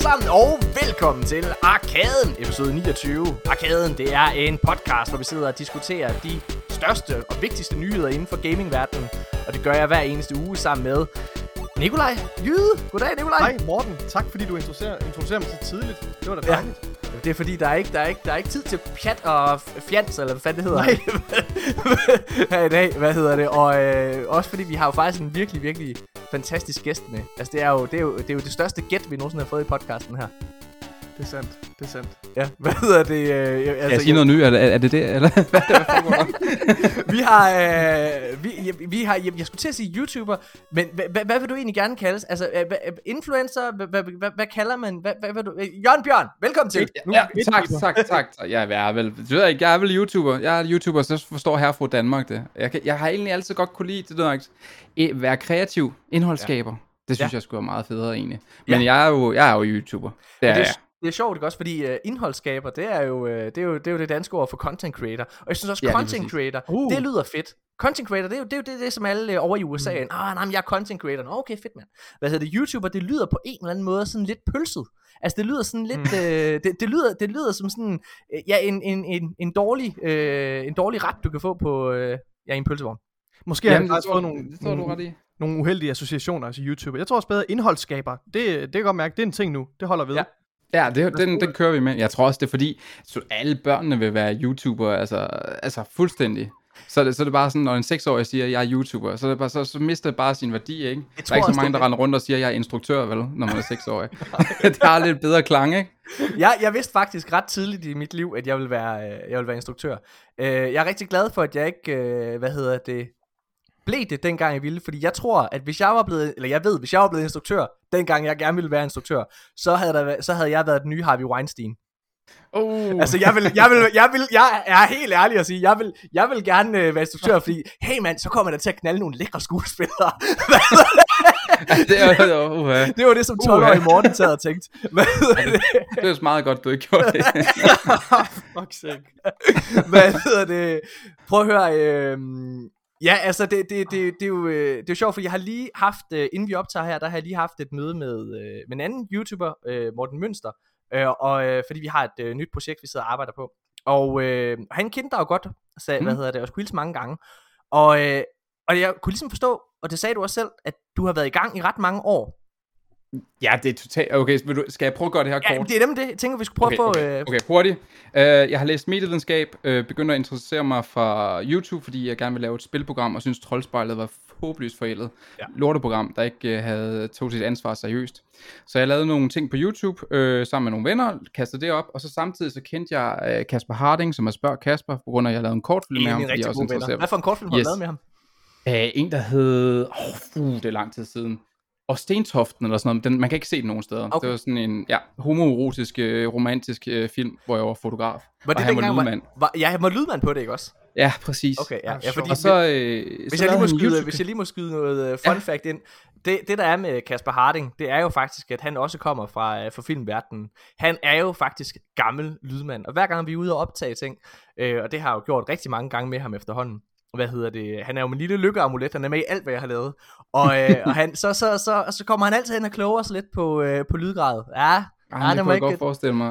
sammen, og velkommen til Arkaden, episode 29. Arkaden, det er en podcast, hvor vi sidder og diskuterer de største og vigtigste nyheder inden for gamingverdenen. Og det gør jeg hver eneste uge sammen med Nikolaj Jyde. Goddag, Nikolaj. Hej Morten, tak fordi du introducerer mig så tidligt. Det var da dejligt. Ja. Det er fordi, der er ikke tid til pjat og fjans, eller hvad fanden det hedder. Nej. Her i dag, hvad hedder det. Og også fordi vi har jo faktisk en virkelig, virkelig fantastisk gæst med. Altså det er jo det største gæt, vi nogensinde har fået i podcasten her. Det er sandt. Ja, hvad hedder det? Altså, jeg siger noget nyt, er det det? Eller hvad vi har, jeg skulle til at sige YouTuber, men hvad vil du egentlig gerne kaldes? Altså, influencer, hvad kalder man? Hvad vil du? Jørgen Bjørn, velkommen til. Ja, tak. Jeg er vel YouTuber. Jeg er YouTuber, så forstår her fra Danmark det. Jeg har egentlig altid godt kunne lide det der, være kreativ, indholdsskaber. Ja. Det synes jeg skulle være meget federe egentlig. Men jeg er jo YouTuber. Det er sjovt, ikke også? Fordi indholdsskaber, det er jo det danske ord for content creator. Og jeg synes også, content creator, det lyder fedt. Content creator, det er jo det som alle over i USA jeg er content creator. Okay, fedt mand. Hvad hedder det? YouTuber, det lyder på en eller anden måde sådan lidt pølset. Altså det lyder sådan lidt det lyder som sådan en dårlig ret du kan få på i en pølsevogn. Måske har jeg faktisk fået nogle uheldige associationer til YouTuber. Jeg tror også bedre indholdsskaber. Det kan godt mærke, det er en ting nu. Det holder ved. Ja, den kører vi med. Jeg tror også, det er fordi, så alle børnene vil være YouTuber, altså fuldstændig. Så er det bare sådan, når en 6-årig siger, at jeg er YouTuber, så, er det bare, så mister det bare sin værdi, ikke? Der er ikke så mange, der render rundt og siger, at jeg er instruktør, vel, når man er 6-årig. Det har lidt bedre klang, ikke? Jeg vidste faktisk ret tidligt i mit liv, at jeg ville være instruktør. Jeg er rigtig glad for, at jeg ikke, blev det dengang jeg ville, fordi jeg tror, at hvis jeg var blevet instruktør, dengang jeg gerne ville være instruktør, så havde jeg været den nye Harvey Weinstein. Altså jeg er helt ærlig at sige, jeg vil gerne være instruktør, fordi hey mand, så kommer der til at knalde nogle lækre skuespillere. Det var det som 12-årig Morten sad og tænkte. Det er jo meget godt du ikke gjorde det. Fuck sake. Hvad hedder det? Prøv at høre. Ja, altså det er jo sjovt, for jeg har lige haft, inden vi optager her, der har jeg lige haft et møde med en anden YouTuber, Morten Mønster, fordi vi har et nyt projekt, vi sidder og arbejder på. Og han kendte dig jo godt, og skulle hilse mange gange. Og jeg kunne ligesom forstå, og det sagde du også selv, at du har været i gang i ret mange år. Ja, det er totalt. Okay, skal jeg prøve at gøre det her kort? Ja, det er det. Jeg tænker, vi skulle prøve at få... Okay, hurtigt. Jeg har læst medievidenskab, begyndte at interessere mig for YouTube, fordi jeg gerne ville lave et spilprogram, og synes Troldspejlet var håbløst forældet. Ja. Lorteprogram, der ikke tog sit ansvar seriøst. Så jeg lavede nogle ting på YouTube, sammen med nogle venner, kastede det op, og så samtidig så kendte jeg Kasper Harding, som er Spørg Kasper, på grund af, at jeg lavede en kortfilm med ham. Hvad for en kortfilm har du lavet med ham? En, der hed... det er lang tid siden. Og Stentoften eller sådan noget, man kan ikke se den nogen steder. Okay. Det var sådan en homoerotisk, romantisk film, hvor jeg var fotograf. Og han var lydmand. Han var lydmand på det, ikke også? Ja, præcis. Okay, ja fordi og så, hvis jeg lige må skyde noget fun fact ind. Det der er med Kasper Harding, det er jo faktisk, at han også kommer fra filmverdenen. Han er jo faktisk gammel lydmand. Og hver gang vi er ude og optage ting, og det har jeg jo gjort rigtig mange gange med ham efterhånden. Han er jo min lille lykkeamulet, han er med i alt, hvad jeg har lavet. Og han, så kommer han altid hen og kloger sig lidt på lydgrad. Det kunne jeg godt forestille mig.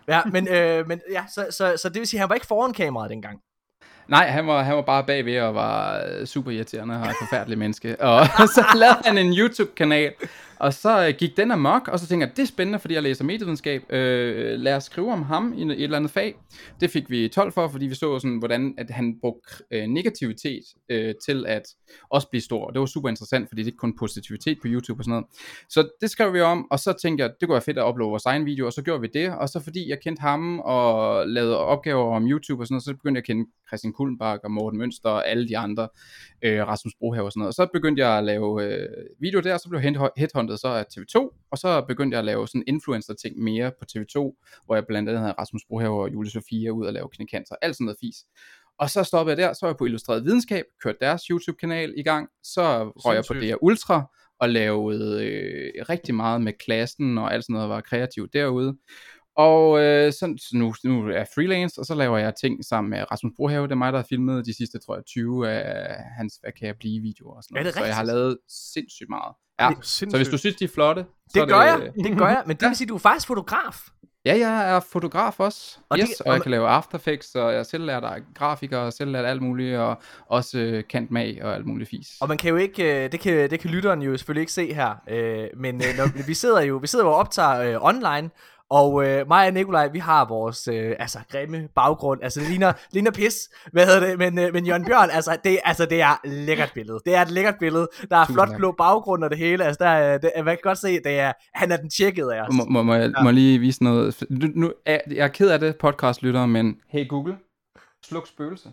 Så det vil sige, han var ikke foran kameraet dengang. Nej, han var bare bagved og var super irriterende og et forfærdeligt menneske. Og så lavede han en YouTube-kanal, og så gik den amok, og så tænkte jeg, det er spændende, fordi jeg læser medievidenskab. Lad os skrive om ham i et eller andet fag. Det fik vi 12 for, fordi vi så sådan, hvordan at han brugte negativitet til at også blive stor. Det var super interessant, fordi det er ikke kun positivitet på YouTube og sådan noget. Så det skrev vi om, og så tænkte jeg, det kunne være fedt at uploade vores egen video, og så gjorde vi det. Og så fordi jeg kendte ham og lavede opgaver om YouTube og sådan noget, så begyndte jeg at kende Christian Kullenbach og Morten Mønster og alle de andre, Rasmus Brohave og sådan noget. Og så begyndte jeg at lave video der, så blev headhunted så af TV2, og så begyndte jeg at lave sådan influencer-ting mere på TV2, hvor jeg blandt andet havde Rasmus Brohave og Julie Sofia ud og lave Knækanter, alt sådan noget fis. Og så stoppede jeg der, så var jeg på Illustreret Videnskab, kørte deres YouTube-kanal i gang, så røg jeg på DR Ultra, og lavede rigtig meget med klassen, og alt sådan noget, var kreativt derude. Og så nu er jeg freelance, og så laver jeg ting sammen med Rasmus Brohave. Det er mig, der har filmet de sidste, tror jeg, 20 af hans Hvad kan jeg blive videoer og sådan noget. Så jeg har lavet sindssygt meget. Ja, så hvis du synes, de er flotte, så det gør jeg, men det vil sige, du er faktisk fotograf. Ja, jeg er fotograf også, og jeg kan lave After Effects, og jeg selv lærer grafiker, og selv lærer alt muligt, og også kantmag og alt muligt fis. Og man kan jo ikke, det kan lytteren jo selvfølgelig ikke se her, men når vi sidder jo og optager online, og mig og Nikolaj, vi har vores grimme baggrund. Altså det ligner pis. Hvad hedder det? Men Jørgen Bjørn, det er lækkert billede. Det er et lækkert billede. Der er flot blå baggrund og det hele. Altså man kan godt se, han er den tjekkede af os. Må jeg lige vise noget? Nu jeg er ked af det, podcastlyttere, men hey Google, sluk spøgelse.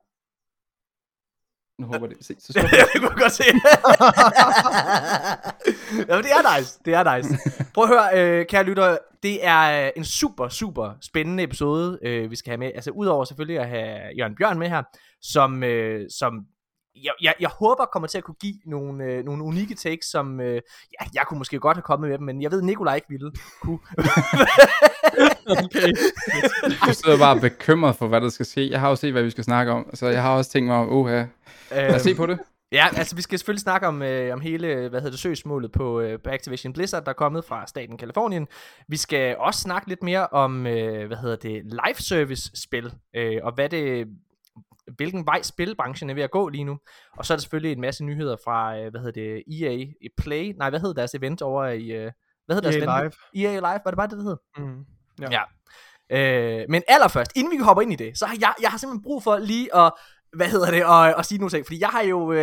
Nu håber det. Se, så det kunne jeg godt se. Jamen, det er nice. Prøv at høre, kære lytter. Det er en super, super spændende episode, vi skal have med. Altså, udover selvfølgelig at have Jørgen Bjørn med her, som jeg håber kommer til at kunne give nogle unikke takes, som jeg kunne måske godt have kommet med dem, men jeg ved, Nikolaj ikke ville kunne. Okay. Jeg sidder bare bekymret for, hvad der skal ske. Jeg har jo set, hvad vi skal snakke om, så jeg har også tænkt mig om, lad os se på det. Ja, altså vi skal selvfølgelig snakke om hele, søgsmålet på Activision Blizzard, der er kommet fra staten Kalifornien. Vi skal også snakke lidt mere om, live service spil, og hvilken vej spilbranchen er ved at gå lige nu. Og så er der selvfølgelig en masse nyheder fra, EA Play, hvad hedder deres event over i, hvad hedder deres EA Live. EA Live, var det bare det hed? Ja. Men allerførst, inden vi hopper ind i det, så har jeg har simpelthen brug for lige at, at sige nogle ting, fordi jeg har jo,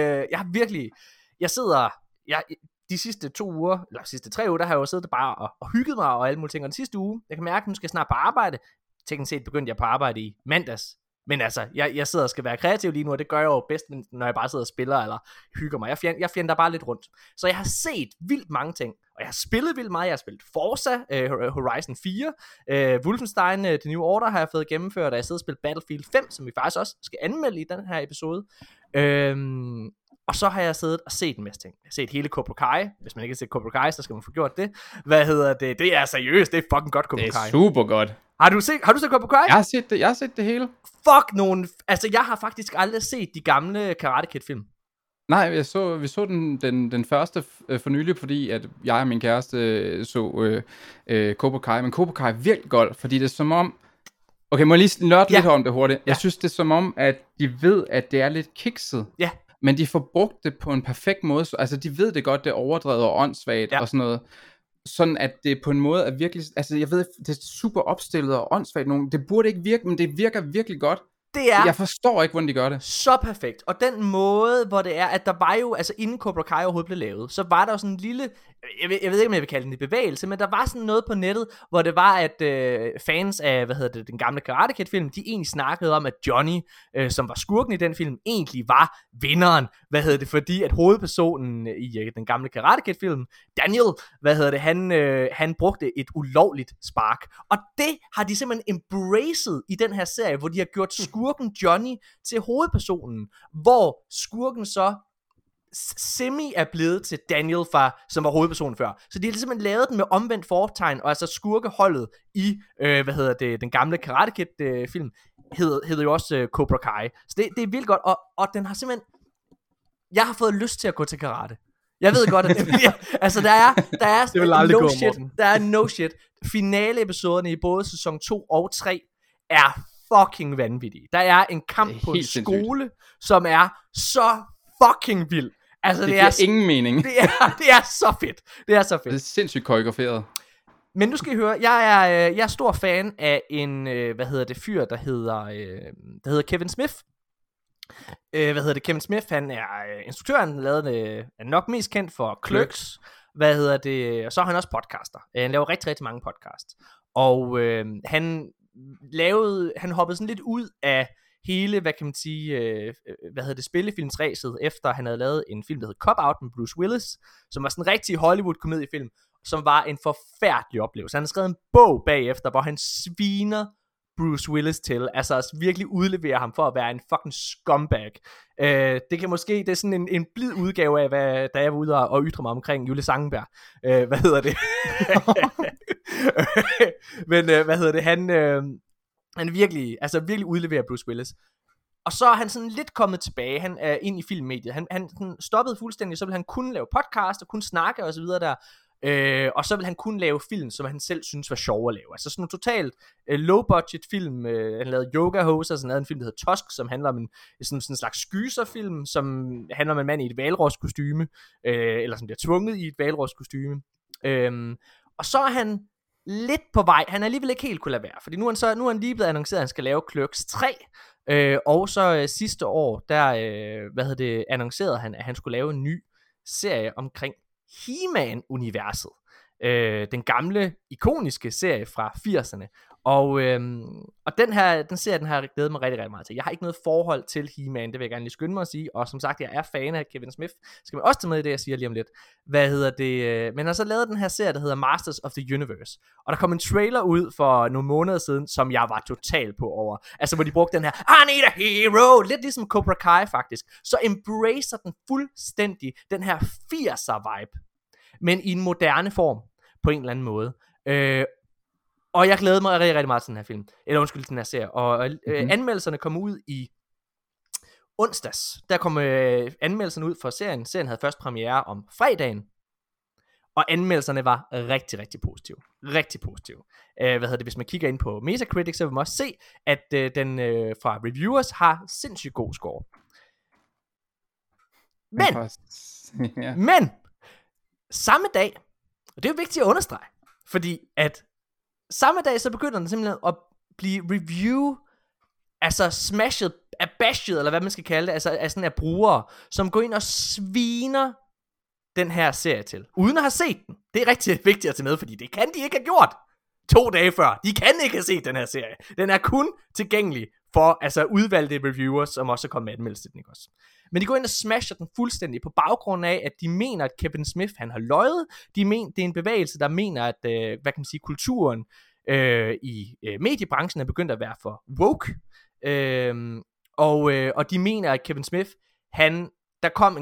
de sidste 2 uger, eller sidste 3 uger, der har jeg jo siddet bare og hygget mig og alle mulige ting, og den sidste uge, jeg kan mærke, at nu skal jeg snart på arbejde. Teknisk set begyndte jeg på arbejde i mandags, men altså, jeg sidder og skal være kreativ lige nu, og det gør jeg jo bedst, når jeg bare sidder og spiller, eller hygger mig. Jeg fjender bare lidt rundt. Så jeg har set vildt mange ting, og jeg har spillet vildt meget. Jeg har spillet Forza, Horizon 4, Wolfenstein, The New Order har jeg fået gennemført, og jeg sidder og spillet Battlefield 5, som vi faktisk også skal anmelde i den her episode. Og så har jeg siddet og set en masse ting. Jeg har set hele Cobra Kai. Hvis man ikke har set Cobra Kai, så skal man få gjort det. Det er seriøst, det er fucking godt, Cobra Kai. Det er super godt. Har du set Cobra Kai? Jeg har set det hele. Fuck nogen. Altså, jeg har faktisk aldrig set de gamle Karate Kid-film. Nej, vi så den første for nylig, fordi at jeg og min kæreste så Cobra Kai. Men Cobra Kai er virkelig godt, fordi det er som om... Okay, må jeg lige nørde lidt om det hurtigt? Jeg synes, det er som om, at de ved, at det er lidt kikset. Ja. Men de får brugt det på en perfekt måde. Altså, de ved det godt, det er overdrevet og åndssvagt og sådan noget. Sådan at det på en måde er virkelig... Altså, jeg ved, det er super opstillet og åndssvagt. Det burde ikke virke, men det virker virkelig godt. Jeg forstår ikke, hvordan de gør det. Så perfekt. Og den måde, hvor det er, at der var jo, altså inden Cobra Kai overhovedet blev lavet, så var der jo sådan en lille, jeg ved ikke, om jeg vil kalde den en bevægelse, men der var sådan noget på nettet, hvor det var, at fans af, den gamle Karate Kid film, de egentlig snakkede om, at Johnny, som var skurken i den film, egentlig var vinderen, fordi at hovedpersonen i den gamle Karate Kid film, Daniel, han brugte et ulovligt spark. Og det har de simpelthen embraced i den her serie, hvor de har gjort skurken Johnny til hovedpersonen, hvor skurken så semi er blevet til Daniel, som var hovedpersonen før. Så de har simpelthen lavet den med omvendt fortegn, og altså skurkeholdet i, den gamle Karate Kid film, hedder jo også Cobra Kai. Så det er vildt godt, og den har simpelthen, jeg har fået lyst til at gå til karate. Jeg ved godt, at altså der er no shit, der er no shit. Finaleepisoderne i både sæson 2 og 3 er fucking vanvittige. Der er en kamp på en skole, som er så fucking vild. Altså, det giver ingen mening. Det er så fedt. Det er så fedt. Det er sindssygt koreograferet. Men nu skal I høre, jeg er stor fan af en, fyr, der hedder Kevin Smith. Kevin Smith, han er instruktøren, er nok mest kendt for Clerks. Og så er han også podcaster. Han laver rigtig, rigtig mange podcasts. Og han hoppede sådan lidt ud af hele, spillefilmsræset, efter han havde lavet en film, der hed Cop Out med Bruce Willis, som var sådan en rigtig Hollywood-komediefilm, som var en forfærdelig oplevelse. Han har skrevet en bog bagefter, hvor han sviner Bruce Willis til, altså virkelig udleverer ham for at være en fucking scumbag. Det er sådan en blid udgave af, da jeg var ude og ytre mig omkring Julie Sangenberg. Men han virkelig udleverer Bruce Willis. Og så er han sådan lidt kommet tilbage, han er ind i filmmediet. Han stoppede fuldstændig, så ville han kun lave podcast og kun snakke og så videre der. Og så vil han kun lave film, som han selv synes var sjov at lave. Altså sådan en totalt low budget film. Han lavede Yoga Hosers, så han lavede en film, der hedder Tusk, som handler om sådan en slags skyserfilm, som handler om en mand i et hvalroskostyme, eller som bliver tvunget i et hvalroskostyme. Og så er han lidt på vej. Han er alligevel ikke helt kunne lade være, fordi nu er han lige blevet annonceret, at han skal lave Clerks 3. Og så sidste år, der annoncerede han, at han skulle lave en ny serie omkring He-Man-universet. Den gamle, ikoniske serie fra 80'erne. Og den serie, har jeg glædet mig rigtig, rigtig meget til. Jeg har ikke noget forhold til He-Man, det vil jeg gerne lige skynde mig at sige. Og som sagt, jeg er fan af Kevin Smith. Skal man også tage med i det, jeg siger lige om lidt. Men han har så lavet den her serie, der hedder Masters of the Universe. Og der kom en trailer ud for nogle måneder siden, som jeg var total på over. Altså, hvor de brugte den her, I need a hero! Lidt ligesom Cobra Kai, faktisk. Så embracer den fuldstændig den her 80'er vibe. Men i en moderne form, på en eller anden måde. Og jeg glæder mig rigtig, rigtig meget til den her film. Eller undskyld, den her serie. Og anmeldelserne kom ud i onsdags. Der kom anmeldelserne ud for serien. Serien havde først premiere om fredagen. Og anmeldelserne var rigtig, rigtig positive. Rigtig positive. Hvis man kigger ind på Metacritic, så vil man også se, at den fra reviewers har sindssygt god score. Men samme dag, og det er jo vigtigt at understrege, fordi at samme dag, så begynder den simpelthen at blive altså bashed, eller hvad man skal kalde det, altså af sådan af brugere, som går ind og sviner den her serie til, uden at have set den. Det er rigtig vigtigt at tage med, fordi det kan de ikke have gjort 2 dage før. De kan ikke have set den her serie. Den er kun tilgængelig for altså udvalgte reviewers, som også er kommet med anmeldelse til den, ikke også? Men de går ind og smasher den fuldstændig på baggrund af, at de mener, at Kevin Smith, han har løjet. Det er en bevægelse, der mener, at kulturen i mediebranchen er begyndt at være for woke. Og de mener, at Kevin Smith, der kom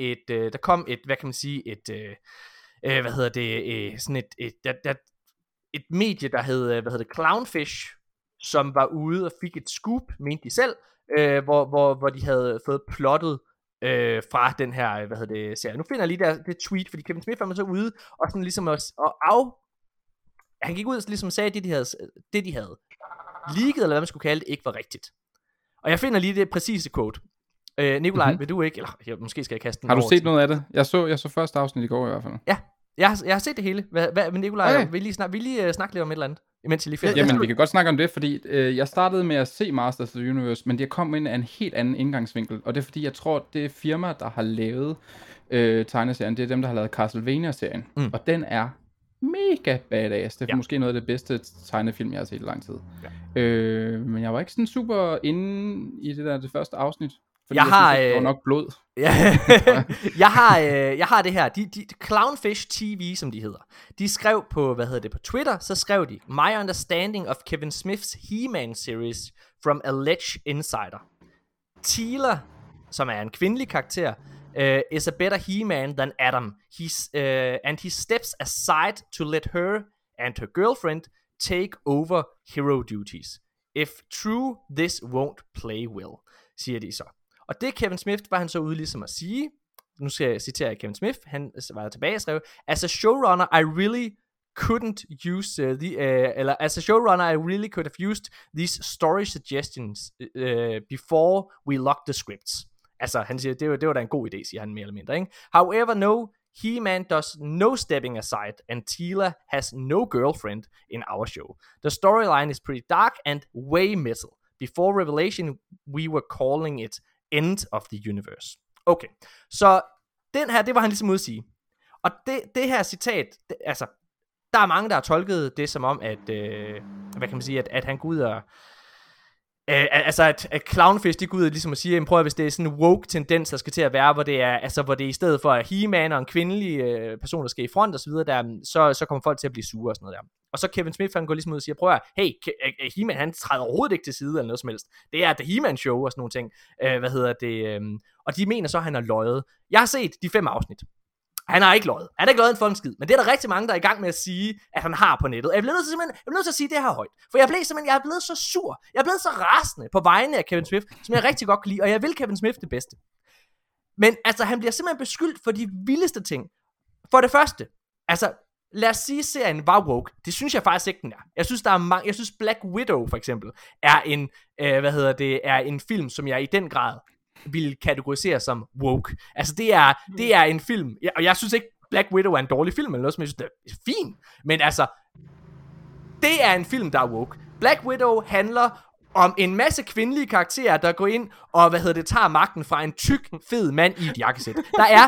et medie, der hed Clownfish, som var ude og fik et scoop, mente de selv, hvor de havde fået plottet fra den her, serie. Nu finder jeg lige det tweet, fordi Kevin Smith var så ude, og sådan ligesom han gik ud og ligesom sagde, at det de havde leaget, eller hvad man skulle kalde det, ikke var rigtigt. Og jeg finder lige det præcise quote. Nikolaj, vil du ikke, eller måske skal jeg kaste den over. Har du set noget af det? Jeg så første afsnit i går i hvert fald. Ja, jeg har set det hele. Men Nikolaj, okay. vil lige snakke lidt om et eller andet, imens jeg lige finder. Jamen, vi kan godt snakke om det, fordi jeg startede med at se Masters of the Universe, men det kom ind af en helt anden indgangsvinkel, og det er fordi, jeg tror, det firma, der har lavet tegneserien, det er dem, der har lavet Castlevania-serien, og den er mega badass. Det er måske noget af det bedste tegnefilm, jeg har set i lang tid. Ja. Men jeg var ikke sådan super inde i det første afsnit. Fordi jeg synes, det var nok blod. Jeg har det her. De Clownfish TV, som de hedder. De skrev på, på Twitter, så skrev de, My understanding of Kevin Smith's He-Man series from alleged insider. Teela, som er en kvindelig karakter, is a better He-Man than Adam. And he steps aside to let her and her girlfriend take over hero duties. If true, this won't play well, siger de så. Og det Kevin Smith var han så ude ligesom at sige, nu skal jeg citere Kevin Smith, han var tilbage og skrev, as a showrunner, I really could have used these story suggestions before we locked the scripts. Altså, han siger, det var da en god idé, siger han mere eller mindre, ikke? However, no, He-Man does no stepping aside, and Teela has no girlfriend in our show. The storyline is pretty dark and way metal. Before Revelation, we were calling it End of the Universe. Okay, så den her, det var han ligesom ude at sige. Og det her citat, altså, der er mange, der har tolket det som om, at, at han går ud og, at Clownfish, de går ud og ligesom at sige, prøv at hvis det er sådan en woke tendens, der skal til at være, hvor det er, hvor det er i stedet for He-Man og en kvindelig person, der skal i front og så videre, så kommer folk til at blive sure og sådan noget der. Og så Kevin Smith, han går ligesom ud og siger, prøv at hey, He-Man, han træder overhovedet ikke til side eller noget som helst. Det er The He-Man Show og sådan nogle ting. Og de mener så, at han har løjet. Jeg har set de 5 afsnit. Han har ikke løjet. Han har ikke løjet en fucking skid. Men det er der rigtig mange, der er i gang med at sige, at han har på nettet. Jeg bliver nødt til at sige det her højt. For jeg er blevet så sur. Jeg er blevet så rasende på vegne af Kevin Smith, som jeg rigtig godt kan lide. Og jeg vil Kevin Smith det bedste. Men altså, han bliver simpelthen beskyldt for de vildeste ting. For det første, altså, lad os sige, serien var woke. Det synes jeg faktisk ikke, den er. Jeg synes, jeg synes Black Widow, for eksempel, er en film, som jeg i den grad vil kategorisere som woke. Altså, det er en film, og jeg synes ikke, Black Widow er en dårlig film, eller noget, som jeg synes, det er fint. Men altså, det er en film, der er woke. Black Widow handler om en masse kvindelige karakterer, der går ind og, tager magten fra en tyk, fed mand i et jakkesæt. Der er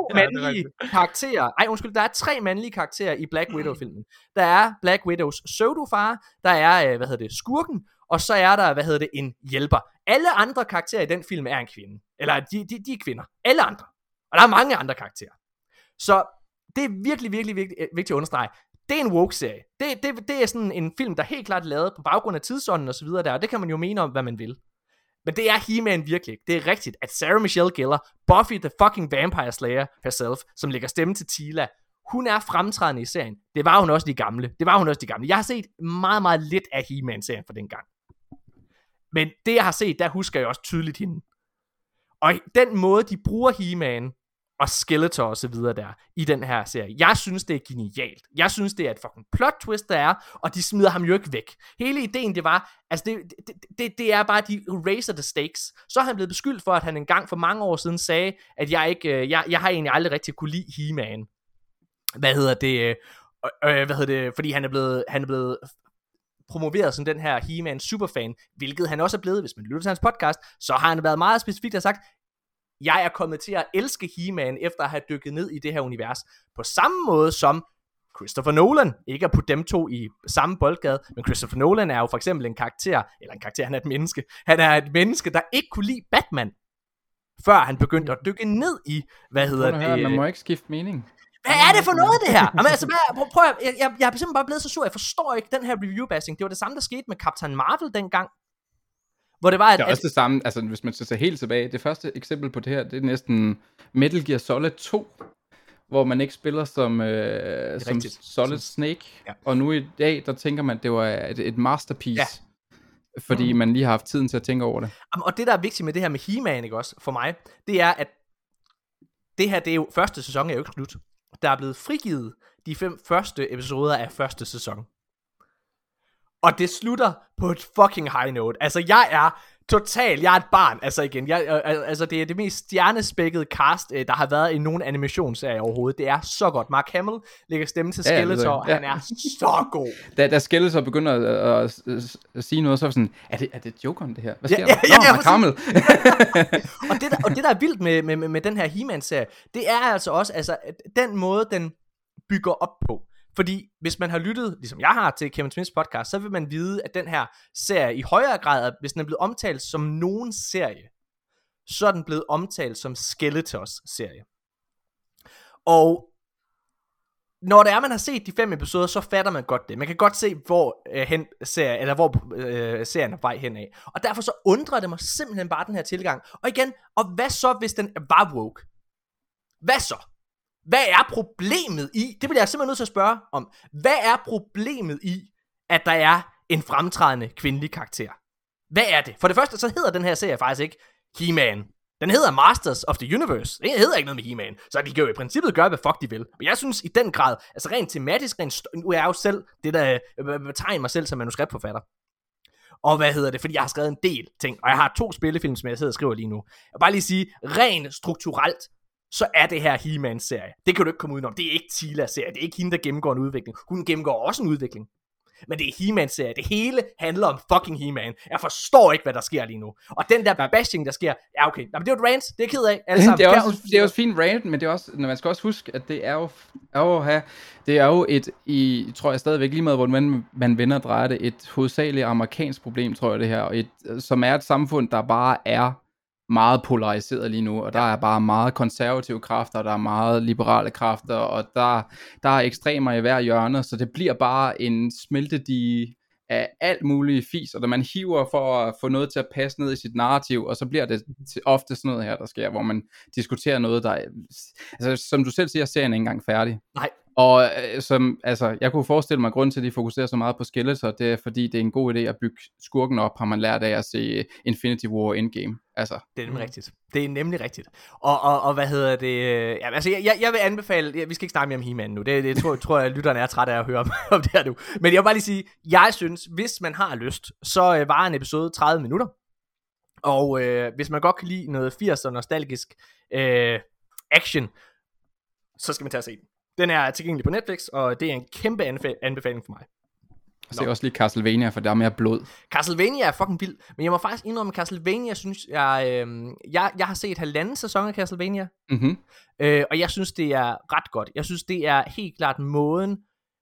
der er 3 mandlige karakterer i Black Widow-filmen. Der er Black Widows pseudofar, der er, skurken, og så er der, en hjælper. Alle andre karakterer i den film er en kvinde. Eller de er kvinder. Alle andre. Og der er mange andre karakterer. Så det er virkelig, virkelig vigtigt at understrege. Det er en woke-serie. Det er sådan en film, der helt klart er lavet på baggrund af tidsånden og så videre der, og det kan man jo mene om, hvad man vil. Men det er He-Man virkelig. Det er rigtigt, at Sarah Michelle Gellar, Buffy the fucking Vampire Slayer herself, som lægger stemme til Teela, hun er fremtrædende i serien. Det var hun også de gamle. Jeg har set meget, meget lidt af He-Man-serien for den gang. Men det jeg har set, der husker jeg også tydeligt hende. Og den måde, de bruger He-Man og Skeletor og så videre der i den her serie. Jeg synes, det er genialt. Jeg synes, det er et fucking plot twist, der er, og de smider ham jo ikke væk. Hele ideen, det var, altså det er bare, de raiser the stakes. Så er han blevet beskyldt for, at han engang for mange år siden sagde, at jeg har egentlig aldrig rigtig kunne lide He-Man. Fordi han er blevet promoveret som den her He-Man superfan, hvilket han også er blevet, hvis man lytter til hans podcast, så har han været meget specifikt og sagt, jeg er kommet til at elske He-Man, efter at have dykket ned i det her univers. På samme måde som Christopher Nolan. Ikke at putte dem to i samme boldgade, men Christopher Nolan er jo for eksempel han er et menneske. Han er et menneske, der ikke kunne lide Batman, før han begyndte at dykke ned i, man må ikke skifte mening. Hvad er det for noget, det her? Jamen, altså, jeg er simpelthen bare blevet så sur. Jeg forstår ikke den her review-bashing. Det var det samme, der skete med Captain Marvel dengang. Hvor det var, det er også det samme, altså hvis man skal se helt tilbage, det første eksempel på det her, det er næsten Metal Gear Solid 2, hvor man ikke spiller som Solid Snake, ja. Og nu i dag, der tænker man, det var et masterpiece, ja. Fordi man lige har haft tiden til at tænke over det. Og det, der er vigtigt med det her med He-Man, ikke også, for mig, det er, at det her, det er jo, første sæson er jo ikke slut. Der er blevet frigivet de 5 første episoder af første sæson. Og det slutter på et fucking high note. Altså, jeg er et barn. Altså igen, det er det mest stjernespækkede cast, der har været i nogen animationsserie overhovedet. Det er så godt. Mark Hamill lægger stemme til Skeletor, han er så god. Da Skeletor begynder at sige noget, så er sådan, er det Jokeren det her? Hvad sker der? Mark Hamill. og det der er vildt med den her He-Man-serie, det er altså også, den måde, den bygger op på. Fordi hvis man har lyttet, ligesom jeg har, til Kevin Smiths podcast, så vil man vide, at den her serie i højere grad, hvis den er blevet omtalt som nogen serie, så er den blevet omtalt som Skeletors serie. Og når det er, man har set de 5 episoder, så fatter man godt det. Man kan godt se, hvor serien er vej henad. Og derfor så undrer det mig simpelthen bare den her tilgang. Og igen, og hvad så, hvis den var woke? Hvad så? Hvad er problemet i, det vil jeg simpelthen nødt til at spørge om, hvad er problemet i, at der er en fremtrædende kvindelig karakter? Hvad er det? For det første, så hedder den her serie faktisk ikke He-Man. Den hedder Masters of the Universe. Det hedder ikke noget med He-Man. Så de kan jo i princippet gøre, hvad fuck de vil. Men jeg synes i den grad, altså rent tematisk, nu er jeg jo selv det, der betegner mig selv som manuskriptforfatter. Og fordi jeg har skrevet en del ting, og jeg har 2 spillefilm, som jeg sidder og skriver lige nu. Jeg vil bare lige sige, rent strukturelt, så er det her He-Man-serie. Det kan du ikke komme udenom. Det er ikke Teela-serie. Det er ikke hende, der gennemgår en udvikling. Hun gennemgår også en udvikling. Men det er He-Man-serie. Det hele handler om fucking He-Man. Jeg forstår ikke, hvad der sker lige nu. Og den der bashing, der sker, ja okay. Men det er jo et rant. Det er ked af. Alle sammen. Det er også fint rant, men det er også, når man skal også huske, at det er jo et, tror jeg stadigvæk lige meget, hvor man vender og drejer det, et hovedsageligt amerikansk problem, tror jeg det her. Og som er et samfund, der bare er meget polariseret lige nu, og der er bare meget konservative kræfter, der er meget liberale kræfter, og der er ekstremer i hver hjørne, så det bliver bare en smeltedige af alt muligt fis, og da man hiver for at få noget til at passe ned i sit narrativ, og så bliver det ofte sådan noget her, der sker, hvor man diskuterer noget, der, altså som du selv siger, serien er ikke engang færdig. Nej. Og jeg kunne forestille mig, at grunden til, at de fokuserer så meget på Skeletor, det er, fordi det er en god idé at bygge skurken op, har man lært af at se Infinity War Endgame. Altså. Det er nemlig rigtigt. Det er nemlig rigtigt. Og hvad hedder det? Jeg vil anbefale, vi skal ikke snakke mere om He-Man nu, det tror jeg, lytterne er trætte af at høre om det her nu. Men jeg vil bare lige sige, jeg synes, hvis man har lyst, så varer en episode 30 minutter. Og hvis man godt kan lide noget 80'er nostalgisk action, så skal man tage og se den. Den er tilgængelig på Netflix, og det er en kæmpe anbefaling for mig. Jeg ser også lige Castlevania, for der er mere blod. Castlevania er fucking vild, men jeg må faktisk indrømme, at Castlevania, synes jeg har set halvanden sæson af Castlevania, og jeg synes, det er ret godt. Jeg synes, det er helt klart måden,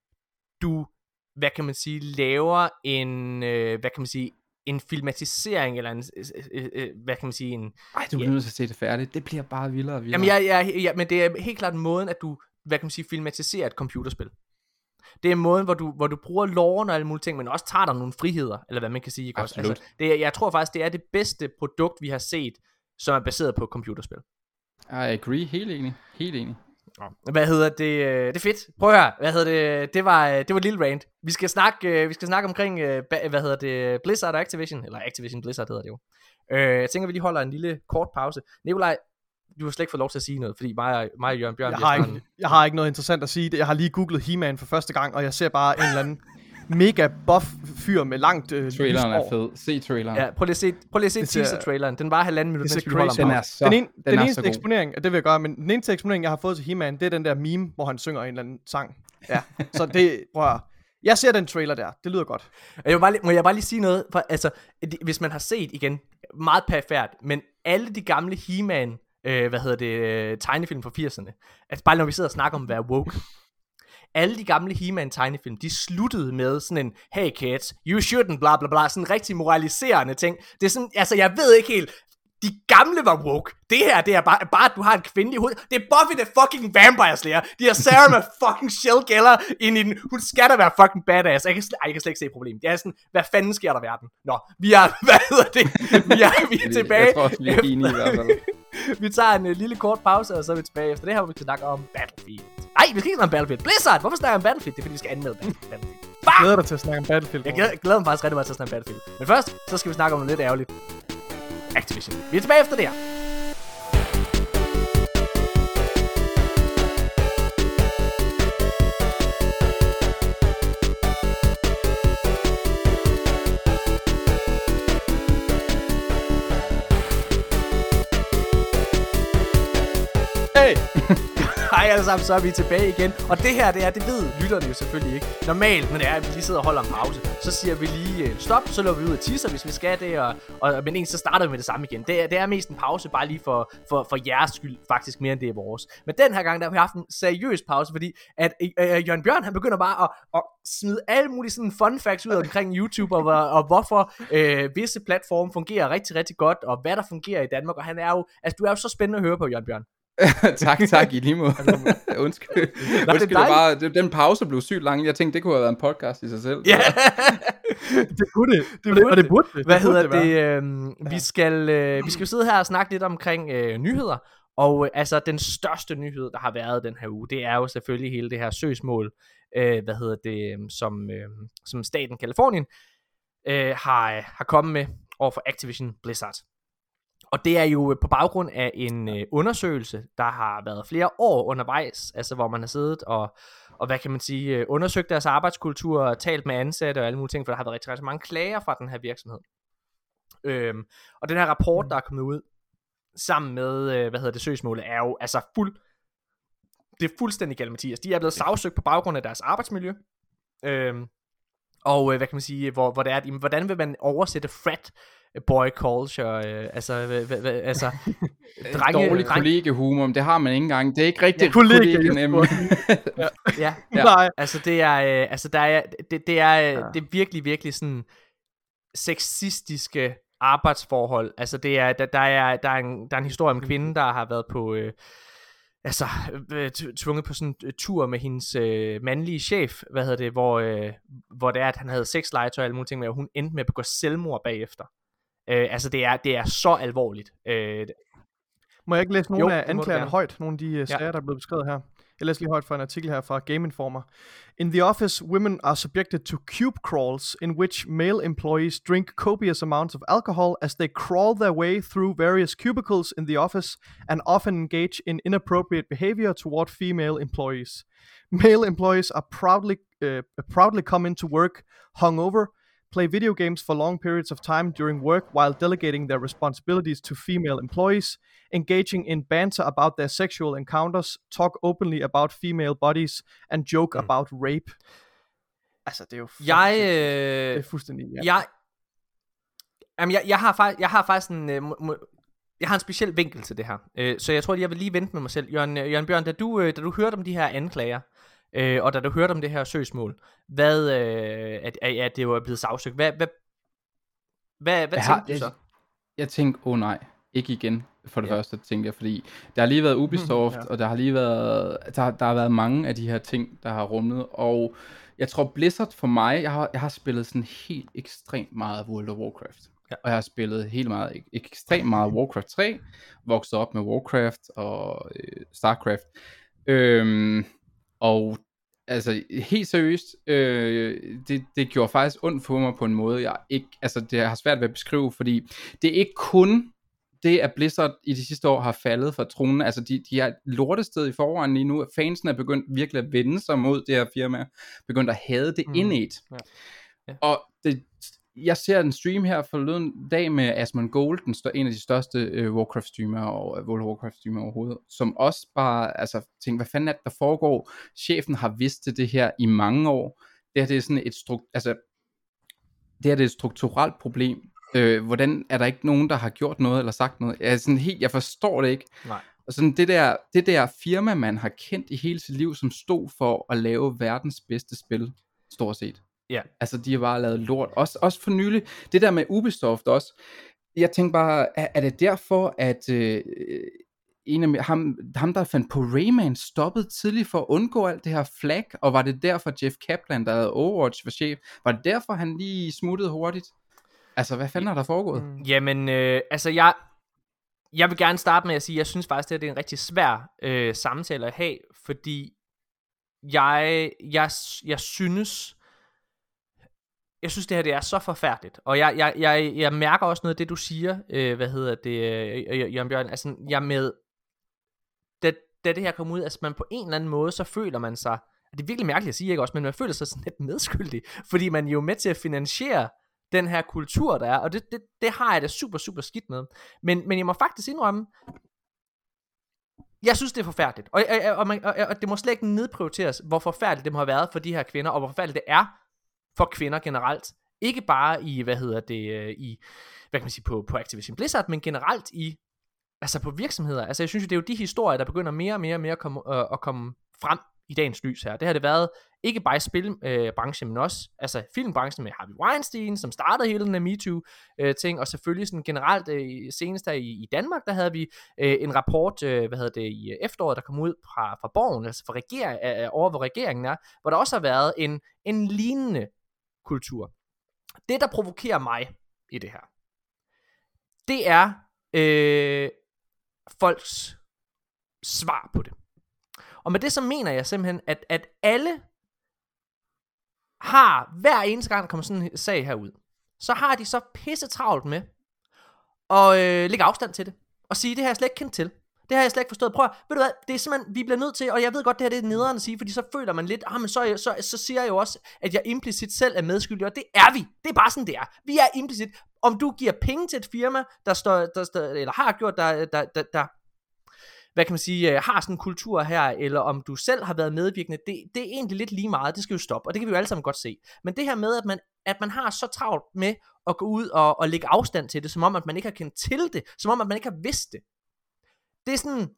du, hvad kan man sige, laver en, en filmatisering, eller en, hvad kan man sige, en... Ej, du bliver nødt til at se det færdigt. Det bliver bare vildere og vildere. Jamen, men det er helt klart måden, at du, hvad kan man sige, filmatiserer et computerspil. Det er måden, hvor du bruger loven og alle mulige ting, men også tager dig nogle friheder, eller hvad man kan sige. Ikke? Absolut. Altså, jeg tror faktisk, det er det bedste produkt, vi har set, som er baseret på computerspil. I agree. Helt enig. Hvad hedder det? Det er fedt. Prøv at høre. Hvad hedder det? Det var et lille rant. Vi skal snakke omkring, hvad hedder det? Blizzard og Activision. Eller Activision Blizzard hedder det jo. Jeg tænker, vi lige holder en lille kort pause. Nikolaj, du har slet ikke fået lov til at sige noget, fordi mig og Jørgen Bjørn... Jeg har ikke noget interessant at sige. Jeg har lige googlet He-Man for første gang, og jeg ser bare en eller anden mega buff fyr med langt traileren er fed. Se traileren. Ja, prøv lige at se teaser-traileren. Den var 1,5 minutter, mens vi holder om. Den eneste eksponering, det vil jeg gøre, men den eneste eksponering, jeg har fået til He-Man, det er den der meme, hvor han synger en eller anden sang. Ja, så det, jeg ser den trailer der. Det lyder godt. Må jeg bare lige sige noget? For, altså, hvis man har set igen, meget perfekt, men alle de gamle He-Man, tegnefilm fra 80'erne, altså bare når vi sidder og snakker om at være woke, alle de gamle He-Man tegnefilm, de sluttede med sådan en, hey kids, you shouldn't bla bla bla, sådan en rigtig moraliserende ting. Det er sådan, altså jeg ved ikke helt, de gamle var woke. Det her, det er bare at du har en kvinde i hovedet. Det er Buffy the fucking Vampire Slayer. De har Sarah med fucking Shell Geller ind i den. Hun skal da være fucking badass. Jeg kan slet ikke se problemet. Det er sådan, hvad fanden sker der i verden? Nå, vi er, hvad hedder det? Vi er tilbage. Jeg tror også, vi er enige i hvert fald. Vi tager en lille kort pause, og så er vi tilbage efter det her, hvor vi skal snakke om Battlefield. Nej, vi skal ikke snakke om Battlefield. Blizzard, hvorfor snakker jeg om Battlefield? Det er fordi, vi skal anmelde Battlefield. Jeg glæder dig til at snakke om Battlefield. Jeg glæder mig faktisk rigtig meget til at snakke om Battlefield. Men først, så skal vi snakke om noget lidt ærgerligt. Activision. Vi er tilbage efter det her. Hey! Hej alle sammen, så er vi tilbage igen. Og det her, det ved lytterne jo selvfølgelig ikke. Normalt, men det er, at vi lige sidder og holder en pause, så siger vi lige stop, så løber vi ud og teaser, hvis vi skal det, men egentlig så starter vi med det samme igen. Det er mest en pause, bare lige for jeres skyld, faktisk mere end det er vores. Men den her gang, der har vi haft en seriøs pause, fordi at Jørgen Bjørn, han begynder bare at smide alle mulige sådan fun facts ud omkring YouTube, og hvorfor visse platforme fungerer rigtig, rigtig godt, og hvad der fungerer i Danmark, og han er jo, altså du er jo så spændende at høre på, Jørgen Bjørn. tak i lige måde. Undskyld. Bare, den pause blev sygt lang. Jeg tænkte, det kunne have været en podcast i sig selv. Ja, det kunne det. Og det burde det. Hvad hedder det? Vi skal sidde her og snakke lidt omkring nyheder. Og altså den største nyhed, der har været den her uge, det er jo selvfølgelig hele det her søgsmål, som staten Californien har kommet med over for Activision Blizzard. Og det er jo på baggrund af en undersøgelse, der har været flere år undervejs, altså hvor man har siddet og hvad kan man sige, undersøgt deres arbejdskultur, talt med ansatte og alle mulige ting, for der har været rigtig mange klager fra den her virksomhed. Og den her rapport, der er kommet ud, sammen med, søgsmålet, er jo altså det er fuldstændig galt, Mathias. De er blevet sagsøgt på baggrund af deres arbejdsmiljø. Og hvad kan man sige, hvor det er, hvordan vil man oversætte frat boy culture, altså dårlig kollegehumor, det har man ikke engang. Det er ikke rigtig kollegenem. Ja. Altså det er virkelig virkelig sådan sexistiske arbejdsforhold. Altså det er der er en historie om en kvinde, der har været på tvunget på sådan en tur med hendes mandlige chef, hvor det er, at han havde sexlegetøj og alle mulige ting med, og hun endte med at begå selvmord bagefter. Altså, det er så alvorligt. Må jeg ikke læse nogle af det må du anklagerne gerne. højt? Nogle af de sager, der er blevet beskrevet her. Jeg læser lige højt fra en artikel her fra Game Informer. In the office, women are subjected to cube crawls, in which male employees drink copious amounts of alcohol as they crawl their way through various cubicles in the office and often engage in inappropriate behavior toward female employees. Male employees are proudly come into work hungover, play video games for long periods of time during work while delegating their responsibilities to female employees, engaging in banter about their sexual encounters, talk openly about female bodies, and joke about rape. Altså, det er jo det er fuldstændig... Ja. Jeg har faktisk en... Jeg har en speciel vinkel til det her. Så jeg tror, at jeg vil lige vente med mig selv. Jørgen Bjørn, da du hørte om de her anklager, og da du hørte om det her søgsmål, at det var blevet sagsøgt, hvad tænkte du så? Jeg tænkte, nej, ikke igen, for det første, tænkte jeg, fordi der har lige været Ubisoft, og der har lige været, der har været mange af de her ting, der har rumlet, og jeg tror Blizzard for mig, jeg har spillet sådan helt ekstremt meget World of Warcraft. Ja. Og jeg har spillet helt meget, ekstremt meget Warcraft 3, vokset op med Warcraft og Starcraft. Og altså helt seriøst, det gjorde faktisk ondt for mig på en måde, det har svært ved at beskrive, fordi det er ikke kun det, at Blizzard i de sidste år har faldet fra tronen. Altså de er lortested i forvejen lige nu. Fansen er begyndt virkelig at vende sig mod det her firma, begyndt at hade det indædt. Ja. Og jeg ser en stream her forleden dag med Asmund Gold, en af de største Warcraft streamer og World of Warcraft streamer overhovedet, som også bare tænkte, hvad fanden er det, der foregår? Chefen har vidst det her i mange år. Det er sådan et strukturelt problem. Hvordan er der ikke nogen, der har gjort noget eller sagt noget? Jeg forstår det ikke. Nej. Og sådan det der firma, man har kendt i hele sit liv, som stod for at lave verdens bedste spil, stort set. Ja. Altså de har bare lavet lort. Også for nylig, det der med Ubisoft også. Jeg tænkte bare, er det derfor, at en af ham der fandt på Rayman, stoppede tidligt for at undgå alt det her flag, og var det derfor Jeff Kaplan, der havde Overwatch for chef, var det derfor han lige smuttede hurtigt? Altså, hvad fanden er der foregået? Jamen, jeg vil gerne starte med at sige, at jeg synes faktisk, at det er en rigtig svær samtale at have, fordi jeg synes, det her det er så forfærdeligt, og jeg mærker også noget af det, du siger, Jørgen Bjørn, altså, jeg med, da det her kom ud, altså man på en eller anden måde, så føler man sig, det er virkelig mærkeligt at sige, ikke også, men man føler sig sådan lidt medskyldig, fordi man er jo med til at finansiere den her kultur, der er, og det har jeg da super, super skidt med, men jeg må faktisk indrømme, jeg synes det er forfærdeligt, og det må slet ikke nedprioriteres, hvor forfærdeligt det må have været for de her kvinder, og hvor forfærdeligt det er for kvinder generelt, ikke bare i, på Activision Blizzard, men generelt på virksomheder. Altså jeg synes jo, det er jo de historier, der begynder mere og mere at komme frem i dagens lys her. Det har det været, ikke bare i spilbranchen, men også filmbranchen med Harvey Weinstein, som startede hele den her MeToo-ting, og selvfølgelig sådan generelt senest her i Danmark, der havde vi en rapport, i efteråret, der kom ud fra Borgen, altså over hvor regeringen er, hvor der også har været en lignende kultur. Det, der provokerer mig i det her, det er folks svar på det. Og med det så mener jeg simpelthen, at alle har, hver eneste gang der kommer sådan en sag herud, så har de så pisse travlt med at lægge afstand til det, og sige, det har jeg slet ikke kendt til. Det har jeg slet ikke forstået. Prøv, ved du hvad, det er simpelthen, vi bliver nødt til, og jeg ved godt, det her det er nederen at sige, fordi så føler man lidt, men så siger jeg jo også, at jeg implicit selv er medskyldig, og det er vi. Det er bare sådan, det er. Vi er implicit. Om du giver penge til et firma, der står eller har gjort, der hvad kan man sige, har sådan en kultur her, eller om du selv har været medvirkende, det er egentlig lidt lige meget, det skal jo stoppe, og det kan vi jo alle sammen godt se. Men det her med, at man har så travlt med at gå ud og lægge afstand til det, som om, at man ikke har kendt til det, som om, at man ikke har vidst det. Det er sådan,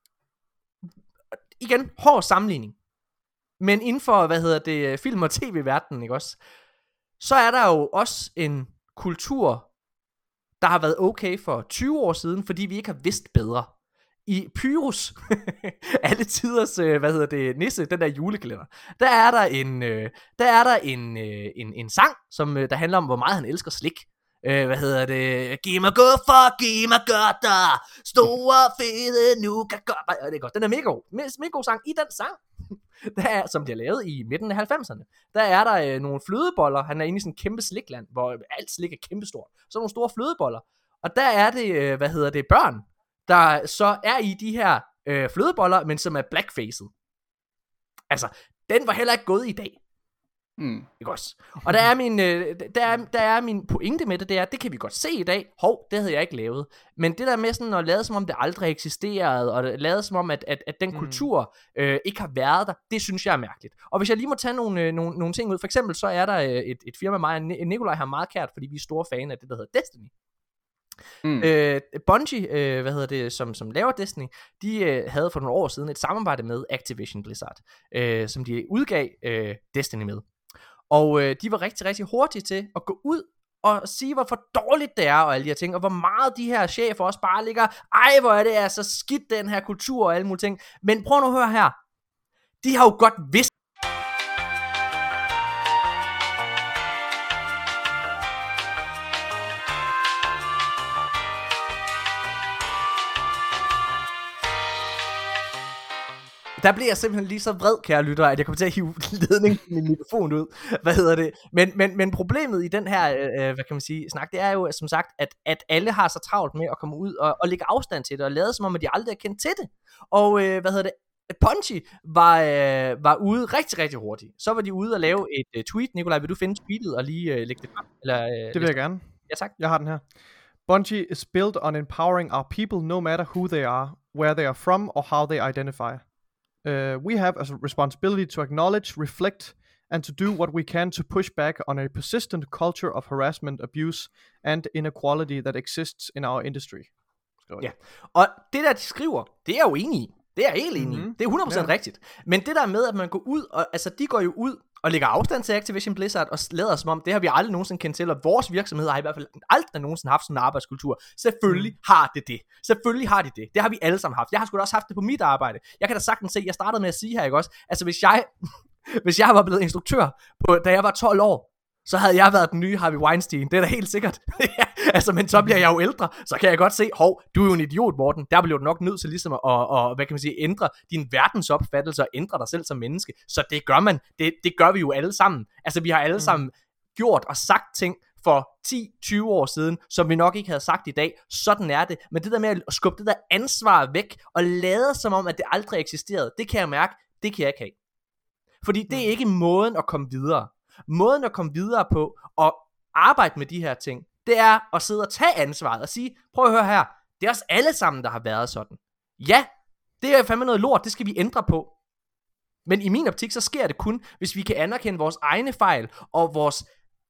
igen, hård sammenligning. Men inden for, film- og tv-verdenen, ikke også? Så er der jo også en kultur, der har været okay for 20 år siden, fordi vi ikke har vidst bedre. i Pyrus, alle tiders, nisse, den der julekalender, der er der en sang, som der handler om, hvor meget han elsker slik. Giv mig guffer, giv mig godter, store fede nougat. Det er godt, den er mega god sang. I den sang, der som de har lavet i midten af 90'erne, der er der nogle flødeboller. Han er inde i sådan en kæmpe slikland, hvor alt slik er kæmpestort. Så nogle store flødeboller. Og der er det, børn, der så er i de her flødeboller, men som er blackfaced. Altså, den var heller ikke gået i dag. Ikke også? Og der er min pointe med det, det er, det kan vi godt se i dag. Det havde jeg ikke lavet. Men det der med sådan at lade som om det aldrig eksisterede, og lade som om at den kultur ikke har været der, det synes jeg er mærkeligt. Og hvis jeg lige må tage nogle ting ud, for eksempel så er der et firma, mig og Nikolaj har meget kært, fordi vi er store fan af det, der hedder Destiny. Bungie, som laver Destiny, de havde for nogle år siden et samarbejde med Activision Blizzard, som de udgav Destiny med. Og de var rigtig, rigtig hurtige til at gå ud og sige, hvor for dårligt det er, og alle de her ting, og hvor meget de her chefer også bare ligger, hvor er det altså skidt, den her kultur og alle mulige ting. Men prøv nu at høre her. De har jo godt vidst, der blev jeg simpelthen lige så vred, kære lytter, at jeg kom til at hive ledningen i min mikrofon ud. Men problemet i den her, snak, det er jo som sagt, at alle har så travlt med at komme ud og lægge afstand til det, og lade som om, at de aldrig er kendt til det. Og Bungie var ude rigtig, rigtig hurtigt. Så var de ude og lave et tweet. Nikolaj, vil du finde tweetet og lige lægge det frem? Eller, det vil jeg gerne. Ja, tak. Jeg har den her. Bungie is built on empowering our people no matter who they are, where they are from, or how they identify. We have a responsibility to acknowledge, reflect, and to do what we can to push back on a persistent culture of harassment, abuse, and inequality that exists in our industry. Ja, og det der de skriver, det er jeg jo enig i. Det er jeg helt enig i. Det er 100% rigtigt. Men det der med, at man går ud, og altså de går jo ud og lægger afstand til Activision Blizzard og lader som om, det har vi aldrig nogensinde kendt til, og vores virksomheder har i hvert fald aldrig nogensinde haft sådan en arbejdskultur. Selvfølgelig har det det. Selvfølgelig har de det. Det har vi alle sammen haft. Jeg har sgu da også haft det på mit arbejde. Jeg kan da sagtens se, jeg startede med at sige her, ikke også? Altså hvis jeg var blevet instruktør, da jeg var 12 år, så havde jeg været den nye Harvey Weinstein. Det er da helt sikkert. Altså, men så bliver jeg jo ældre, så kan jeg godt se, du er jo en idiot, Morten. Der bliver du nok nødt til ligesom at ændre din verdensopfattelse og ændre dig selv som menneske. Så det gør man. Det gør vi jo alle sammen. Altså, vi har alle sammen gjort og sagt ting for 10-20 år siden, som vi nok ikke havde sagt i dag. Sådan er det. Men det der med at skubbe det der ansvar væk og lade som om, at det aldrig eksisterede, det kan jeg mærke, det kan jeg ikke have. Fordi det er ikke måden at komme videre. Måden at komme videre på og arbejde med de her ting, det er at sidde og tage ansvaret og sige, prøv at høre her, det er os alle sammen, der har været sådan. Ja, det er fandme noget lort, det skal vi ændre på. Men i min optik, så sker det kun, hvis vi kan anerkende vores egne fejl og vores,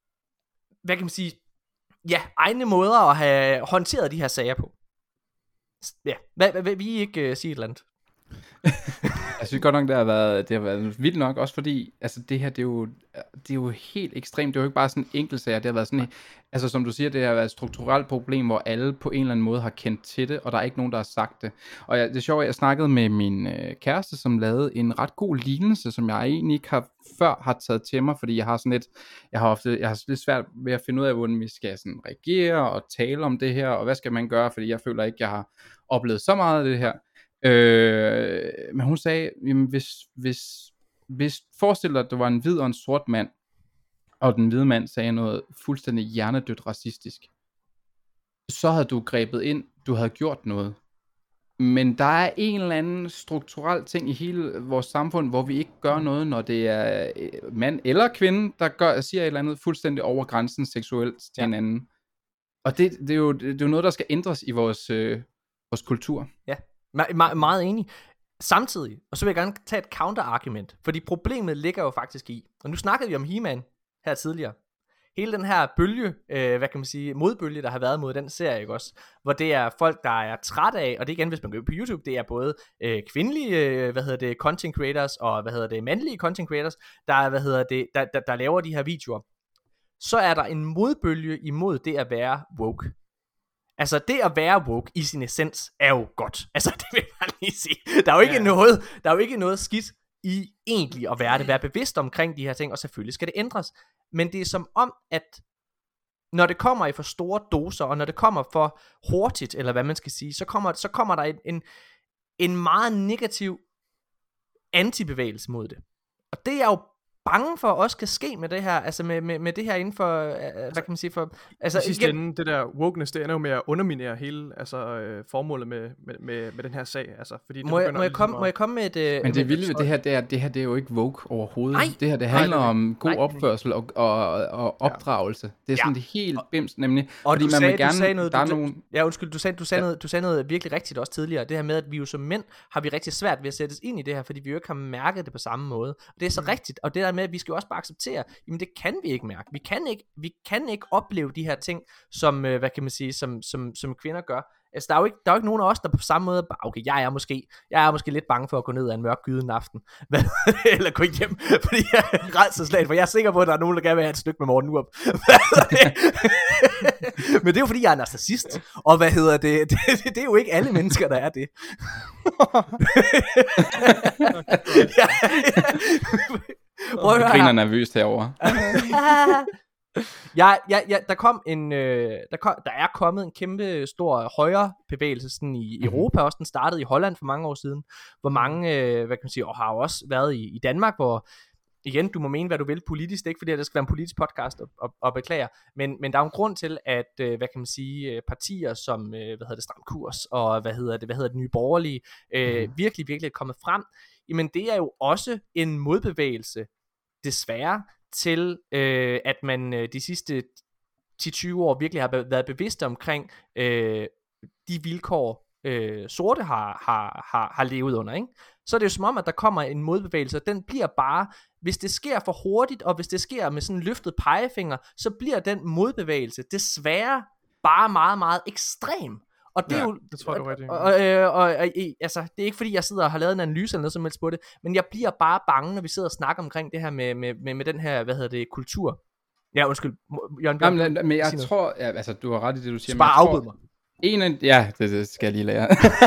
egne måder at have håndteret de her sager på. Ja, hvad vil I ikke sige et eller andet? Jeg synes godt nok, det har været vildt nok, også fordi, altså det her, det er jo helt ekstremt, det er jo ikke bare sådan en enkelt sag, det har været sådan, altså som du siger, det har været et strukturelt problem, hvor alle på en eller anden måde har kendt til det, og der er ikke nogen, der har sagt det. Og det er sjovt, at jeg snakkede med min kæreste, som lavede en ret god lignelse, som jeg egentlig ikke har taget til mig, fordi jeg har lidt svært ved at finde ud af, hvordan vi skal sådan reagere og tale om det her, og hvad skal man gøre, fordi jeg føler ikke, jeg har oplevet så meget af det her. Men hun sagde, jamen, hvis forestil dig, at du var en hvid og en sort mand, og den hvide mand sagde noget fuldstændig hjernedødt racistisk, så havde du grebet ind, du havde gjort noget. Men der er en eller anden strukturel ting i hele vores samfund, hvor vi ikke gør noget, når det er mand eller kvinde, der siger et eller andet fuldstændig over grænsen seksuelt til en anden. Og det er jo noget, der skal ændres i vores kultur. Ja. Meget enig. Samtidig, og så vil jeg gerne tage et counter-argument, fordi problemet ligger jo faktisk i, og nu snakkede vi om He-Man her tidligere, hele den her bølge, modbølge, der har været mod den serie, ikke også, hvor det er folk, der er træt af, og det er igen, hvis man går på YouTube, det er både kvindelige, content creators, og mandlige content creators, der laver de her videoer. Så er der en modbølge imod det at være woke. Altså det at være woke i sin essens er jo godt. Altså det vil jeg lige sige. Der er jo ikke noget skidt i egentlig at være bevidst omkring de her ting, og selvfølgelig skal det ændres. Men det er som om, at når det kommer i for store doser, og når det kommer for hurtigt, eller hvad man skal sige, så kommer der en meget negativ antibevægelse mod det. Og det er jeg jo bange for også kan ske med det her, altså med det her inden for, hvad kan man sige for, altså i sidste ende, det der wokeness, det ender jo med at underminere hele, formålet med den her sag, altså, fordi må jeg komme med et... Men det vilde ved det her, det er jo ikke woke overhovedet. Nej, det her, det handler om god opførsel og opdragelse. Det er sådan det helt bims, nemlig, og fordi man vil gerne, du sagde noget virkelig rigtigt også tidligere, det her med, at vi jo som mænd, har vi rigtig svært ved at sættes ind i det her, fordi vi jo ikke har mærket det på samme måde. Og det er så rigtigt, og det der med, at vi skal jo også bare acceptere, jamen det kan vi ikke mærke. Vi kan ikke opleve de her ting, som, hvad kan man sige, som kvinder gør. Altså der er jo ikke nogen af os, der på samme måde, okay, jeg er måske lidt bange for at gå ned ad en mørk gyde en aften, eller gå hjem, fordi jeg er rædselsslagen, for jeg er sikker på, at der er nogen, der gerne vil have et stykke med Morten Urup. Men det er jo fordi, jeg er narcissist, og det er jo ikke alle mennesker, der er det. Griner nervøst herovre. Der er kommet en kæmpe stor højre bevægelse sådan i Europa også. Den startede i Holland for mange år siden, hvor mange, hvad kan man sige, og har også været i Danmark, hvor igen, du må mene hvad du vil politisk, det er ikke fordi at det skal være en politisk podcast og beklager, men der er jo en grund til at hvad kan man sige, partier som Stram Kurs og hvad hedder det Nye Borgerlige virkelig er kommet frem. Jamen det er jo også en modbevægelse desværre til at man de sidste 10-20 år virkelig har været bevidst omkring de vilkår sorte har levet under, ikke? Så er det jo som om, at der kommer en modbevægelse, og den bliver bare, hvis det sker for hurtigt, og hvis det sker med sådan en løftet pegefinger, så bliver den modbevægelse desværre bare meget, meget ekstrem. Og det er jo, det tror jeg, du er rigtigt. Altså, det er ikke fordi, jeg sidder og har lavet en analyse eller noget som helst på det, men jeg bliver bare bange, når vi sidder og snakker omkring det her med den her, kultur. Ja, undskyld, Jørgen. Jamen, men jeg tror, altså, du har ret i det, du siger. Bare afbryde mig. Det skal jeg lige lære.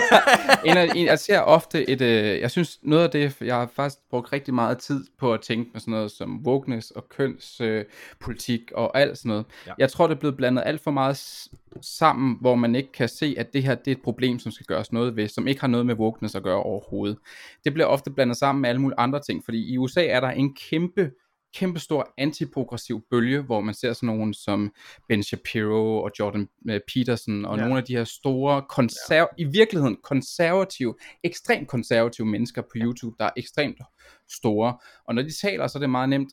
Jeg ser ofte jeg synes noget af det, jeg har faktisk brugt rigtig meget tid på at tænke med sådan noget som wokeness og kønspolitik og alt sådan noget. Ja. Jeg tror, det er blevet blandet alt for meget sammen, hvor man ikke kan se, at det her det er et problem, som skal gøres noget ved, som ikke har noget med wokeness at gøre overhovedet. Det bliver ofte blandet sammen med alle mulige andre ting, fordi i USA er der en kæmpe stor antiprogressiv bølge, hvor man ser sådan nogen som Ben Shapiro og Jordan Peterson og nogle af de her store i virkeligheden konservative, ekstremt konservative mennesker på YouTube, der er ekstremt store. Og når de taler, så er det meget nemt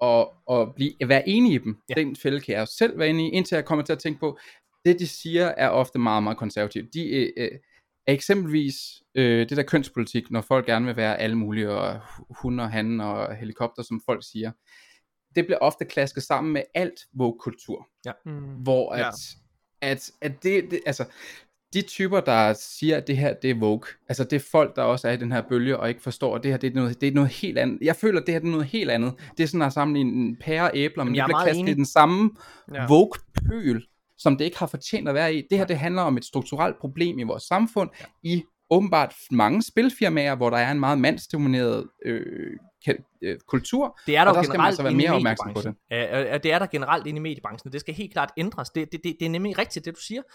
at være enig i dem. Den fælde kan jeg jo selv være enig i, indtil jeg kommer til at tænke på, det de siger er ofte meget, meget konservativt. De eksempelvis det der kønspolitik, når folk gerne vil være alle mulige, og hunde og han og helikopter, som folk siger, det bliver ofte klasket sammen med alt woke-kultur. Ja. Hvor at det, altså, de typer, der siger, at det her, det er woke, altså det er folk, der også er i den her bølge, og ikke forstår, at det her, det er noget helt andet. Jeg føler, at det her, det er noget helt andet. Det er sådan at sammenligne en pære og æbler, men det bliver kastet i den samme woke-pøl, som det ikke har fortjent at være i. Det her, det handler om et strukturelt problem i vores samfund, i åbenbart mange spilfirmaer, hvor der er en meget mandsdomineret kultur, det er der og der generelt skal man altså være mere opmærksom på det. Det er der generelt inde i mediebranchen, og det skal helt klart ændres. Det er nemlig rigtigt, det du siger.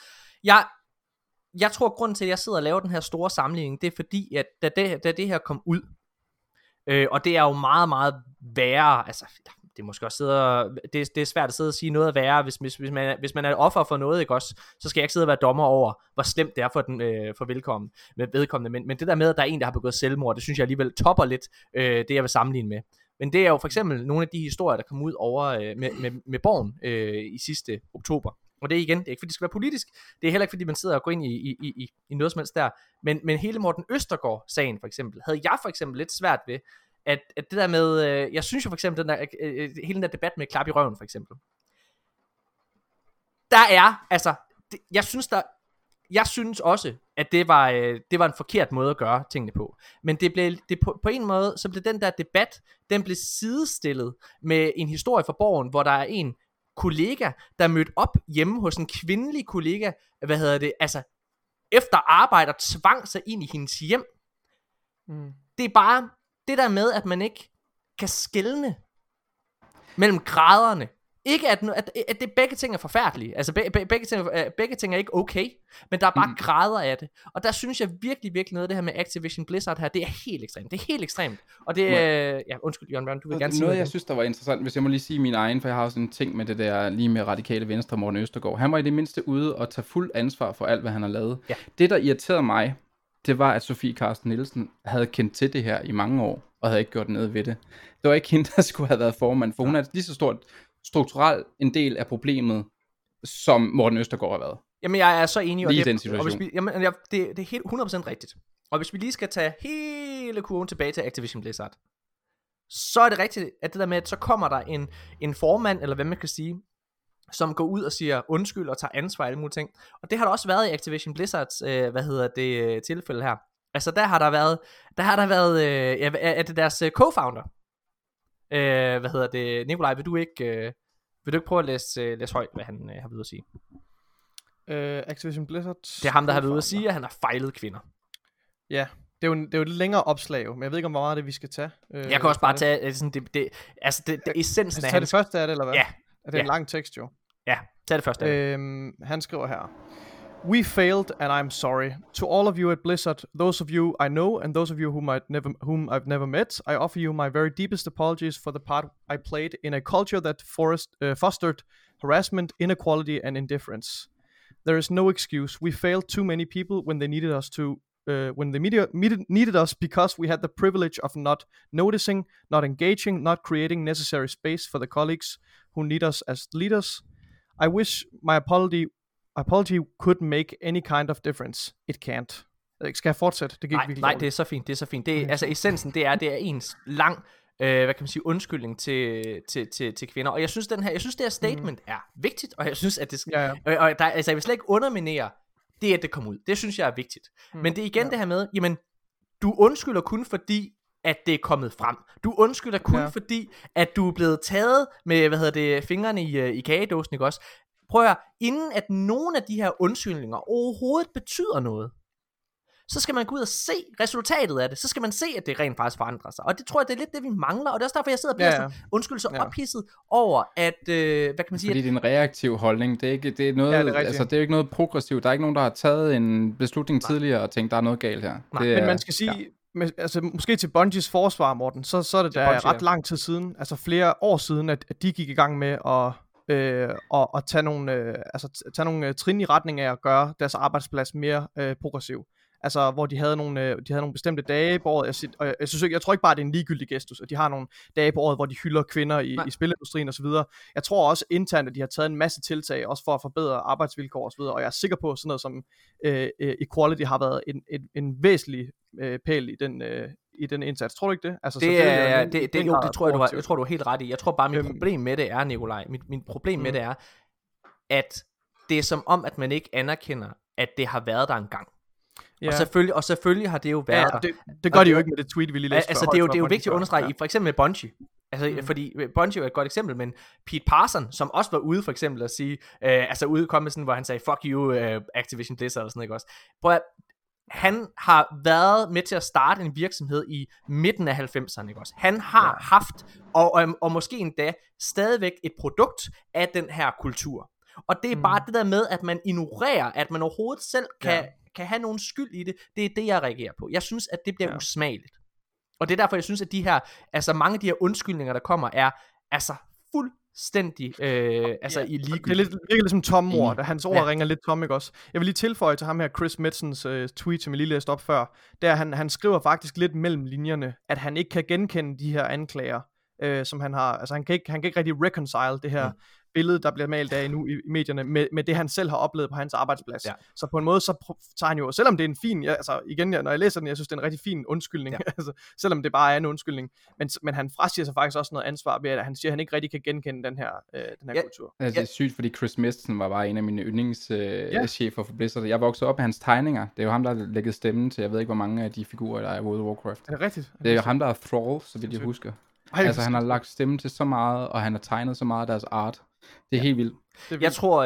Jeg tror, grunden til, at jeg sidder og laver den her store sammenligning, det er fordi, at da det her kom ud, og det er jo meget, meget værre, altså det er måske også det er svært at sidde og sige noget værre, hvis man er offer for noget, ikke også, så skal jeg ikke sidde og være dommer over, hvor slemt det er for vedkommende, men det der med, at der er en, der har begået selvmord, det synes jeg alligevel topper lidt det, jeg vil sammenligne med. Men det er jo for eksempel nogle af de historier, der kom ud over med Borgen i sidste oktober. Og det er igen, det er ikke fordi det skal være politisk, det er heller ikke fordi man sidder og går ind i noget som helst der, men hele Morten Østergaard-sagen for eksempel, havde jeg for eksempel lidt svært ved, at det der med, jeg synes jo for eksempel, hele den der debat med klap i røven for eksempel, der er, altså, jeg synes også, at det var en forkert måde at gøre tingene på, men på en måde, så blev den der debat, den blev sidestillet med en historie fra Borgen, hvor der er en kollega, der mødte op hjemme hos en kvindelig kollega, altså efter arbejde og tvang sig ind i hendes hjem. Det er bare det der med, at man ikke kan skelne mellem graderne. Ikke at det begge ting er forfærdelige. Altså begge ting er ikke okay. Men der er bare grader af det. Og der synes jeg virkelig noget af det her med Activision Blizzard her, det er helt ekstremt. Det er helt ekstremt. Og det er... Ja, undskyld, Jørgen Bjørn, du vil gerne sige noget. Jeg synes, der var interessant, hvis jeg må lige sige min egen, for jeg har også en ting med det der, lige med Radikale Venstre, Morten Østergaard. Han var i det mindste ude og tage fuld ansvar for alt, hvad han har lavet. Ja. Det, der irriterede mig, det var, at Sofie Carsten Nielsen havde kendt til det her i mange år, og havde ikke gjort noget ved det. Det var ikke hende, der skulle have været formand, for hun er lige så stort strukturelt en del af problemet, som Morten Østergaard har været. Jamen, jeg er så enig. Lige i den situation. Det er helt 100% rigtigt. Og hvis vi lige skal tage hele kurven tilbage til Activision Blizzard, så er det rigtigt, at det der med, at så kommer der en formand, eller hvad man kan sige, som går ud og siger undskyld og tager ansvar og alle mulige ting. Og det har der også været i Activision Blizzards, tilfælde her. Altså, der har der været, er det deres co-founder? Nikolaj, vil du ikke prøve at læse højt, hvad han har ved at sige? Activision Blizzard. Det er ham, der har ved at sige, at han har fejlet kvinder. Ja, det er jo et længere opslag, men jeg ved ikke, hvor meget af det vi skal tage. Jeg kan også bare tage sådan essensen af hans... det første af det, eller hvad? Ja. Er det en lang tekst, jo? Ja, tag det første af det. Han skriver her. We failed, and I'm sorry. To all of you at Blizzard, those of you I know, and those of you whom I've never met, I offer you my very deepest apologies for the part I played in a culture that fostered harassment, inequality, and indifference. There is no excuse. We failed too many people when they needed us needed us because we had the privilege of not noticing, not engaging, not creating necessary space for the colleagues who need us as leaders. I wish my apology could make any kind of difference. It can't. Skal jeg fortsætte? Det gik nej, det er så fint. Det er, altså essensen, det er ens lang, hvad kan man sige, undskyldning til kvinder. Og jeg synes det her statement er vigtigt, og jeg synes at det skal, og der, altså jeg vil slet ikke underminere det, at det kommer ud. Det synes jeg er vigtigt. Men det er igen det her med, jamen, du undskylder kun fordi at det er kommet frem. Du undskylder kun fordi at du er blevet taget med fingrene i kagedåsen, ikke også? Prøv at høre, inden at nogen af de her undskyldninger overhovedet betyder noget, så skal man gå ud og se resultatet af det. Så skal man se, at det rent faktisk forandrer sig. Og det tror jeg, det er lidt det, vi mangler. Og det er også derfor, jeg sidder og bliver så ophidset over, at, hvad kan man sige? Fordi det er en reaktiv holdning. Det er noget, altså, det er jo ikke noget progressivt. Der er ikke nogen, der har taget en beslutning tidligere og tænkt, der er noget galt her. Men man skal sige, altså måske til Bungies forsvar, Morten, så er det der ret lang tid siden, altså flere år siden, at de gik i gang med at tage nogle trin i retning af at gøre deres arbejdsplads mere progressiv. Altså hvor de havde nogle bestemte dage på året. Jeg tror ikke bare det er en ligegyldig gestus, at de har nogle dage på året, hvor de hylder kvinder i spilindustrien og så videre. Jeg tror også internt, at de har taget en masse tiltag også for at forbedre arbejdsvilkår og så videre. Og jeg er sikker på, at sådan noget som equality har været en væsentlig pæl i den indsats. Tror du ikke det? Altså, det tror du er helt ret i. Jeg tror bare, mit problem med det er, Nikolaj, mit problem med det er, at det er som om, at man ikke anerkender, at det har været der engang. Yeah. Og selvfølgelig har det jo været der. Det gør de jo ikke med det tweet, vi lige læste. Altså, det er jo vigtigt at understrege, for eksempel med Bungie. Altså, fordi Bungie er et godt eksempel, men Pete Parson, som også var ude for eksempel at sige, ude kom med sådan, hvor han sagde, fuck you, Activision Blizzard og sådan noget, også. Prøv at, han har været med til at starte en virksomhed i midten af 90'erne, ikke også? Han har haft, og måske endda, stadigvæk et produkt af den her kultur. Og det er bare det der med, at man ignorerer, at man overhovedet selv kan have nogen skyld i det. Det er det, jeg reagerer på. Jeg synes, at det bliver usmageligt. Og det er derfor, jeg synes, at de her, altså mange af de her undskyldninger, der kommer, er altså fuldstændig i ligegyldigt. Det virker lidt som tomme ord, da hans ord ringer lidt tomme, ikke også? Jeg vil lige tilføje til ham her, Chris Metzens tweet, som jeg lige læste op før, der han skriver faktisk lidt mellem linjerne, at han ikke kan genkende de her anklager, som han har. Altså han kan ikke rigtig reconcile det her billede, der bliver malet af nu i medierne, med det han selv har oplevet på hans arbejdsplads. Ja. Så på en måde, så tager han jo, selvom det er en fin, når jeg læser den, jeg synes, det er en rigtig fin undskyldning, altså, selvom det bare er en undskyldning, men han frasiger sig faktisk også noget ansvar ved, at han siger, at han ikke rigtig kan genkende den her kultur. Altså, det er sygt, fordi Chris Metzen var bare en af mine yndlingschefer for Blizzard. Jeg voksede op med hans tegninger. Det er jo ham, der har lægget stemmen til, jeg ved ikke, hvor mange af de figurer, der er i World of Warcraft. Er det rigtigt? Det er jo ham, der er Thrall, så vidt jeg husker. Altså, han har lagt stemme til så meget, og han har tegnet så meget af deres art. Det er helt vildt. Jeg tror,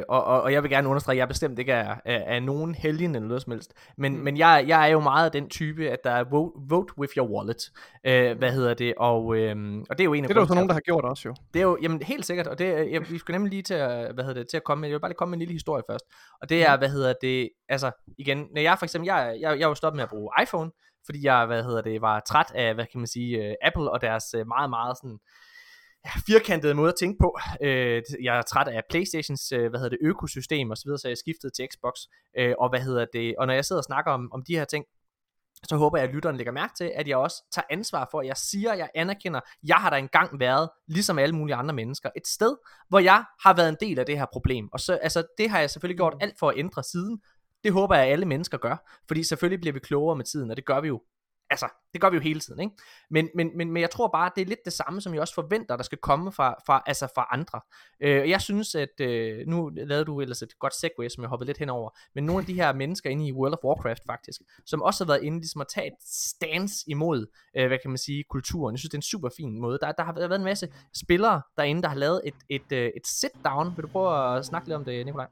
og jeg vil gerne understrege, at jeg bestemt ikke er nogen helgen eller noget som helst, men jeg er jo meget af den type, at der er vote with your wallet, hvad hedder det, og det er jo en af det er der jo så nogen, der har gjort også jo. Det er jo, jamen helt sikkert, og vi skulle nemlig lige til at, til at komme med, jeg vil bare lige komme med en lille historie først, og det er, altså igen, når jeg for eksempel, jeg er jo stoppet med at bruge iPhone, fordi jeg, var træt af, Apple og deres meget, meget sådan, firkantede måde at tænke på. Jeg er træt af PlayStations økosystem og så videre, så jeg skiftede til Xbox. Og når jeg sidder og snakker om de her ting, så håber jeg, at lytteren lægger mærke til, at jeg også tager ansvar for, at jeg siger, at jeg anerkender, jeg har der engang været, ligesom alle mulige andre mennesker, et sted, hvor jeg har været en del af det her problem. Og så, det har jeg selvfølgelig gjort alt for at ændre siden. Det håber jeg, at alle mennesker gør, fordi selvfølgelig bliver vi klogere med tiden, og det gør vi jo. Altså, det gør vi jo hele tiden, ikke? Men jeg tror bare, at det er lidt det samme, som jeg også forventer, der skal komme fra andre. Jeg synes, at nu lavede du ellers et godt segue, som jeg hoppede lidt henover, men nogle af de her mennesker inde i World of Warcraft faktisk, som også har været inde ligesom at tage et stance imod, kulturen. Jeg synes, det er en super fin måde. Der har været en masse spillere derinde, der har lavet et sit-down. Vil du prøve at snakke lidt om det, Nikolaj?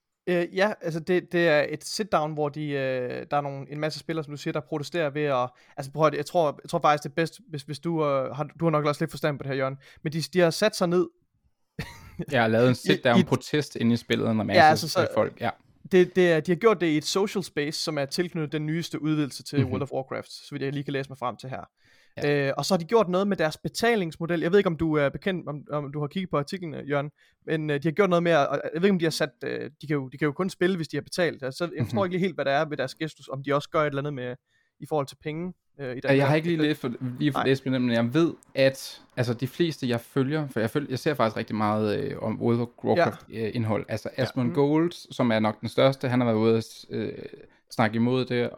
Ja, altså det er et sit-down, hvor der er en masse spillere, som du siger, der protesterer ved at... Altså prøv at, jeg tror faktisk det er bedst, hvis du har nok også lidt forstand på det her, Jørgen, men de har sat sig ned... Jeg har lavet en sit-down protest inde i spillet, og en masse folk, ja. De har gjort det i et social space, som er tilknyttet den nyeste udvidelse til World of Warcraft, så vidt jeg lige kan læse mig frem til her. Ja. Og så har de gjort noget med deres betalingsmodel. Jeg ved ikke, om du er bekendt, om du har kigget på artiklen, Jørgen, men de har gjort noget med, jeg ved ikke, om de har sat, de kan jo kun spille, hvis de har betalt. Altså, jeg forstår ikke lige helt, hvad der er ved deres gestus, om de også gør et eller andet med, i forhold til penge. Jeg har ikke lige læst men jeg ved, at altså, de fleste, jeg følger, for jeg ser faktisk rigtig meget om World of Warcraft-indhold. Altså Asmund Gold, som er nok den største, han har været ude at snakke imod det,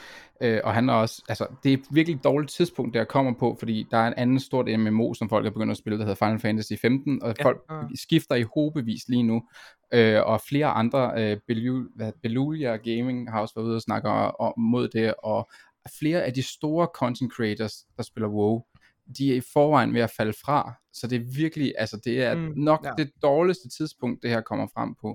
og han er også, altså det er et virkelig dårligt tidspunkt, der kommer på, fordi der er en anden stort MMO, som folk er begyndt at spille, der hedder Final Fantasy 15, og folk skifter i hobevis lige nu, og flere andre, Belulia Gaming har også været ude og snakke mod det, og flere af de store content creators, der spiller WoW, de er i forvejen ved at falde fra, så det er virkelig, altså det er nok det dårligste tidspunkt, det her kommer frem på.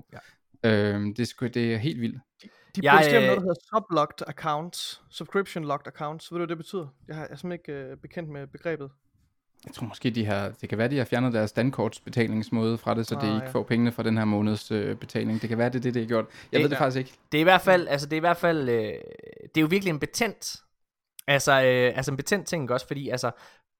Det er helt vildt. De protesterer noget, der hedder sublocked accounts, subscription locked accounts. Ved du, hvad det betyder? Jeg er simpelthen ikke bekendt med begrebet. Jeg tror måske, det kan være, de har fjernet deres dankortsbetalingsmåde fra det, så de ikke får pengene fra den her måneds betaling. Det kan være, det er gjort. Jeg ved det faktisk ikke. Det er i hvert fald, det er jo virkelig en betændt, altså en betændt ting også, fordi altså,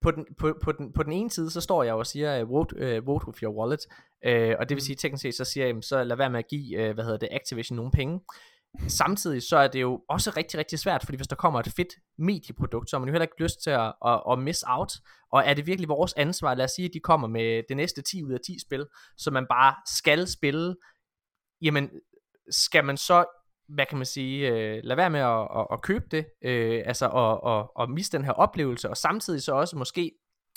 på den ene side, så står jeg og siger, vote with your wallet, og det vil sige, teknisk set, så siger jeg, så lad være med at give, Activision nogle penge. Samtidig så er det jo også rigtig, rigtig svært, fordi hvis der kommer et fedt medieprodukt, så har man jo heller ikke lyst til at miss out, og er det virkelig vores ansvar, lad os sige, at de kommer med det næste 10 ud af 10 spil, så man bare skal spille, jamen, skal man så, hvad kan man sige, lade være med at købe det, og miste den her oplevelse, og samtidig så også måske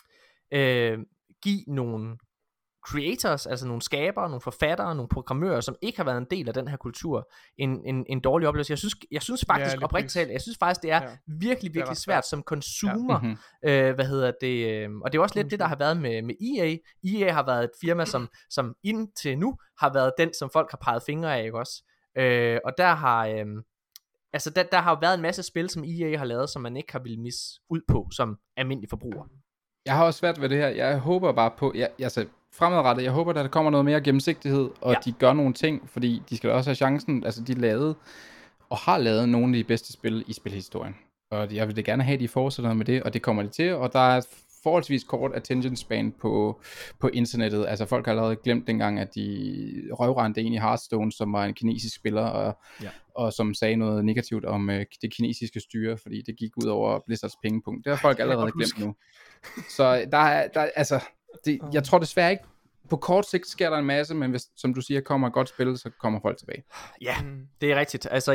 give nogle creators, altså nogle skabere, nogle forfattere, nogle programmører, som ikke har været en del af den her kultur, en dårlig oplevelse. Jeg synes faktisk, oprigtigt talt, jeg synes faktisk, det er virkelig, virkelig svært som consumer, og det er også lidt det, der har været med EA. EA har været et firma, som indtil nu har været den, som folk har peget fingre af, ikke også? Og der har der har jo været en masse spil, som EA har lavet, som man ikke har ville misse ud på som almindelig forbruger. Jeg har også svært ved det her. Jeg håber bare på, fremadrettet, jeg håber, at der kommer noget mere gennemsigtighed, og de gør nogle ting, fordi de skal også have chancen, altså de lavede, og har lavet nogle af de bedste spil i spilhistorien. Og jeg vil da gerne have, at de fortsætter med det, og det kommer de til, og der er forholdsvis kort attention span på internettet. Altså folk har allerede glemt dengang, at de røvrendte en i Hearthstone, som var en kinesisk spiller, og som sagde noget negativt om det kinesiske styre, fordi det gik ud over Blizzards pengepunkt. Det har folk allerede glemt nu. Så der er jeg tror desværre ikke, på kort sigt sker der en masse, men hvis, som du siger, kommer et godt spil, så kommer folk tilbage. Ja, det er rigtigt. Altså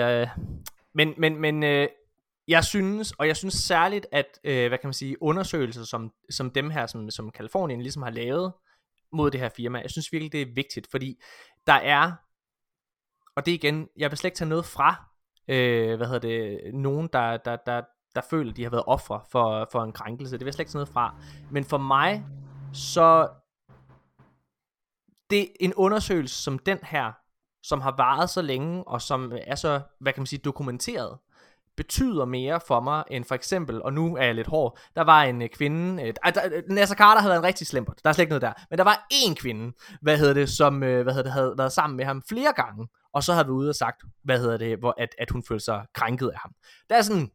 jeg synes særligt, at undersøgelser som dem her, som Californien ligesom har lavet mod det her firma, jeg synes virkelig, det er vigtigt, fordi der er, og det igen, jeg vil slet ikke tage noget fra, nogen, der føler, de har været ofre for en krænkelse, det vil jeg slet ikke tage noget fra, men for mig, så det en undersøgelse som den her, som har varet så længe, og som er så, hvad kan man sige, dokumenteret, betyder mere for mig, end for eksempel, og nu er jeg lidt hård, der var en kvinde, Nasser Carter havde været en rigtig slempert, der er slet ikke noget der, men der var en kvinde, som havde været sammen med ham flere gange, og så havde vi ude og sagt, at hun følte sig krænket af ham. Der er sådan,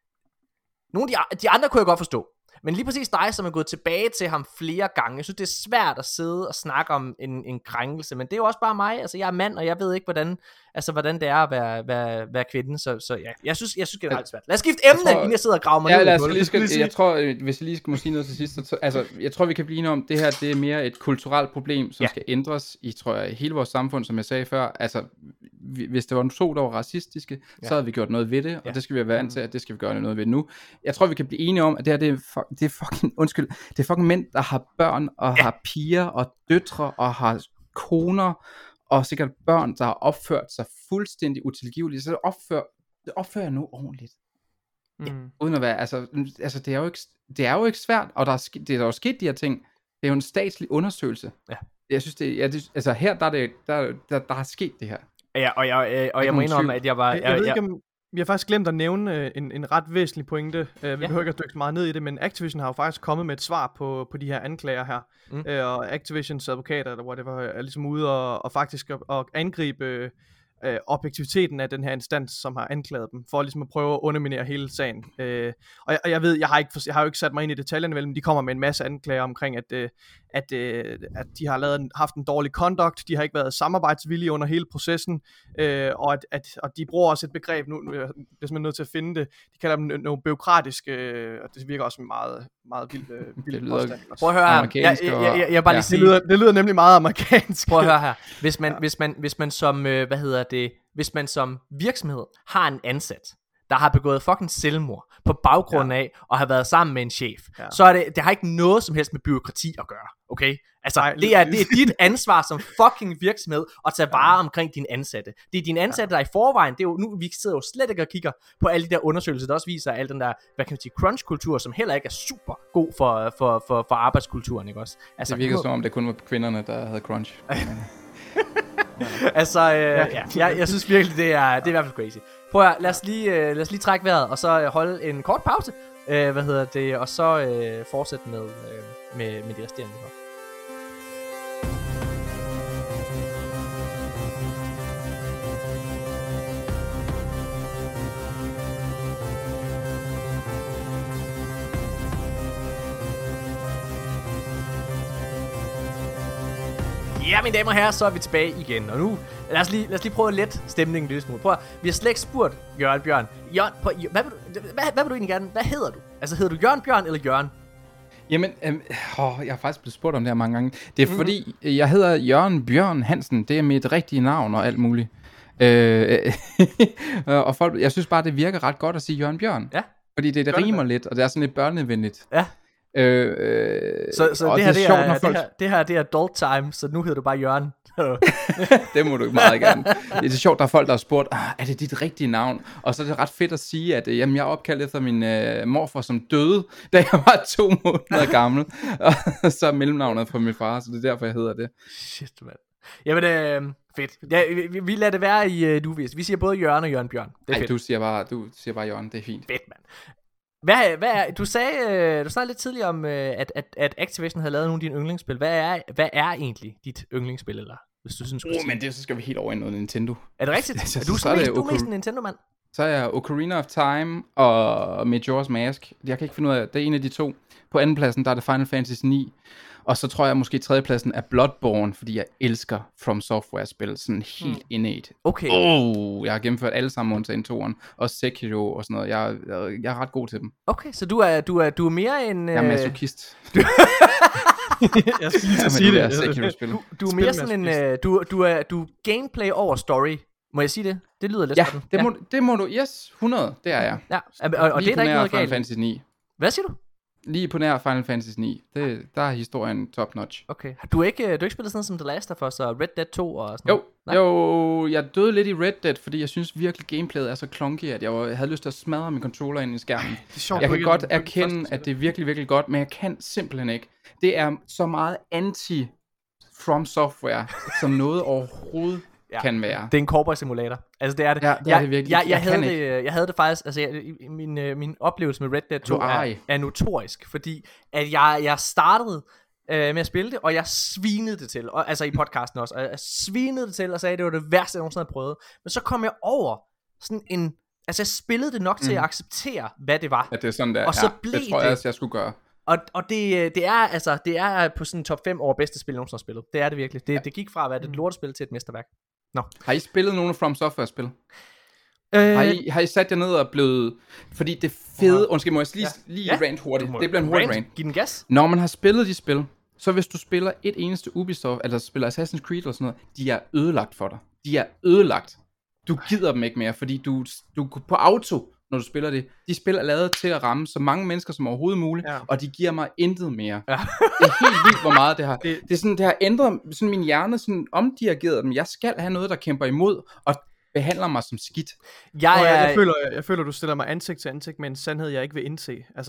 nogle af de andre kunne jeg godt forstå, men lige præcis dig, som er gået tilbage til ham flere gange, jeg synes, det er svært at sidde og snakke om en krænkelse, men det er jo også bare mig, altså jeg er mand, og jeg ved ikke, hvordan det er at være kvinde, så ja, jeg synes generelt svært. Lad os skifte emne, inden jeg sidder og graver mig ned. Jeg tror, hvis jeg lige skal må sige noget til sidst, jeg tror, vi kan blive enige om, det her, det er mere et kulturelt problem, som skal ændres i, tror jeg, hele vores samfund, som jeg sagde før, altså, hvis det var to, der var racistiske, så havde vi gjort noget ved det, og det skal vi være vant til, at det skal vi gøre noget ved det nu. Jeg tror, vi kan blive enige om, at det her, det er fucking mænd, der har børn, og har piger, og døtre, og har koner, og sikkert børn, der har opført sig fuldstændig utilgiveligt, så det opfører nu ordentligt. Uden at være, altså det er jo ikke svært, og det er jo sket de her ting. Det er jo en statslig undersøgelse. Ja. Jeg synes altså her der er sket det her. Ja, og jeg må indrømme, at jeg var... Jeg ved ikke, om vi har faktisk glemt at nævne en ret væsentlig pointe. Vi behøver ikke at dykke så meget ned i det, men Activision har jo faktisk kommet med et svar på de her anklager her. Og Activisions advokater, eller whatever, er ligesom ude og faktisk at angribe objektiviteten af den her instans, som har anklaget dem, for ligesom at prøve at underminere hele sagen. Og jeg ved, jeg har jo ikke sat mig ind i detaljerne, men de kommer med en masse anklager omkring, at de har haft en dårlig conduct, de har ikke været samarbejdsvillige under hele processen, og de bruger også et begreb, nu hvis man er nødt til at finde det, de kalder dem nogle bureaukratiske, og det virker også meget, meget vildt påstand. Prøv at høre her, jeg bare lige sige, det lyder nemlig meget amerikansk. Prøv at høre her, hvis man som, hvis man som virksomhed har en ansat, der har begået fucking selvmord på baggrund af at have været sammen med en chef, så er det har ikke noget som helst med bureaukrati at gøre, okay? Altså, nej, det er dit ansvar som fucking virksomhed at tage vare omkring dine ansatte. Det er dine ansatte, der i forvejen, det er jo nu, vi sidder jo slet ikke og kigger på alle de der undersøgelser, der også viser al den der, hvad kan man sige, crunch-kultur, som heller ikke er super god for arbejdskulturen, ikke også? Altså, det virker som om, det kun var kvinderne, der havde crunch. Altså, jeg synes virkelig, det er i hvert fald crazy. Prøv at lad os lige trække vejret, og så holde en kort pause, og så fortsætte med de resterende her. Ja, mine damer og herrer, så er vi tilbage igen, og nu lad os lige prøve at lette stemningen en lille smule. Prøv at, vi har slet ikke spurgt Jørgen Bjørn. Hvad vil du egentlig gerne? Hvad hedder du? Altså hedder du Jørgen Bjørn eller Jørgen? Jamen, jeg har faktisk blevet spurgt om det her mange gange. Det er fordi, jeg hedder Jørgen Bjørn Hansen. Det er mit rigtige navn og alt muligt. Og folk, jeg synes bare, det virker ret godt at sige Jørgen Bjørn. Ja. Fordi det rimer lidt, og det er sådan lidt børnevenligt. Ja. Så det her er adult time, så nu hedder du bare Jørgen. Det må du ikke meget gerne. Det er så sjovt, der er folk, der har spurgt, er det dit rigtige navn? Og så er det ret fedt at sige, at jeg er opkaldt efter min morfar, som døde, da jeg var 2 måneder gammel. Og så er mellemnavnet fra min far, så det er derfor, jeg hedder det. Shit, mand. Jamen, fedt. Ja, vi lader det være i vi siger både Jørgen og Jørgen Bjørn. Det er fedt. Du siger bare Jørgen, det er fint. Fedt, mand. Hvad er, du snakkede lidt tidligere om, at Activision havde lavet nogle af dine yndlingsspil. Hvad er egentlig dit yndlingsspil, eller hvis du synes? Men det så skal vi helt over i noget Nintendo. Er det rigtigt? Du er mest en Nintendo-mand? Så er jeg Ocarina of Time og Majora's Mask. Jeg kan ikke finde ud af, det er en af de to. På andenpladsen, der er det Final Fantasy 9. Og så tror jeg måske tredjepladsen er Bloodborne, fordi jeg elsker From Software-spil, sådan helt innate. Okay. Jeg har gennemført alle sammen undtagen 2'eren, og Sekiro og sådan noget. Jeg er ret god til dem. Okay, så du er mere en... Jeg er masochist. Jeg skal lige sige det. Du er mere sådan en... Du er gameplay over story. Må jeg sige det? Det lyder lidt sådan. Ja, det må du. Yes, 100, det er jeg. Ja, og det er der ikke noget galt. Final Fantasy 9. Hvad siger du? Lige på nær Final Fantasy 9. Der er historien top notch. Okay. Du har ikke spillet sådan noget som The Last of Us og Red Dead 2 og sådan noget? Jo, jeg døde lidt i Red Dead, fordi jeg synes virkelig gameplayet er så clunky, at jeg havde lyst til at smadre min controller ind i skærmen. Jeg kan godt erkende, at det er virkelig, virkelig godt, men jeg kan simpelthen ikke. Det er så meget From Software, som noget overhovedet kan være. Det er en cowboy simulator. Altså det er det. Ja, det er det virkelig. Jeg havde det faktisk, altså min oplevelse med Red Dead 2 er notorisk, fordi at jeg startede med at spille det, og jeg svinede det til, og, altså i podcasten også, og jeg svinede det til, og sagde, at det var det værste, jeg nogensinde havde prøvet. Men så kom jeg over sådan en, altså jeg spillede det nok til at acceptere, hvad det var. Ja, det er sådan der. Og så blev det tror jeg også, jeg skulle gøre. Og det er på sådan top 5 over bedste spil, jeg nogensinde har spillet. Det er det virkelig. Det gik fra at være et lortespil til et mesterværk. Nå. Har I spillet nogle From Software-spil? Har I sat jer ned og blevet... Fordi det fede... Undskyld, må jeg lige rant hurtigt. Det bliver en hurtig rant. Giv den gas. Når man har spillet de spil, så hvis du spiller et eneste Ubisoft, eller spiller Assassin's Creed eller sådan noget, de er ødelagt for dig. De er ødelagt. Du gider dem ikke mere, fordi du på auto, når du spiller det. De spil er lavet til at ramme så mange mennesker som overhovedet muligt, og de giver mig intet mere. Ja. Det er helt vildt, hvor meget det har. Det er sådan, det har ændret sådan min hjerne, sådan omdirigeret dem. Jeg skal have noget, der kæmper imod, og behandler mig som skidt. Jeg føler, du stiller mig ansigt til ansigt med en sandhed, jeg ikke vil indse. Altså,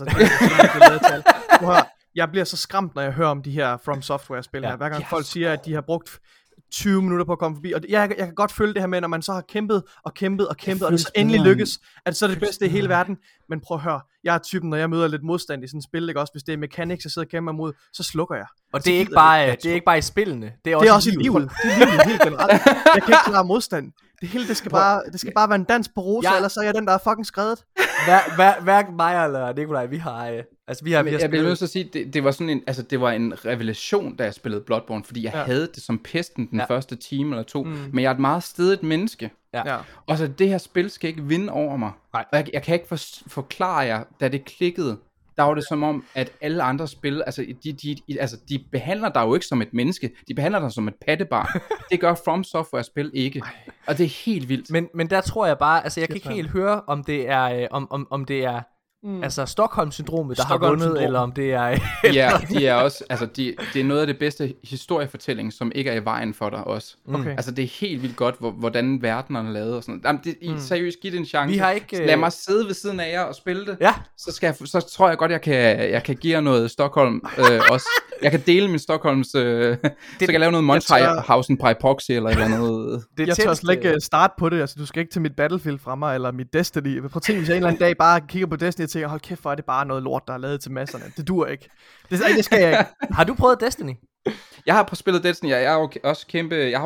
det jeg bliver så skræmt, når jeg hører om de her From Software-spil her. Hver gang folk siger, at de har brugt 20 minutter på at komme forbi. Og jeg kan godt føle det her med, når man så har kæmpet, og det så endelig lykkes, at så er det bedste i hele verden. Men prøv at høre, jeg er typen, når jeg møder lidt modstand i sådan et spil, ikke? Også hvis det er mechanics, jeg sidder og kæmper mod, så slukker jeg. Og det er ikke bare i spillene, det er også i livet. Det er livet helt generelt. Jeg kan ikke klare modstand. Det hele, det skal bare være en dans på roser, ellers så er jeg den, der er fucking skredet. Hverken mig eller Nikolaj, vi har spillet. Jeg bliver nødt til at sige, det var sådan det var en revelation, da jeg spillede Bloodborne, fordi jeg havde det som pesten den første time eller to, men jeg er et meget stedigt menneske. Ja. Og så det her spil skal ikke vinde over mig. Og jeg kan ikke forklare jer, da det klikkede, der var det som om, at alle andre spil, de behandler dig jo ikke som et menneske, de behandler dig som et pattebarn. Det gør From Software-spil ikke. Og det er helt vildt. Men der tror jeg bare, altså jeg kan ikke helt høre, om det er, om det er altså Stockholm-syndromet, der har vundet, eller om det er... Ja, de er også, altså det er noget af det bedste historiefortælling, som ikke er i vejen for dig også. Okay. Altså det er helt vildt godt, hvordan verden er lavet og sådan noget. Jamen, seriøst, giv det en chance. Vi har ikke, lad mig sidde ved siden af jer og spille det. Ja. Så tror jeg godt, jeg kan give jer noget Stockholm også. Jeg kan dele min Stockholms... så kan jeg lave noget Monthausen by Proxy eller et eller andet. Jeg tør slet ikke starte på det. Altså, du skal ikke til mit Battlefield fra mig, eller mit Destiny. Prøv at tænke, hvis jeg en eller anden dag bare kigger på Destiny og tænker, hold kæft, for er det bare noget lort, der er lavet til masserne. Det duer ikke. Det skal jeg ikke. Har du prøvet Destiny? Jeg har spillet Destiny, jeg er jo også kæmpe... Jeg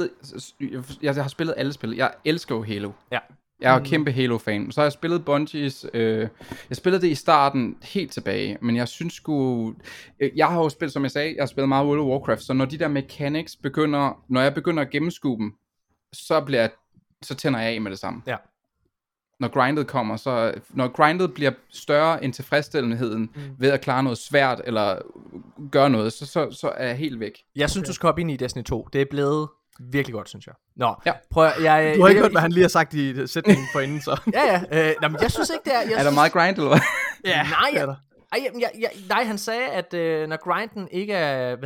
har spillet alle spil. Jeg elsker jo Halo. Ja. Jeg er jo kæmpe Halo-fan. Så har jeg spillet Bungies... jeg spillede det i starten helt tilbage, men jeg synes sgu... Jeg har jo spillet, som jeg sagde, jeg har spillet meget World of Warcraft, så når de der mechanics når jeg begynder at gennemskue dem, så tænder jeg af med det samme. Ja. Når grindet kommer, når grindet bliver større end tilfredsstillelsen ved at klare noget svært, eller gøre noget, så er jeg helt væk. Jeg synes, du skal hoppe ind i Destiny 2. Det er blevet virkelig godt, synes jeg. Nå, ja. Du har ikke hørt, hvad han lige har sagt i sætningen for inden, så. Men jeg synes ikke, det er... Er der meget grind, eller hvad? Ja, nej, han sagde, at når grinden ikke er,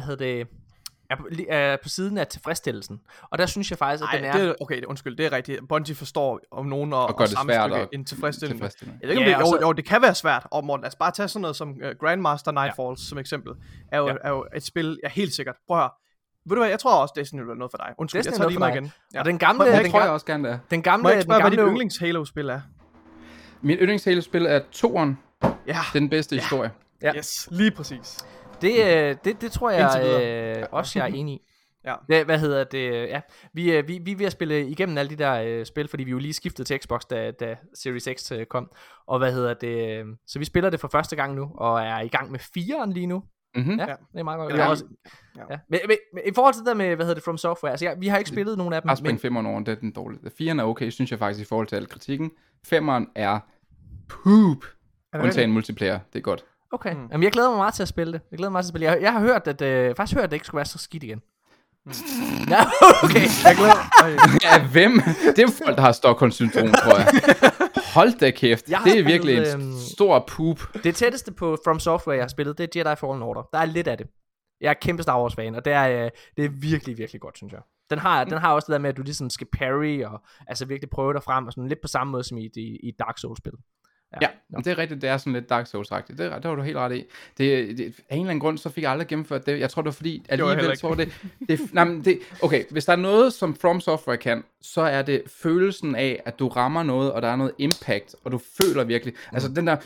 er på siden af tilfredsstillelsen. Og der synes jeg faktisk, at den er... Okay, undskyld, det er rigtigt. Bungie forstår om nogen og gør det svært en tilfredsstillende. Jeg ved ikke, jo, det kan være svært. Og Morten, lad os bare tage sådan noget som Grandmaster Nightfalls som eksempel. Er jo et spil, jeg helt sikkert. Prøv at høre. Ved du hvad, jeg tror også, Destiny er noget for dig. Undskyld, jeg tager lige mig igen. Ja. Og den gamle... Det tror jeg også gerne, det er. Den gamle... Må jeg spørge, hvad dit yndlings Halo-spil er? Min yndlings Halo-spil er 2'eren. Ja. Den bedste historie. Ja. Yes, lige præcis. Det tror jeg også, jeg er enig i. Ja. Ja. Vi er ved at spille igennem alle de der spil, fordi vi jo lige skiftede til Xbox, da Series X kom. Og så vi spiller det for første gang nu, og er i gang med 4'eren lige nu. Mm-hmm. Ja, det er meget godt. Ja. Men i forhold til det der med, From Software, altså vi har ikke spillet nogen af dem. Jeg har spændt 5'eren over, det er den dårlige. 4'eren er okay, synes jeg faktisk, i forhold til al kritikken. 5'eren er poop. Undtagen multiplayer, det er godt. Okay, Jamen, jeg glæder mig meget til at spille det. Jeg har hørt, at faktisk hørt, at det ikke skulle være så skidt igen. Ja, okay. Jeg glæder. Ja, hvem? Det er jo folk, der har Stockholm-syndrom, tror jeg. Hold da kæft. Det er virkelig en stor poop. Det tætteste på From Software, jeg har spillet, det er Jedi Fallen Order. Der er lidt af det. Jeg er kæmpe Star Wars fan, og det er virkelig, virkelig godt, synes jeg. Den har også det der med, at du ligesom skal parry, og altså virkelig prøve dig frem, og sådan lidt på samme måde som i Dark Souls-spil. Ja, det er rigtigt, det er sådan lidt Dark Souls-agtigt. Det var du helt ret i. Det, af en eller anden grund, så fik jeg aldrig gennemført det. Jeg tror, det var fordi, alligevel tror okay, hvis der er noget, som From Software kan, så er det følelsen af, at du rammer noget, og der er noget impact, og du føler virkelig, altså den der,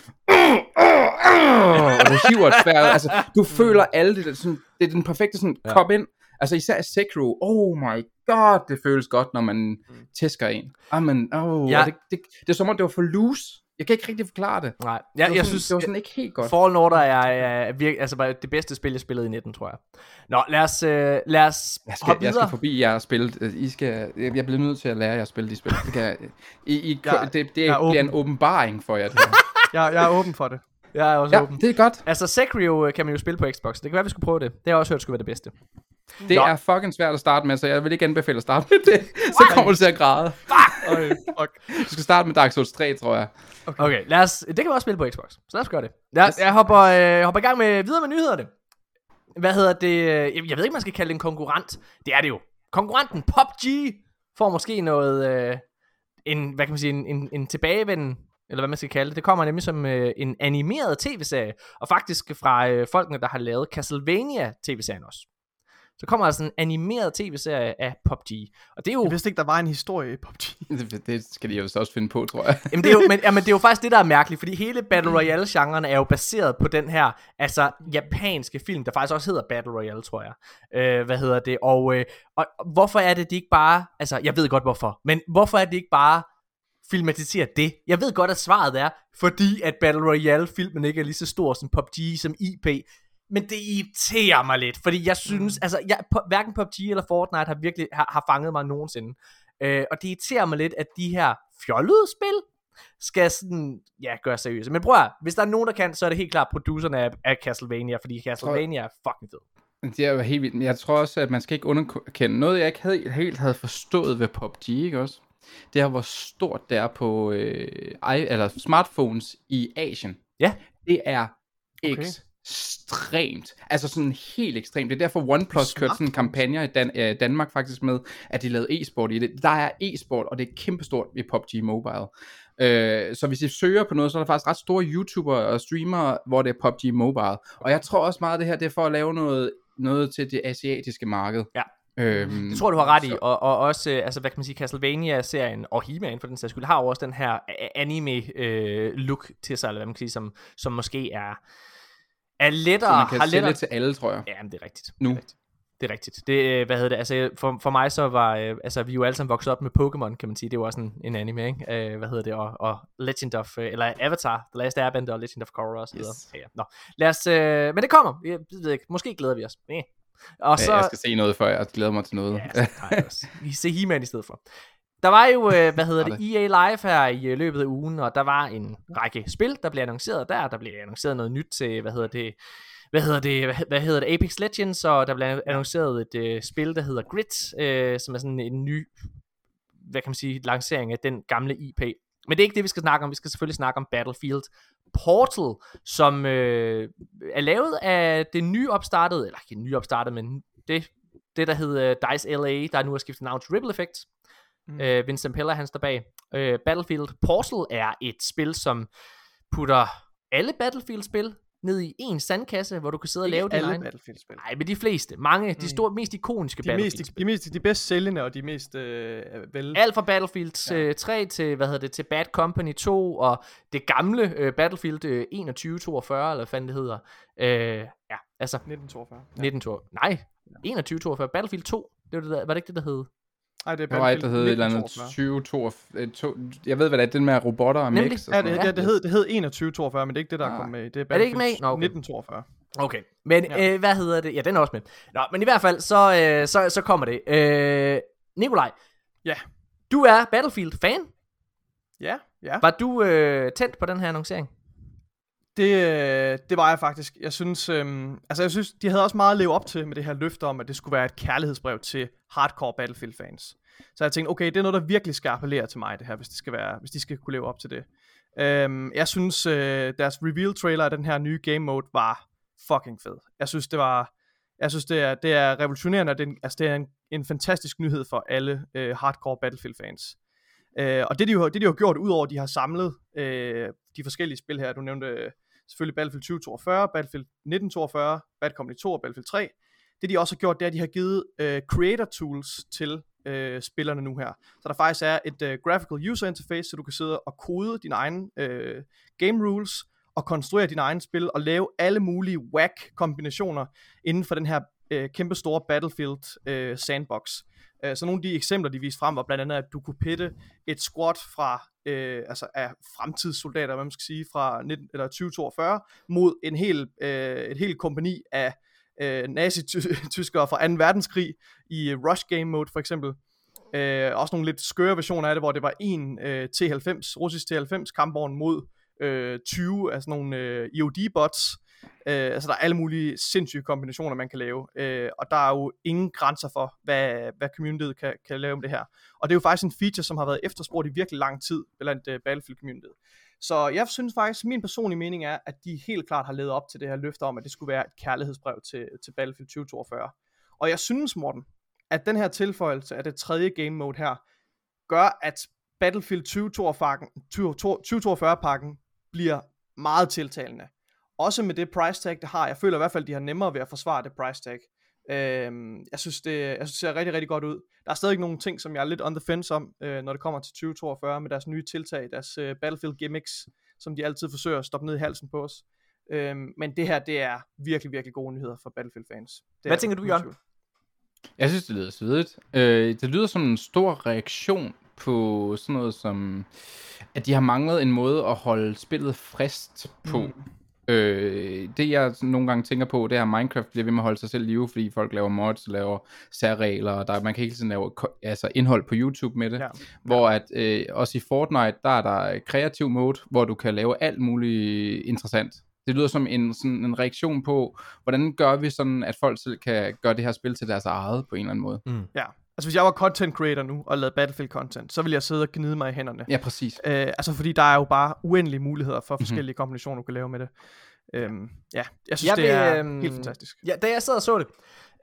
og du hiver et sværd, altså du føler alle det, sådan, det er den perfekte sådan, kop ind, altså især Sekiro, oh my god, det føles godt, når man tæsker en. Amen, det er som om, det var for loose. Jeg kan ikke rigtig forklare det. Nej, jeg synes det var sådan ikke helt godt. Fallen Order er virkelig, altså det bedste spil, jeg spillede i 19, tror jeg. Nå, lad os hoppe videre. Jeg skal forbi jer spillet. Jeg bliver nødt til at lære jer at spille de spil. Det bliver en åbenbaring for jer. Det her. Jeg er åben for det. Jeg er også åben. Det er godt. Altså Sekiro kan man jo spille på Xbox. Det kan være, vi skulle prøve det. Det har jeg også hørt skulle være det bedste. Det er fucking svært at starte med, så jeg vil ikke anbefale at starte med det. Så kommer du til at græde. Fuck. Du skal starte med Dark Souls 3, tror jeg. Okay, det kan vi også spille på Xbox. Så lad os gøre det. Jeg hopper i gang videre med nyhederne. Hvad hedder det? Jeg ved ikke, man skal kalde det en konkurrent. Det er det jo. Konkurrenten PUBG får måske noget hvad kan man sige, en tilbagevenden, eller hvad man skal kalde det. Det kommer nemlig som en animeret tv-serie, og faktisk fra folkene, der har lavet Castlevania tv-serien også. Så kommer der sådan en animeret tv-serie af PUBG. Og det er jo... Jeg vidste ikke, der var en historie i PUBG. Det skal de jo så også finde på, tror jeg. Jamen, det er jo, men det er jo faktisk det, der er mærkeligt, fordi hele Battle Royale-genren er jo baseret på den her, altså japanske film, der faktisk også hedder Battle Royale, tror jeg. Hvad hedder det? Og hvorfor er det, de ikke bare... Altså, jeg ved godt hvorfor, men hvorfor er det ikke bare filmatisere det? Jeg ved godt, at svaret er, fordi at Battle Royale-filmen ikke er lige så stor som PUBG, som IP. Men det irriterer mig lidt, fordi jeg synes, altså, hverken PUBG eller Fortnite har virkelig har fanget mig nogensinde. Og det irriterer mig lidt, at de her fjollede spil skal sådan, gøre seriøse. Men prøv at, hvis der er nogen, der kan, så er det helt klart producerne af Castlevania, fordi Castlevania er fucking fed. Det er jo helt vildt, men jeg tror også, at man skal ikke underkende noget, jeg ikke helt havde forstået ved PUBG, ikke også? Det er, hvor stort det er på eller smartphones i Asien. Ja. Det er ekstremt. Altså sådan helt ekstremt. Det er derfor OnePlus kørte sådan en kampagne i Danmark faktisk med, at de lavede e-sport i det. Der er e-sport, og det er kæmpestort i PUBG Mobile. Så hvis I søger på noget, så er der faktisk ret store YouTubere og streamere, hvor det er PUBG Mobile. Og jeg tror også meget, at det her det er for at lave noget til det asiatiske marked. Ja. Det tror du har ret i, og også, altså hvad kan man sige, Castlevania-serien, og He-Man for den sags skyld, har jo også den her anime-look til sig, eller hvad man kan sige, som måske er lettere. Så man kan sælge til alle, tror jeg. Ja, men det er rigtigt. Nu. Det er rigtigt. Det, hvad hedder det, altså for mig så var, altså vi er jo alle sammen vokset op med Pokémon, kan man sige, det var sådan en anime, ikke? Hvad hedder det, og Legend of, eller Avatar, The Last Airbender og Legend of Korra og så videre. Yes. Ja. Nå, lad os, men det kommer, jeg ved ikke, måske glæder vi os. Og så, jeg skal se noget før, jeg glæder mig til noget. Ja, vi ser He-Man i stedet for. Der var jo, hvad hedder det, EA Live her i løbet af ugen, og der var en række spil, der blev annonceret der blev annonceret noget nyt til, hvad hedder det, Apex Legends, og der blev annonceret et spil, der hedder Grid, som er sådan en ny, hvad kan man sige, lancering af den gamle IP. Men det er ikke det, vi skal snakke om. Vi skal selvfølgelig snakke om Battlefield Portal, som er lavet af det nyopstartede, eller ikke nyopstartet, men det der hedder DICE LA, der nu har skiftet navn til Ripple Effect. Vincent Pella, han står bag. Battlefield Portal er et spil, som putter alle Battlefield-spil ned i en sandkasse, hvor du kan sidde og lave din egen. Battlefield-spil. Nej, men de fleste. Mange, de store, mest ikoniske Battlefield-spil. De bedst sælgende og de mest vel. Alt fra Battlefield 3 til, til Bad Company 2, og det gamle Battlefield 2142, eller hvad fanden det hedder. Ja, altså. 1942. Ja. 1942. Nej, 2142. Battlefield 2. Var det ikke det, der hed? Nej, det er Battlefield. Der hed et eller andet 2042. Jeg ved, hvad det er, den med robotter og mix. Ja, det hed 2142, men det er ikke det, der er kommet med. Det er det ikke med? No, okay. 1942. Okay, men hvad hedder det? Ja, den er også med. Nå, men i hvert fald, så kommer det. Nikolaj. Ja. Du er Battlefield-fan. Ja. Var du tændt på den her annoncering? Det var jeg faktisk. Jeg synes, de havde også meget at leve op til med det her løfte om, at det skulle være et kærlighedsbrev til hardcore Battlefield-fans. Så jeg tænkte, okay, det er noget, der virkelig skal appellere til mig, det her, hvis de skal kunne leve op til det. Jeg synes, deres reveal-trailer af den her nye game mode var fucking fed. Jeg synes, det er revolutionerende, og det er en fantastisk nyhed for alle hardcore Battlefield-fans. Og det de har gjort, udover de har samlet de forskellige spil her, du nævnte selvfølgelig Battlefield 2042, Battlefield 1942, Bad Company 2 og Battlefield 3. Det de også har gjort, det er, at de har givet creator tools til spillerne nu her. Så der faktisk er et graphical user interface, så du kan sidde og kode dine egne game rules, og konstruere dine egne spil, og lave alle mulige whack kombinationer inden for den her kæmpe store Battlefield sandbox. Så nogle af de eksempler, de viste frem, var blandt andet, at du kunne pitte et squad fra, altså af fremtidssoldater, hvad man skal sige, fra 2042, mod et helt kompagni af nazi-tyskere fra 2. verdenskrig i Rush Game Mode for eksempel. Også nogle lidt skøre versioner af det, hvor det var en T-90, russisk T-90 kampvogn mod 20 af sådan nogle EOD-bots. Altså der er alle mulige sindssyge kombinationer, man kan lave. Og der er jo ingen grænser for, hvad communityet kan lave med det her. Og det er jo faktisk en feature, som har været efterspurgt i virkelig lang tid blandt Battlefield-communityet. Så jeg synes faktisk, min personlige mening er, at de helt klart har levet op til det her løfte om, at det skulle være et kærlighedsbrev til Battlefield 2042. Og jeg synes, Morten, at den her tilføjelse af det tredje game mode her, gør, at Battlefield 2042-pakken bliver meget tiltalende. Også med det price tag, det har. Jeg føler i hvert fald, at de har nemmere ved at forsvare det price tag. Jeg synes, det ser rigtig, rigtig godt ud. Der er stadig nogle ting, som jeg er lidt on the fence om, når det kommer til 2042, med deres nye tiltag, deres Battlefield gimmicks, som de altid forsøger at stoppe ned i halsen på os. Men det her, det er virkelig, virkelig gode nyheder for Battlefield-fans. Hvad tænker du, Jørgen? Jeg synes, det lyder svedigt. Det lyder som en stor reaktion på sådan noget som, at de har manglet en måde at holde spillet frist på. Det jeg nogle gange tænker på, det er, at Minecraft bliver ved med at holde sig selv i live, fordi folk laver mods, laver særregler, og man kan hele tiden lave indhold på YouTube med det. Ja. Hvor at også i Fortnite, der er der kreativ mode, hvor du kan lave alt muligt interessant. Det lyder som sådan en reaktion på, hvordan gør vi sådan, at folk selv kan gøre det her spil til deres eget på en eller anden måde. Ja. Altså hvis jeg var content creator nu og lavede Battlefield content, så ville jeg sidde og gnide mig i hænderne. Ja, præcis. Altså fordi der er jo bare uendelige muligheder for forskellige kombinationer, du kan lave med det. Jeg synes, det er helt fantastisk. Ja, da jeg sad og så det,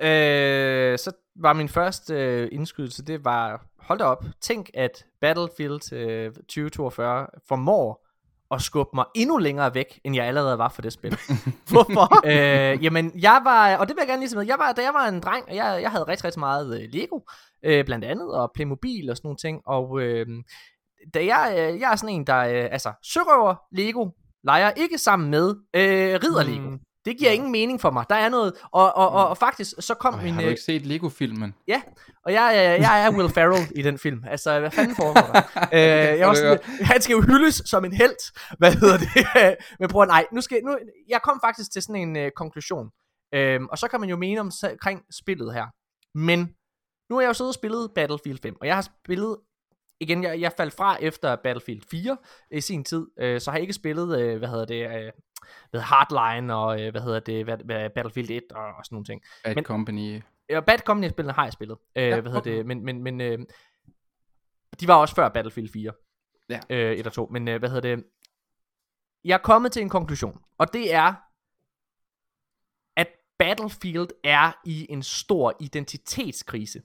så var min første indskydelse, det var, hold da op, tænk at Battlefield 2042 formår at skubbe mig endnu længere væk, end jeg allerede var for det spil. Hvorfor? Jamen, jeg var, og det vil jeg gerne lige sige med, da jeg var en dreng, og jeg havde rigtig, rigtig meget Lego, blandt andet, og Playmobil og sådan nogle ting, og da jeg er sådan en, der, altså, sørøver Lego, leger ikke sammen med ridder Lego. Det giver ingen mening for mig. Der er noget, og faktisk, så kom min... Har du ikke set Lego-filmen? Ja, og jeg er Will Ferrell i den film. Altså, hvad fanden foregår der? Jeg var sådan, han skal jo hyldes som en helt. Hvad hedder det? Men bror, nej, jeg kom faktisk til sådan en konklusion. Og så kan man jo mene omkring spillet her. Men nu har jeg jo siddet og spillet Battlefield 5, og jeg har spillet... Igen, jeg faldt fra efter Battlefield 4 i sin tid, så har jeg ikke spillet, Hardline og, Battlefield 1 og sådan nogle ting. Bad Company. Ja, Bad Company-spillene har jeg spillet, men de var også før Battlefield 4, 1 og 2, men jeg er kommet til en konklusion, og det er, at Battlefield er i en stor identitetskrise.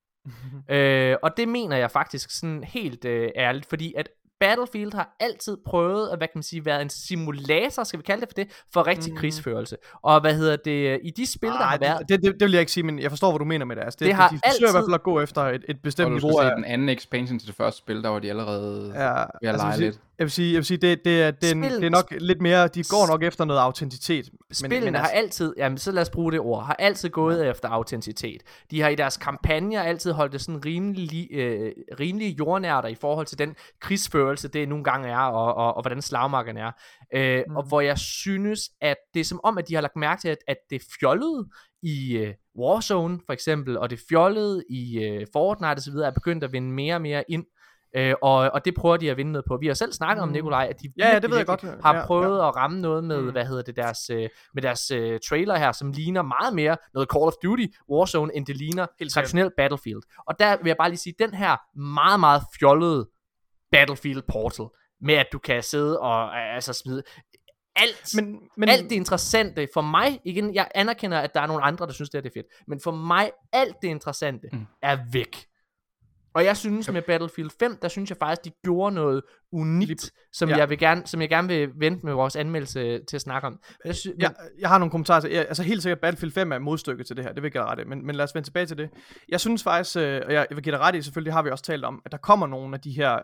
Og det mener jeg faktisk sådan helt ærligt, fordi at Battlefield har altid prøvet at, hvad kan man sige, være en simulator, skal vi kalde det for det, for rigtig krigsførelse. Og i de spil, der har været... Det vil jeg ikke sige, men jeg forstår, hvad du mener med det. Altså, de har de forsøger i hvert fald at gå efter et bestemt niveau. Og du skal se den anden expansion til det første spil, der var de allerede ved at lege lidt. Jeg vil sige, det er nok lidt mere, de går nok efter noget autenticitet. Spillene har altid, jamen så lad os bruge det ord, har altid gået efter autenticitet. De har i deres kampagner altid holdt det sådan rimelig jordnært i forhold til den krigsførelse, det nogle gange er, og hvordan slagmarken er. Og hvor jeg synes, at det er som om, at de har lagt mærke til, at det fjollede i Warzone for eksempel, og det fjollede i Fortnite og så videre, er begyndt at vinde mere og mere ind. Og det prøver de at vinde noget på. Vi har selv snakket om, Nikolaj, at de det ved jeg godt. har prøvet at ramme noget med, deres trailer her, som ligner meget mere noget Call of Duty Warzone, end det ligner traditionelt Battlefield. Og der vil jeg bare lige sige, den her meget, meget fjollede Battlefield Portal, med at du kan sidde og smide alt, alt det interessante for mig, igen, jeg anerkender, at der er nogle andre, der synes, det er fedt, men for mig, alt det interessante er væk. Og jeg synes med Battlefield 5, der synes jeg faktisk, de gjorde noget unikt, som jeg gerne vil vente med vores anmeldelse til at snakke om. Jeg har nogle kommentarer til, altså helt sikkert Battlefield 5 er modstykke til det her, det vil jeg give dig ret i, men lad os vende tilbage til det. Jeg synes faktisk, og jeg vil give dig ret i, selvfølgelig har vi også talt om, at der kommer nogle af de her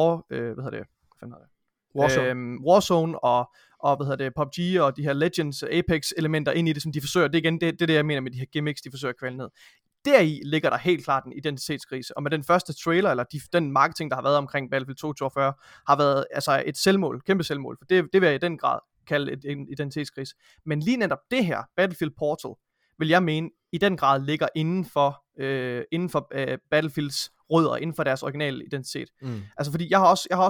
Warzone og PUBG og de her Legends, Apex elementer ind i det, som de forsøger, det er igen det jeg mener med de her gimmicks, de forsøger at kvæle ned. Deri ligger der helt klart en identitetskrise, og med den første trailer, eller den marketing, der har været omkring Battlefield 2042, har været altså et selvmål, kæmpe selvmål, for det vil jeg i den grad kalde en identitetskrise. Men lige netop det her, Battlefield Portal, vil jeg mene, i den grad ligger inden for Battlefields rødder, inden for deres originale identitet. Altså fordi jeg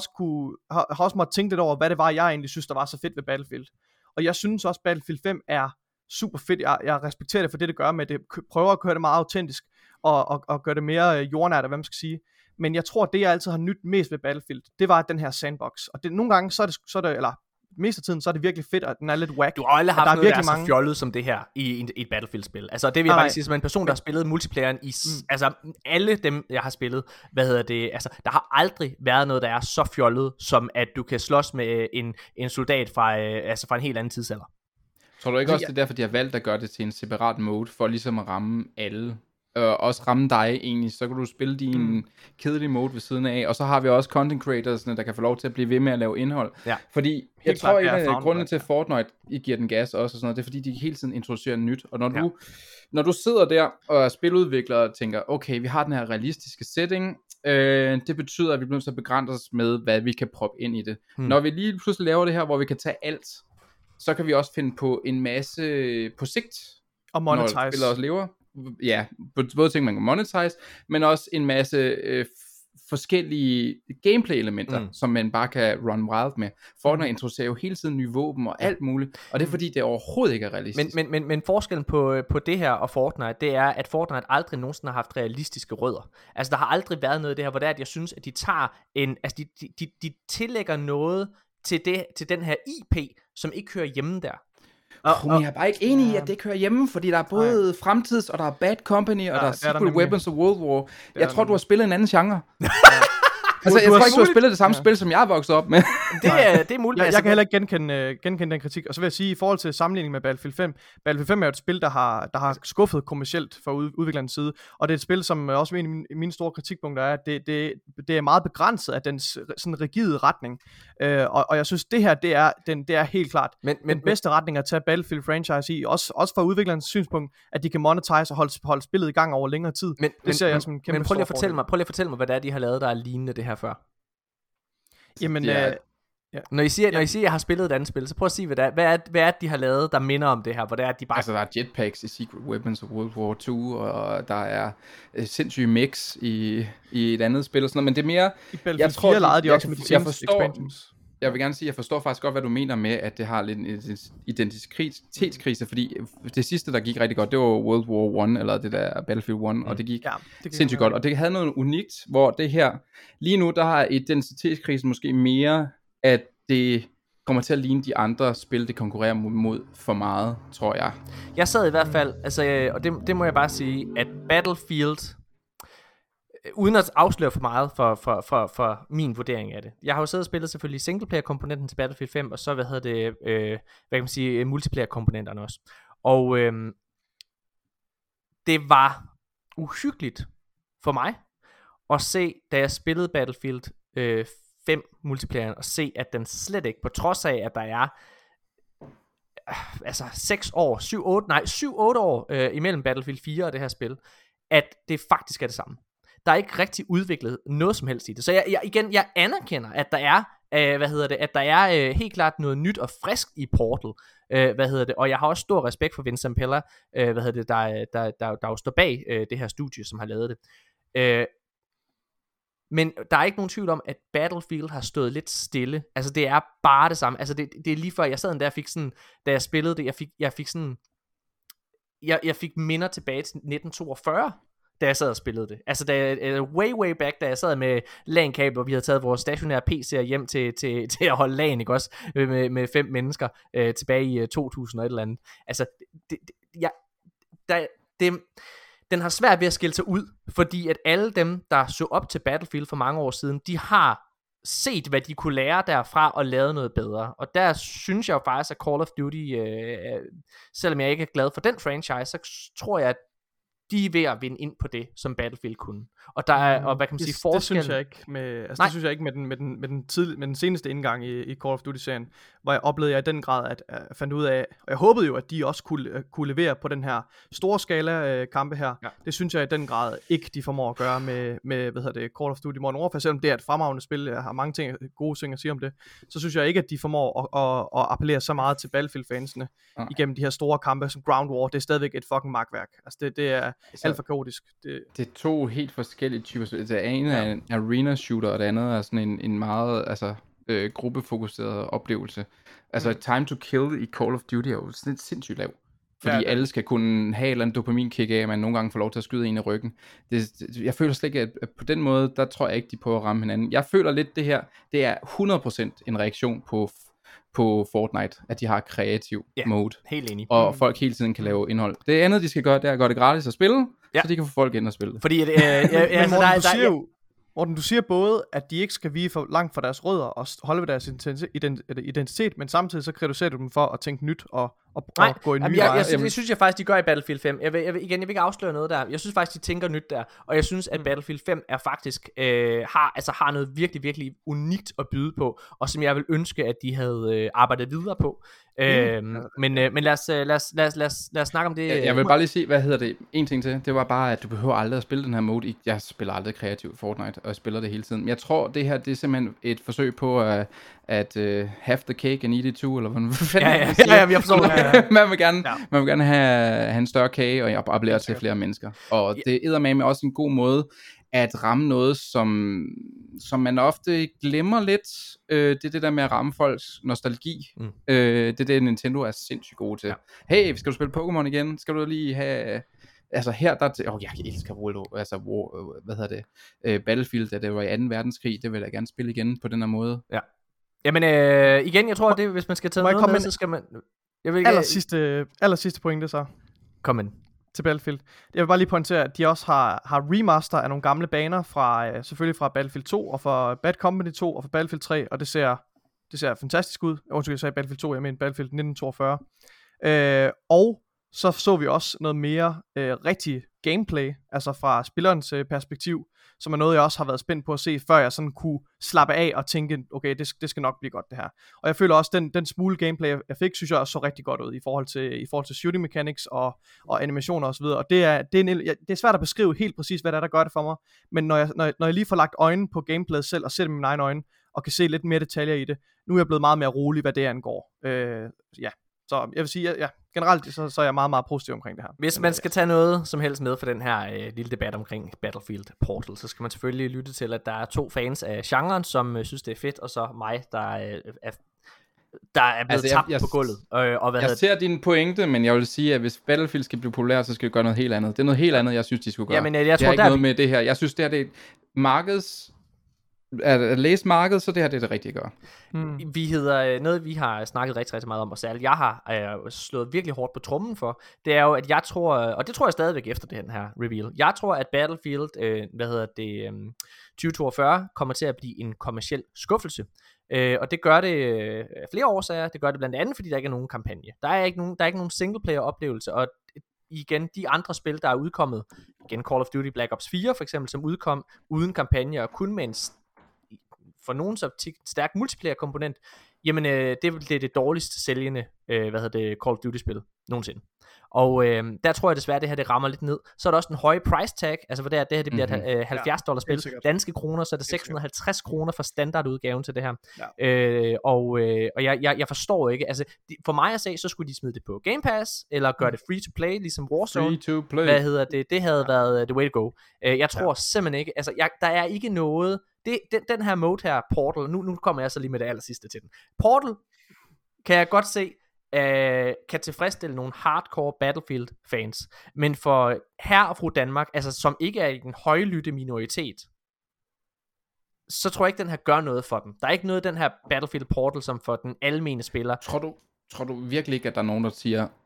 har også måttet tænke lidt over, hvad det var, jeg egentlig synes, der var så fedt ved Battlefield. Og jeg synes også, Battlefield 5 er super fedt. Jeg respekterer det for det gør med, det prøver at køre det meget autentisk, og gøre det mere jordnært, hvad man skal sige. Men jeg tror, det jeg altid har nydt mest ved Battlefield, det var den her sandbox. Og nogle gange, så er det eller mest af tiden, så er det virkelig fedt, og den er lidt wack. Du har aldrig haft noget, der er så fjollet som det her i et Battlefield-spil. Altså det vil jeg faktisk sige, som en person, der har spillet multiplayeren i, altså alle dem, jeg har spillet, altså der har aldrig været noget, der er så fjollet, som at du kan slås med en soldat fra en helt anden tidsalder. Tror du ikke også, det er derfor, de har valgt at gøre det til en separat mode, for ligesom at ramme alle? Også ramme dig egentlig, så kan du spille din kedelige mode ved siden af, og så har vi også content creatorsne, der kan få lov til at blive ved med at lave indhold. Ja. Fordi jeg tror, en af grundene til Fortnite, I giver den gas også, og sådan noget, det er fordi, de hele tiden introducerer nyt, og når du sidder der og er spiludvikler og tænker, okay, vi har den her realistiske setting, det betyder, at vi bliver nødt til at begrænse os med, hvad vi kan proppe ind i det. Når vi lige pludselig laver det her, hvor vi kan tage alt, så kan vi også finde på en masse på sigt, og monetize. Når spillere også lever. Ja, både ting, man kan monetize, men også en masse forskellige gameplay-elementer, som man bare kan run wild med. Fortnite introducerer jo hele tiden nye våben og alt muligt, og det er fordi, det overhovedet ikke er realistisk. Men forskellen på det her og Fortnite, det er, at Fortnite aldrig nogensinde har haft realistiske rødder. Altså, der har aldrig været noget af det her, hvor det er, at jeg synes, at de tager de tillægger noget til den her IP, som ikke hører hjemme der. Men jeg er bare ikke enig i, at det kører hjemme, fordi der er både fremtids, og der er Bad Company, og der er Secret Weapons og World War. Jeg tror, du har spillet en anden genre. Altså, jeg tror ikke, du har spillet det samme spil, som jeg er vokset op med. Det er muligt. Jeg kan heller ikke genkende den kritik. Og så vil jeg sige, i forhold til sammenligning med Battlefield 5, Battlefield 5 er jo et spil, der har skuffet kommercielt fra udviklerens side. Og det er et spil, som også en af mine store kritikpunkter er, at det er meget begrænset af dens sådan rigide retning. Og jeg synes, det her, det er helt klart den bedste retning at tage Battlefield franchise i. Også fra udviklerens synspunkt, at de kan monetize og holde spillet i gang over længere tid. Det ser jeg som en kæmpe men prøv lige at fortælle mig, hvad det er, de har lavet, der er lignende det her før. Jamen, Når I siger, at jeg har spillet et andet spil, så prøv at sige, hvad er det, de har lavet, der minder om det her, hvor det er, at de bare... Altså, der er jetpacks i Secret Weapons of World War 2, og der er sindssyge mix i et andet spil og sådan noget, men det er mere... I Battlefield 4 legede de også med de seneste expansions. Jeg vil gerne sige, at jeg forstår faktisk godt, hvad du mener med, at det har lidt en identitetskrise, fordi det sidste, der gik rigtig godt, det var World War 1, eller det der Battlefield 1, og det gik sindssygt godt, og det havde noget unikt, hvor det her, lige nu, der har identitetskrisen måske mere, at det kommer til at ligne de andre spil, det konkurrerer mod for meget, tror jeg. Jeg sad i hvert fald, altså, og det må jeg bare sige, at Battlefield... Uden at afsløre for meget for min vurdering af det. Jeg har jo siddet og spillet selvfølgelig singleplayer-komponenten til Battlefield 5, og så, hvad kan man sige, multiplayer-komponenterne også. Og det var uhyggeligt for mig at se, da jeg spillede Battlefield 5 multiplayeren, og se, at den slet ikke, på trods af, at der er altså 7-8 år imellem Battlefield 4 og det her spil, at det faktisk er det samme. Der er ikke rigtig udviklet noget som helst i det. Så jeg anerkender, at der er, at der er helt klart noget nyt og frisk i Portal. Og jeg har også stor respekt for Vince Zampella, der jo står bag det her studie, som har lavet det. Men der er ikke nogen tvivl om, at Battlefield har stået lidt stille. Altså det er bare det samme. Altså det er lige før, jeg sad der og fik sådan, da jeg spillede det, jeg fik minder tilbage til 1942. Da jeg sad og spillede det. Altså way back, da jeg sad med LAN-kabel, og vi havde taget vores stationære PC'er hjem til at holde LAN, ikke også? Med 5 mennesker den har svært ved at skille sig ud, fordi at alle dem, der så op til Battlefield for mange år siden, de har set, hvad de kunne lære derfra og lavet noget bedre. Og der synes jeg jo faktisk, at Call of Duty, selvom jeg ikke er glad for den franchise, så tror jeg, at de er ved at vinde ind på det, som Battlefield kunne. Og der er, og hvad kan man sige, forskel... Det synes jeg ikke med, altså det synes jeg ikke med den seneste indgang i Call of Duty-serien, hvor jeg oplevede i den grad, at jeg fandt ud af, og jeg håbede jo, at de også kunne levere på den her store skala kampe her. Ja. Det synes jeg i den grad ikke, de formår at gøre med Call of Duty Modern Warfare, selvom det er et fremragende spil, jeg har mange gode ting at sige om det, så synes jeg ikke, at de formår at appellere så meget til Battlefield-fansene igennem de her store kampe, som Ground War. Det er stadigvæk et fucking magtværk. Altså det er alt for kaotisk. Det er to helt forskellige typer. Det ene er en arena shooter, og det andet er sådan en meget gruppefokuseret oplevelse. Altså time to kill i Call of Duty er jo sådan sindssygt lav. Fordi alle skal kunne have et eller andet dopaminkick af, at man nogle gange får lov til at skyde en i ryggen. Jeg føler slet ikke, at på den måde, der tror jeg ikke, de prøver at ramme hinanden. Jeg føler lidt, det her, det er 100% en reaktion på Fortnite, at de har kreativ mode. Helt enig. Og folk hele tiden kan lave indhold. Det andet, de skal gøre, det er at gøre det gratis at spille, så de kan få folk ind og spille. Fordi Morten, Morten, du siger både, at de ikke skal vige for langt fra deres rødder og holde ved deres identitet, men samtidig så kritiserer du dem for at tænke nyt og gå i nye veje. Det synes jeg faktisk, de gør i Battlefield 5. Jeg vil ikke afsløre noget der. Jeg synes faktisk, de tænker nyt der. Og jeg synes, at Battlefield 5 er faktisk har noget virkelig, virkelig unikt at byde på, og som jeg vil ønske, at de havde arbejdet videre på. Men lad os snakke om det. Jeg vil bare lige sige, en ting til. Det var bare, at du behøver aldrig at spille den her mode. Jeg spiller aldrig kreativt Fortnite, og jeg spiller det hele tiden. Men jeg tror, det her, det er simpelthen et forsøg på at have the cake and eat it too, eller hvad fanden jeg forstår det. Man vil gerne have en større kage, og appellere til flere mennesker. Og det er eddermame også en god måde at ramme noget, som man ofte glemmer lidt. Det er det der med at ramme folks nostalgi. Det er det, Nintendo er sindssygt gode til. Hey, skal du spille Pokémon igen? Skal du lige have... Altså her, jeg elsker Battlefield, da det var i 2. verdenskrig, det vil jeg gerne spille igen på den her måde. Ja. Jamen igen, jeg tror, at det, hvis man skal tage noget med, så skal man... Aller sidste pointe så. Kom ind. Til Battlefield. Jeg vil bare lige pointere, at de også har remaster af nogle gamle baner fra, selvfølgelig fra Battlefield 2 og fra Bad Company 2 og fra Battlefield 3, og det ser fantastisk ud. Jeg sagde Battlefield 2, jeg mener Battlefield 1942. Og så vi også noget mere rigtig gameplay, altså fra spillerens perspektiv, som er noget, jeg også har været spændt på at se, før jeg sådan kunne slappe af og tænke, okay, det skal nok blive godt det her. Og jeg føler også, den smule gameplay, jeg fik, synes jeg også så rigtig godt ud i forhold til shooting mechanics og animationer osv. Og det er svært at beskrive helt præcis, hvad der gør det for mig, men når jeg lige får lagt øjnene på gameplayet selv, og ser det med mine egne øjne, og kan se lidt mere detaljer i det, nu er jeg blevet meget mere rolig, hvad det angår. Så jeg vil sige, generelt så er jeg meget, meget positiv omkring det her. Hvis man skal tage noget som helst med for den her lille debat omkring Battlefield Portal, så skal man selvfølgelig lytte til, at der er 2 fans af genren, som synes, det er fedt, og så mig, der er blevet tabt på gulvet. Jeg ser din pointe, men jeg vil sige, at hvis Battlefield skal blive populær, så skal det gøre noget helt andet. Det er noget helt andet, jeg synes, de skulle gøre. Jamen, jeg tror, det er ikke noget med det her. Jeg synes, det er et markeds... At læse markedet, så det her det er det rigtige at gøre. Vi hedder noget, vi har snakket rigtig, rigtig meget om, og særligt jeg har slået virkelig hårdt på trommen for, det er jo, at jeg tror, og det tror jeg stadigvæk efter den her reveal, jeg tror, at Battlefield 2042 kommer til at blive en kommerciel skuffelse. Og det gør det af flere årsager. Det gør det blandt andet, fordi der ikke er nogen kampagne. Der er ikke nogen singleplayer oplevelse, og igen, de andre spil, der er udkommet, igen Call of Duty Black Ops 4 for eksempel, som udkom uden kampagne og kun med en for nogens optik stærk multiplayer komponent, jamen det er det dårligst sælgende Call of Duty spil nogensinde. Og der tror jeg desværre, det her det rammer lidt ned. Så er der også den høje price tag, altså for det her det bliver $70 spil. Danske kroner, så er det 650 kroner for standardudgaven til det her. Jeg forstår ikke, altså for mig at se, så skulle de smide det på Game Pass, eller gøre det free to play, ligesom Warzone. Free to play. Det havde været the way to go. Jeg tror simpelthen ikke, altså der er ikke noget, den her mode her, Portal, nu kommer jeg så lige med det aller sidste til den. Portal, kan jeg godt se, kan tilfredsstille nogle hardcore Battlefield fans, men for herre og fru Danmark, altså som ikke er i den højlytte minoritet, så tror jeg ikke den her gør noget for dem. Der er ikke noget i den her Battlefield Portal som for den almene spiller. Tror du virkelig ikke, at der er nogen, der siger,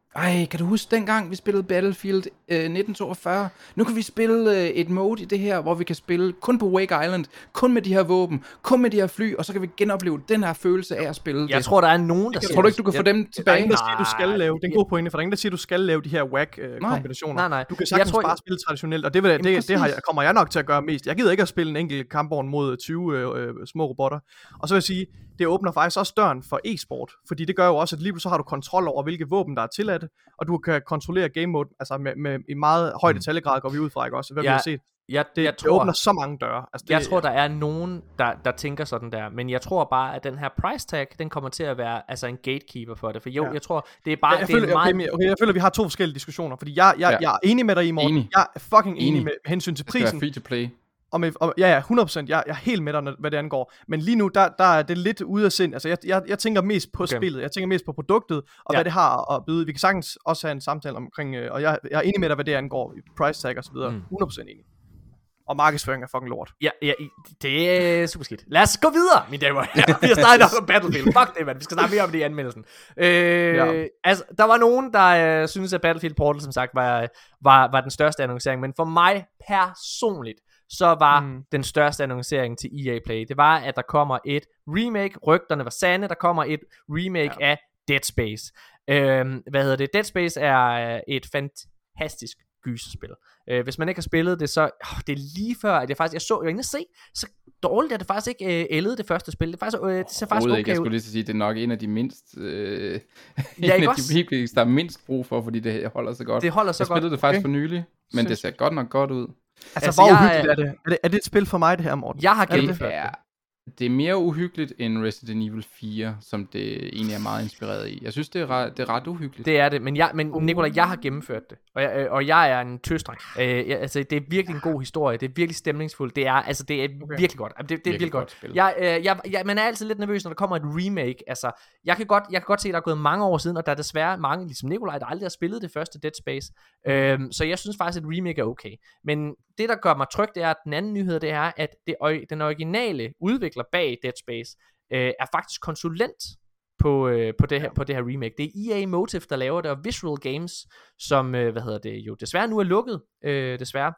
Ej, kan du huske dengang, vi spillede Battlefield 1942? Nu kan vi spille et mode i det her, hvor vi kan spille kun på Wake Island, kun med de her våben, kun med de her fly, og så kan vi genopleve den her følelse af at spille Jeg tror, der er nogen, der Tror du ikke, du kan få dem Der er tilbage? ingen, der siger, du skal lave, det er en god pointe, for der er ingen, der siger, du skal lave de her whack-kombinationer. Nej. Du kan sagtens bare spille traditionelt, og kommer jeg nok til at gøre mest. Jeg gider ikke at spille en enkelt kampvogn mod 20 små robotter. Og så vil jeg sige, det åbner faktisk også døren for e-sport, fordi det gør jo også, at lige så har du kontrol over, hvilke våben der er tilladt, og du kan kontrollere game mode, altså med i meget høj detaljegrad går vi ud fra, ikke også, hvad vi har set. Det åbner så mange døre. Altså jeg tror, der er nogen, der tænker sådan der, men jeg tror bare, at den her price tag, den kommer til at være altså en gatekeeper for det, for jeg tror, det er bare... Jeg føler, vi har to forskellige diskussioner, fordi jeg er enig med dig i morgen. Jeg er fucking enig med hensyn til prisen. Det skal være free to play. Ja, 100%. Jeg er helt med dig, hvad det angår. Men lige nu, der er det lidt ude af sind. Altså, jeg tænker mest på spillet. Jeg tænker mest på produktet, og hvad det har at byde. Vi kan sagtens også have en samtale omkring, og jeg er enig med dig, hvad det angår. Price tag og så videre. 100% enig. Og markedsføring er fucking lort. Ja, det er super skidt. Lad os gå videre, mine damer. Vi har snakket nok om Battlefield. Fuck det, mand. Vi skal snakke mere om det i anmeldelsen. Altså, der var nogen, der synes, at Battlefield Portal, som sagt, var den største annoncering. Men for mig personligt, så var den største annoncering til EA Play, det var, at der kommer et remake. Rygterne var sande. Der kommer et remake af Dead Space. Dead Space er et fantastisk gyserspil. Hvis man ikke har spillet det, så det er lige før, at jeg var inde at se, så dårligt er det faktisk ikke ældet det første spil. Det, faktisk, det ser faktisk okay ikke. Jeg skulle lige sige, det er nok en af de mindst der er mindst brug for, fordi det holder så godt. Det holder så godt. Jeg spillede det faktisk for nylig, men det ser godt nok godt ud. Altså hvor uhyggeligt er det? Er det et spil for mig, det her, Morten? Jeg har gennemført det. Det er mere uhyggeligt end Resident Evil 4, som det egentlig er meget inspireret i. Jeg synes, det er ret uhyggeligt. Det er det, men Nicolai, jeg har gennemført det, og jeg er en tøsdreng. Altså, det er virkelig en god historie, det er virkelig stemningsfuldt, det er virkelig godt. Det er virkelig godt. Man er altid lidt nervøs, når der kommer et remake. Altså, jeg kan godt se, at der er gået mange år siden, og der er desværre mange, ligesom Nicolai, der aldrig har spillet det første Dead Space. Så jeg synes faktisk, at remake er okay. Men det, der gør mig tryg, det er, at den anden nyhed, det er, at den originale udvikler bag Dead Space er faktisk konsulent på det her remake. Det er EA Motive, der laver det, og Visual Games, som jo desværre nu er lukket, desværre.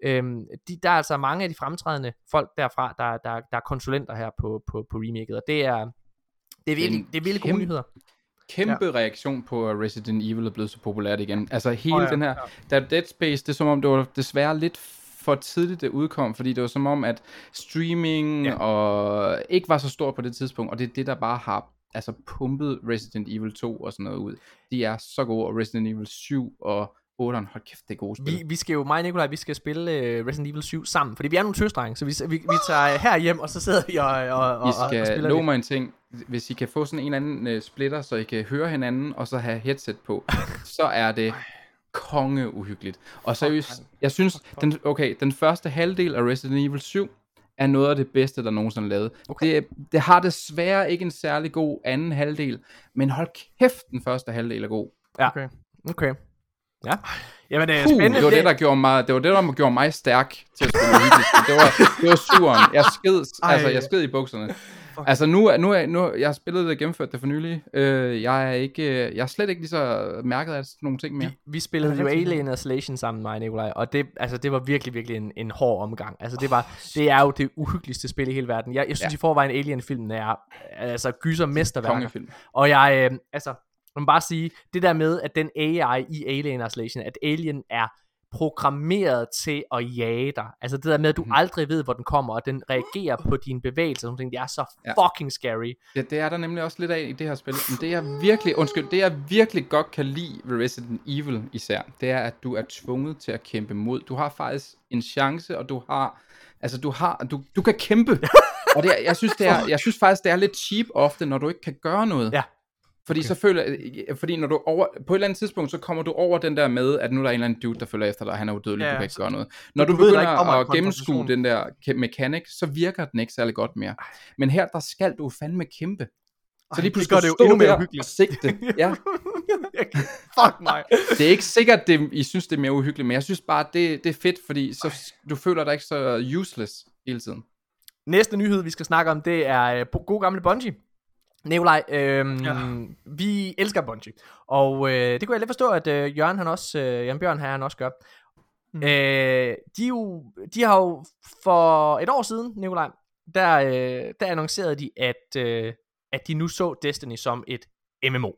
Der er altså mange af de fremtrædende folk derfra, der er konsulenter her på remaket, og det er virkelig gode nyheder. Kæmpe reaktion på, at Resident Evil er blevet så populært igen. Altså hele den her, der Dead Space, det er som om, det var desværre lidt for tidligt det udkom, fordi det var som om, at streaming og ikke var så stort på det tidspunkt, og det er det, der bare har pumpet Resident Evil 2 og sådan noget ud. De er så gode, og Resident Evil 7 og 8'eren, hold kæft, det er gode spil. Vi skal jo, mig og Nicolai, vi skal spille Resident Evil 7 sammen, fordi vi er nogle tøsdrenge, så vi tager her hjem, og så sidder vi og spiller love mig en ting. Hvis I kan få sådan en eller anden splitter, så I kan høre hinanden, og så have headset på, så er det kongeuhyggeligt. Og seriøst, jeg synes, den første halvdel af Resident Evil 7 er noget af det bedste, der nogensinde er lavet. Okay. Det har desværre ikke en særlig god anden halvdel, men hold kæft, den første halvdel er god. Ja, okay. Ja. Jamen, det er spændende. Det var det, der gjorde mig stærk til at spille uhyggeligt. Det var suren. Jeg sked i bukserne. Altså nu jeg har spillet det og gennemført det for nylig. Jeg er slet ikke lige så mærket af sådan nogle ting mere. Vi spillede jo Alien Isolation sammen med mig, Nicolai, og det var virkelig, virkelig en hård omgang. Altså det er jo det uhyggeligste spil i hele verden. Jeg synes i forvejen Alien-filmen er gyser mesterværker. Og jeg man bare sige, det der med, at den AI i Alien Isolation, at Alien er programmeret til at jage dig. Altså det der med, at du aldrig ved, hvor den kommer, og den reagerer på dine bevægelser. Det er så fucking scary. Ja, det er der nemlig også lidt af i det her spil. Men det jeg virkelig godt kan lide ved Resident Evil især, det er, at du er tvunget til at kæmpe mod. Du har faktisk en chance, og du kan kæmpe. Og jeg synes faktisk, det er lidt cheap ofte, når du ikke kan gøre noget. Ja. Fordi så fordi når du på et eller andet tidspunkt, så kommer du over den der med, at nu er der en eller anden dude, der følger efter dig, han er udødelig, du kan ikke gøre noget. Når du begynder at gennemskue den der mekanik, så virker den ikke særlig godt mere. Men her, der skal du fandme kæmpe. Så lige pludselig skal du stå der og sigte. Ja. Fuck mig. Det er ikke sikkert, I synes, det er mere uhyggeligt, men jeg synes bare, det er fedt, fordi så du føler dig ikke så useless hele tiden. Næste nyhed, vi skal snakke om, det er god gamle Bungie. Nikolaj, vi elsker Bungie, og det kunne jeg lidt forstå, at Jørgen Bjørn her, han også gør. De har jo for et år siden, Nikolaj, der annoncerede de, at de nu så Destiny som et MMO.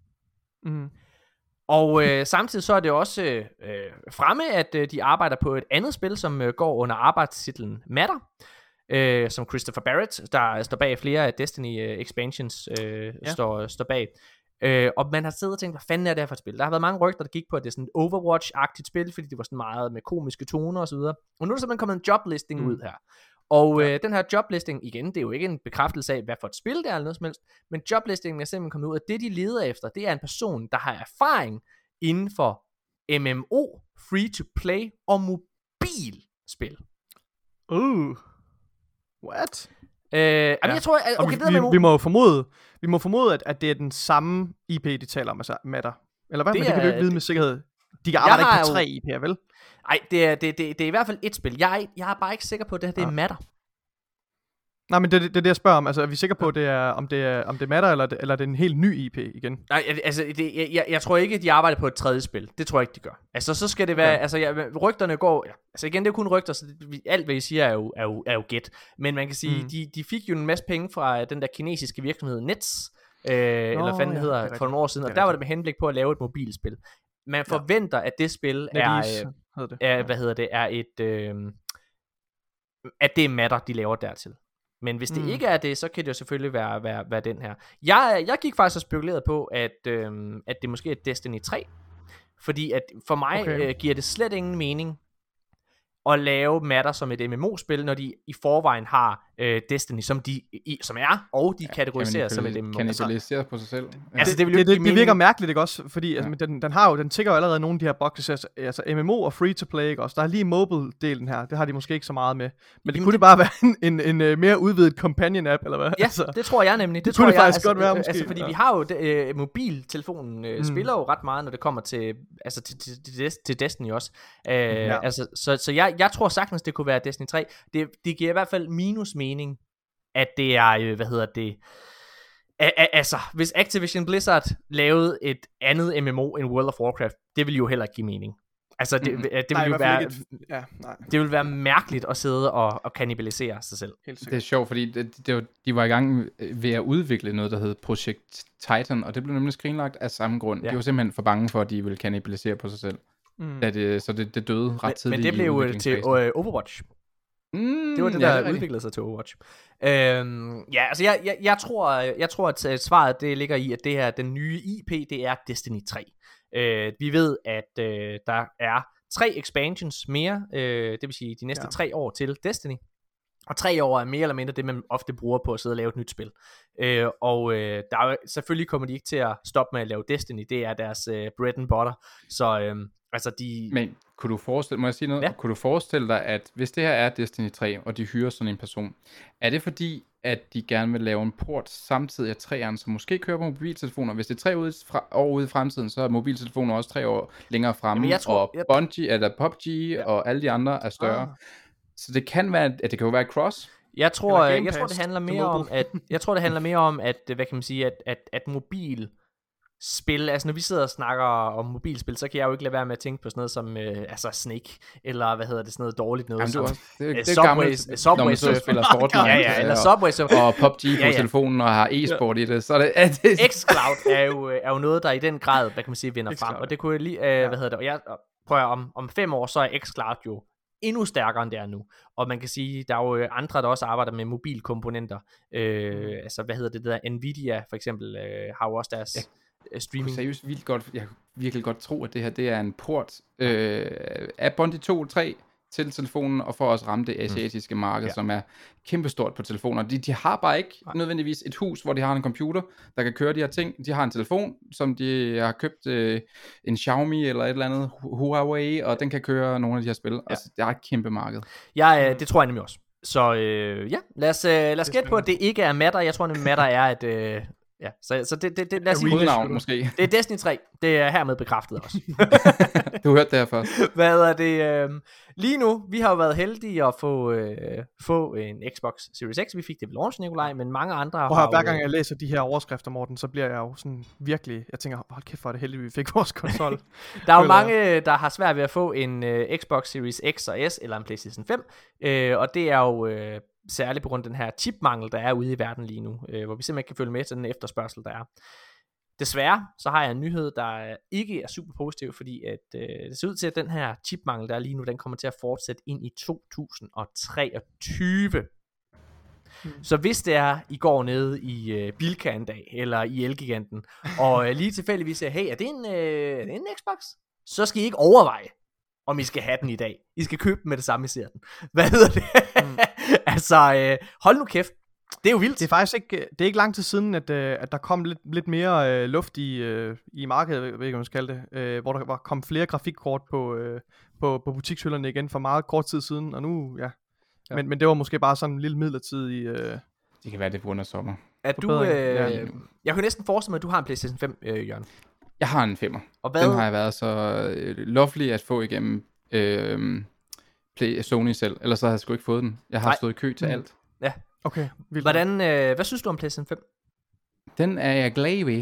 Og samtidig så er det også fremme, at de arbejder på et andet spil, som går under arbejdstitlen Matter, som Christopher Barrett, der står bag flere af Destiny expansions, står bag. Og man har siddet og tænkt, hvad fanden er det her for et spil? Der har været mange rygter, der gik på, at det er sådan et Overwatch-agtigt spil, fordi det var sådan meget med komiske toner og så videre. Og nu er der simpelthen kommet en joblisting ud her. Og den her joblisting, igen, det er jo ikke en bekræftelse af, hvad for et spil det er, eller noget som helst, men joblistingen er simpelthen kommet ud, at det de leder efter, det er en person, der har erfaring inden for MMO, free-to-play og mobilspil. What? Jeg tror, at, okay, vi må formode, at det er den samme IP, de taler om, altså Matter. Eller hvad? Men det kan du ikke vide med sikkerhed. De kan arbejde ikke på 3 IP'er, vel? Nej, det er i hvert fald et spil. Jeg er bare ikke sikker på, at det her det er Matter. Nej, men det er det, jeg spørger om. Altså, er vi sikre på, at det er, om det er Matter, eller er det en helt ny IP igen? Nej, altså, jeg tror ikke, at de arbejder på et tredje spil. Det tror jeg ikke, de gør. Altså, så skal det være, rygterne går, altså igen, det er jo kun rygter, så alt, hvad I siger, er jo gæt. Men man kan sige, de fik jo en masse penge fra den der kinesiske virksomhed Nets, eller hvad fanden hedder, for nogle år siden, og der var det med henblik på at lave et mobilspil. Man forventer, at det spil at det er Matter, de laver dertil. Men hvis det ikke er det, så kan det jo selvfølgelig være den her. Jeg gik faktisk og spekulerede på, at det måske er Destiny 3. Fordi at for mig giver det slet ingen mening at lave Matter som et MMO-spil, når de i forvejen har Destiny, som er, og de kategoriserer som et MMO. Kannibalisere på sig selv. Ja. Altså, det virker mærkeligt, ikke også? Fordi altså, den tigger jo allerede nogle af de her boxes, altså MMO og free-to-play, ikke også? Der er lige mobile-delen her, det har de måske ikke så meget med. Men det kunne det bare være en mere udvidet companion-app, eller hvad? Ja, altså, det tror jeg nemlig. Det kunne det faktisk godt være, måske. Altså, fordi vi har jo, mobiltelefonen spiller jo ret meget, når det kommer til, altså, til Destiny også. Altså, så jeg tror sagtens, det kunne være Destiny 3. Det giver i hvert fald minus mening, at det er, altså, hvis Activision Blizzard lavede et andet MMO end World of Warcraft, det ville jo heller ikke give mening. Altså, det ville jo være, det ville være mærkeligt at sidde og kannibalisere sig selv. Det er sjovt, fordi de var i gang ved at udvikle noget, der hed Project Titan, og det blev nemlig skrinlagt af samme grund. De var simpelthen for bange for, at de ville kannibalisere på sig selv. Så det døde ret tidligt. Men det blev jo til Overwatch. Det var det, der udviklede sig til Overwatch. Altså jeg tror, at svaret det ligger i, at det her, den nye IP, det er Destiny 3. Vi ved, at der er 3 expansions mere, det vil sige de næste 3 år til Destiny. Og 3 år er mere eller mindre det, man ofte bruger på at sidde og lave et nyt spil. Der er jo, selvfølgelig kommer de ikke til at stoppe med at lave Destiny. Det er deres bread and butter. Så altså de... Men kunne du forestille, må jeg sige noget? Ja. Kunne du forestille dig, at hvis det her er Destiny 3, og de hyrer sådan en person, er det fordi, at de gerne vil lave en port samtidig af 3'eren, som måske kører på mobiltelefoner? Hvis det er 3 år ude i fremtiden, så er mobiltelefoner også 3 år længere fremme, og Bungie, eller PUBG, og alle de andre er større. Så det kan være, at det kan jo være cross. Jeg tror det handler mere om, at hvad kan man sige, at mobilspil, altså når vi sidder og snakker om mobilspil, så kan jeg jo ikke lade være med at tænke på sådan noget som altså Snake, eller hvad hedder det, sådan noget dårligt noget. Jamen, det er gammelt, når man så spiller Fortnite, eller Subway Surfer, og PUBG på telefonen, og har e-sport i det, så det xCloud er jo noget, der i den grad, hvad kan man sige, vinder frem, og det kunne jeg lige, hvad hedder det, og jeg prøver om 5 år, så er xCloud jo endnu stærkere end det er nu. Og man kan sige, der er jo andre, der også arbejder med mobilkomponenter. Altså, hvad hedder det der? Nvidia, for eksempel, har jo også deres streaming. Jeg kan virkelig godt tro, at det her, det er en port af Bungie 2.3 til telefonen, og for at ramme det asiatiske marked, som er kæmpestort på telefoner. De har bare ikke nødvendigvis et hus, hvor de har en computer, der kan køre de her ting. De har en telefon, som de har købt en Xiaomi eller et eller andet Huawei, og den kan køre nogle af de her spil. Altså, det er et kæmpe marked. Det tror jeg nemlig også. Så lad os gætte på, at det ikke er Matter. Jeg tror nemlig, Matter er Ja, så det lad os sige, Hovednavn måske. det er Destiny 3. Det er hermed bekræftet også. Du hørte det her først. Hvad er det? Lige nu, vi har jo været heldige at få en Xbox Series X. Vi fik det ved launch, Nikolaj, men mange andre har hver gang jeg læser de her overskrifter, Morten, så bliver jeg jo sådan virkelig, jeg tænker, hold kæft, hvor er det heldigt, vi fik vores konsol. Der er jo mange, der har svært ved at få en Xbox Series X og S, eller en PlayStation 5, og det er jo særligt på grund af den her chipmangel, der er ude i verden lige nu, hvor vi simpelthen ikke kan følge med til den efterspørgsel, der er. Desværre, så har jeg en nyhed, der ikke er super positiv, fordi at, det ser ud til, at den her chipmangel, der er lige nu, den kommer til at fortsætte ind i 2023. Så hvis det er, I går nede i Bilka en dag, eller i Elgiganten, og lige tilfældigvis siger, hey, er det en Xbox? Så skal I ikke overveje, om I skal have den i dag. I skal købe den med det samme, I ser den. Hvad hedder det? Altså, hold nu kæft. Det er jo vildt. Det er faktisk ikke, det er ikke lang tid siden, at der kom lidt mere luft i markedet, jeg ved ikke, hvad man skal kalde det, hvor der kom flere grafikkort på butikshylderne igen for meget kort tid siden, og nu, ja. Men det var måske bare sådan en lille midlertidig... Det kan være, det på grund af sommer. Jeg kunne næsten forestille mig, at du har en PlayStation 5, Jørgen. Jeg har en 5'er. Og hvad? Den har jeg været så lovely at få igennem Sony selv. Ellers så havde jeg sgu ikke fået den. Jeg har stået i kø til alt. Ja. Okay. Hvad synes du om PlayStation 5? Den er jeg glad ved.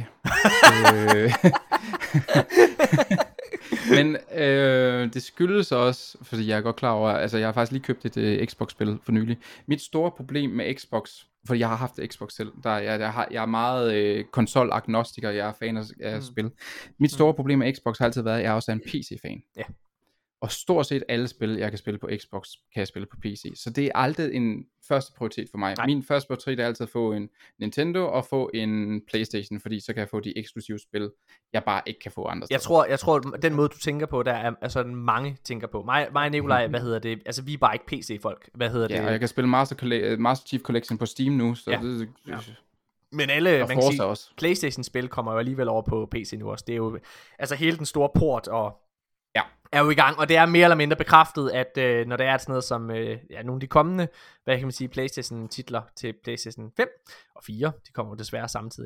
Men det skyldes også, fordi jeg er godt klar over, altså jeg har faktisk lige købt et Xbox-spil for nylig. Mit store problem med Xbox, fordi jeg har haft Xbox selv, jeg er meget konsol-agnostiker, jeg er fan af spil. Mit store problem med Xbox har altid været, at jeg også er en PC-fan. Ja. Og stort set alle spil, jeg kan spille på Xbox, kan jeg spille på PC. Så det er aldrig en første prioritet for mig. Nej. Min første prioritet er altid at få en Nintendo og få en PlayStation, fordi så kan jeg få de eksklusive spil, jeg bare ikke kan få andre steder. Jeg tror, den måde, du tænker på, der er sådan mange tænker på. Mig og Nikolaj, hvad hedder det? Altså, vi er bare ikke PC-folk. Hvad hedder det? Ja, og jeg kan spille Master Chief Collection på Steam nu, så det... Ja. Men alle, man kan sige, PlayStation-spil kommer jo alligevel over på PC nu også. Det er jo, altså hele den store port og er jo i gang, og det er mere eller mindre bekræftet, at når der er sådan noget som nogle af de kommende, hvad kan man sige, PlayStation titler til PlayStation 5 og 4, de kommer jo desværre samtidig.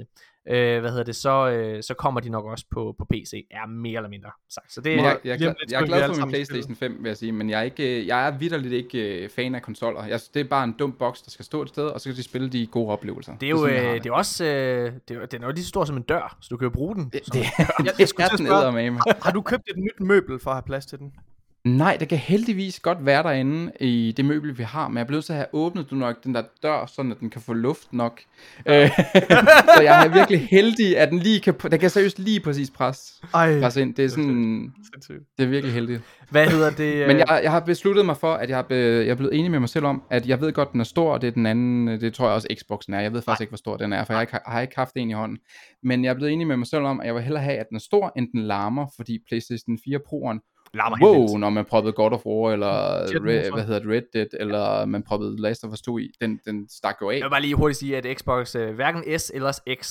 Så kommer de nok også på PC, er mere eller mindre sagt. Så det jeg er glad for min PlayStation 5, vil jeg sige, men jeg er vitterligt ikke fan af konsoller. Det er bare en dum boks, der skal stå et sted, og så kan de spille de gode oplevelser. Det er jo det er også den er jo lige så stor som en dør, så du kan jo bruge den. Jeg skulle spørge, har du købt et nyt møbel for at have plads til den? Nej, det kan heldigvis godt være derinde i det møbel, vi har, men jeg er blevet så at have åbnet nok den der dør, sådan at den kan få luft nok. Så jeg er virkelig heldig, at den kan seriøst lige præcis presse ind. Det er sådan, det er virkelig heldigt. Hvad hedder det? Men jeg har besluttet mig for, at jeg er blevet enig med mig selv om, at jeg ved godt, den er stor, og det er den anden, det tror jeg også Xboxen er. Jeg ved faktisk ikke, hvor stor den er, for jeg har ikke haft en i hånden. Men jeg er blevet enig med mig selv om, at jeg vil hellere have, at den er stor, end den larmer, fordi PlayStation 4 Pro'eren, når man proppede God of War, eller Red Dead, eller man proppede Last of Us 2 i, den stak jo af. Jeg vil bare lige hurtigt sige, at Xbox, hverken S eller X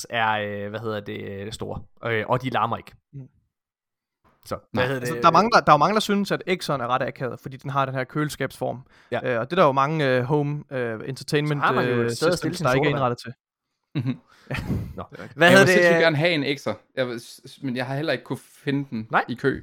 er store, og de larmer ikke. Så, altså, der er jo mange, der synes, at X'eren er ret akavet, fordi den har den her køleskabsform. Ja. Og det er der jo mange home entertainment systems, der ikke er indrettet til. Nå. Hvad jeg vil sindssygt gerne have en X'er, men jeg har heller ikke kunne finde den i kø.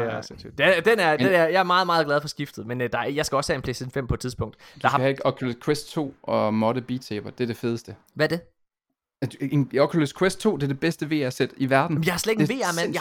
Jeg er meget, meget glad for skiftet, men jeg skal også have en PlayStation 5 på et tidspunkt. Du skal have Oculus Quest 2 og modde Beat Saber, det er det fedeste. Hvad er det? Oculus Quest 2, det er det bedste VR-sæt i verden. Men jeg har slet ikke en VR, mand.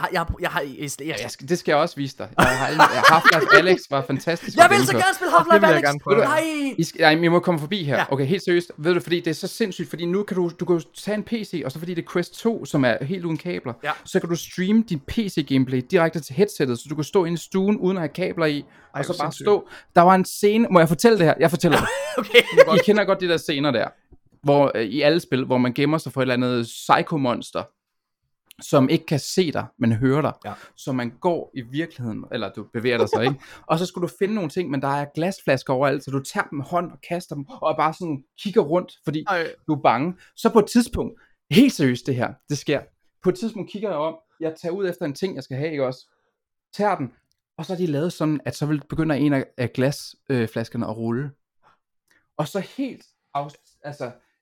Det skal jeg også vise dig. Half-Life Alex var fantastisk. Jeg vil så gerne spille Half-Life Alex. Nej, jeg må komme forbi her. Okay, helt seriøst. Ved du, fordi det er så sindssygt, fordi nu kan du kan tage en PC, og så fordi det er Quest 2, som er helt uden kabler, så kan du streame din PC-gameplay direkte til headsettet, så du kan stå inde i stuen uden at have kabler i, og så bare stå. Der var en scene, må jeg fortælle det her? Jeg fortæller det. Okay. I kender godt de der scener der, hvor i alle spil, hvor man gemmer sig for et eller andet psycho-monster, som ikke kan se dig, men høre dig. Ja. Så man går i virkeligheden, eller du bevæger dig så, ikke? Og så skulle du finde nogle ting, men der er glasflasker overalt, så du tager dem med hånd og kaster dem, og bare sådan kigger rundt, fordi du er bange. Så på et tidspunkt, helt seriøst det her, det sker. På et tidspunkt kigger jeg om, jeg tager ud efter en ting, jeg skal have, ikke også? Tager den, og så er de lavet sådan, at så vil begynder en af glasflaskerne at rulle. Og så helt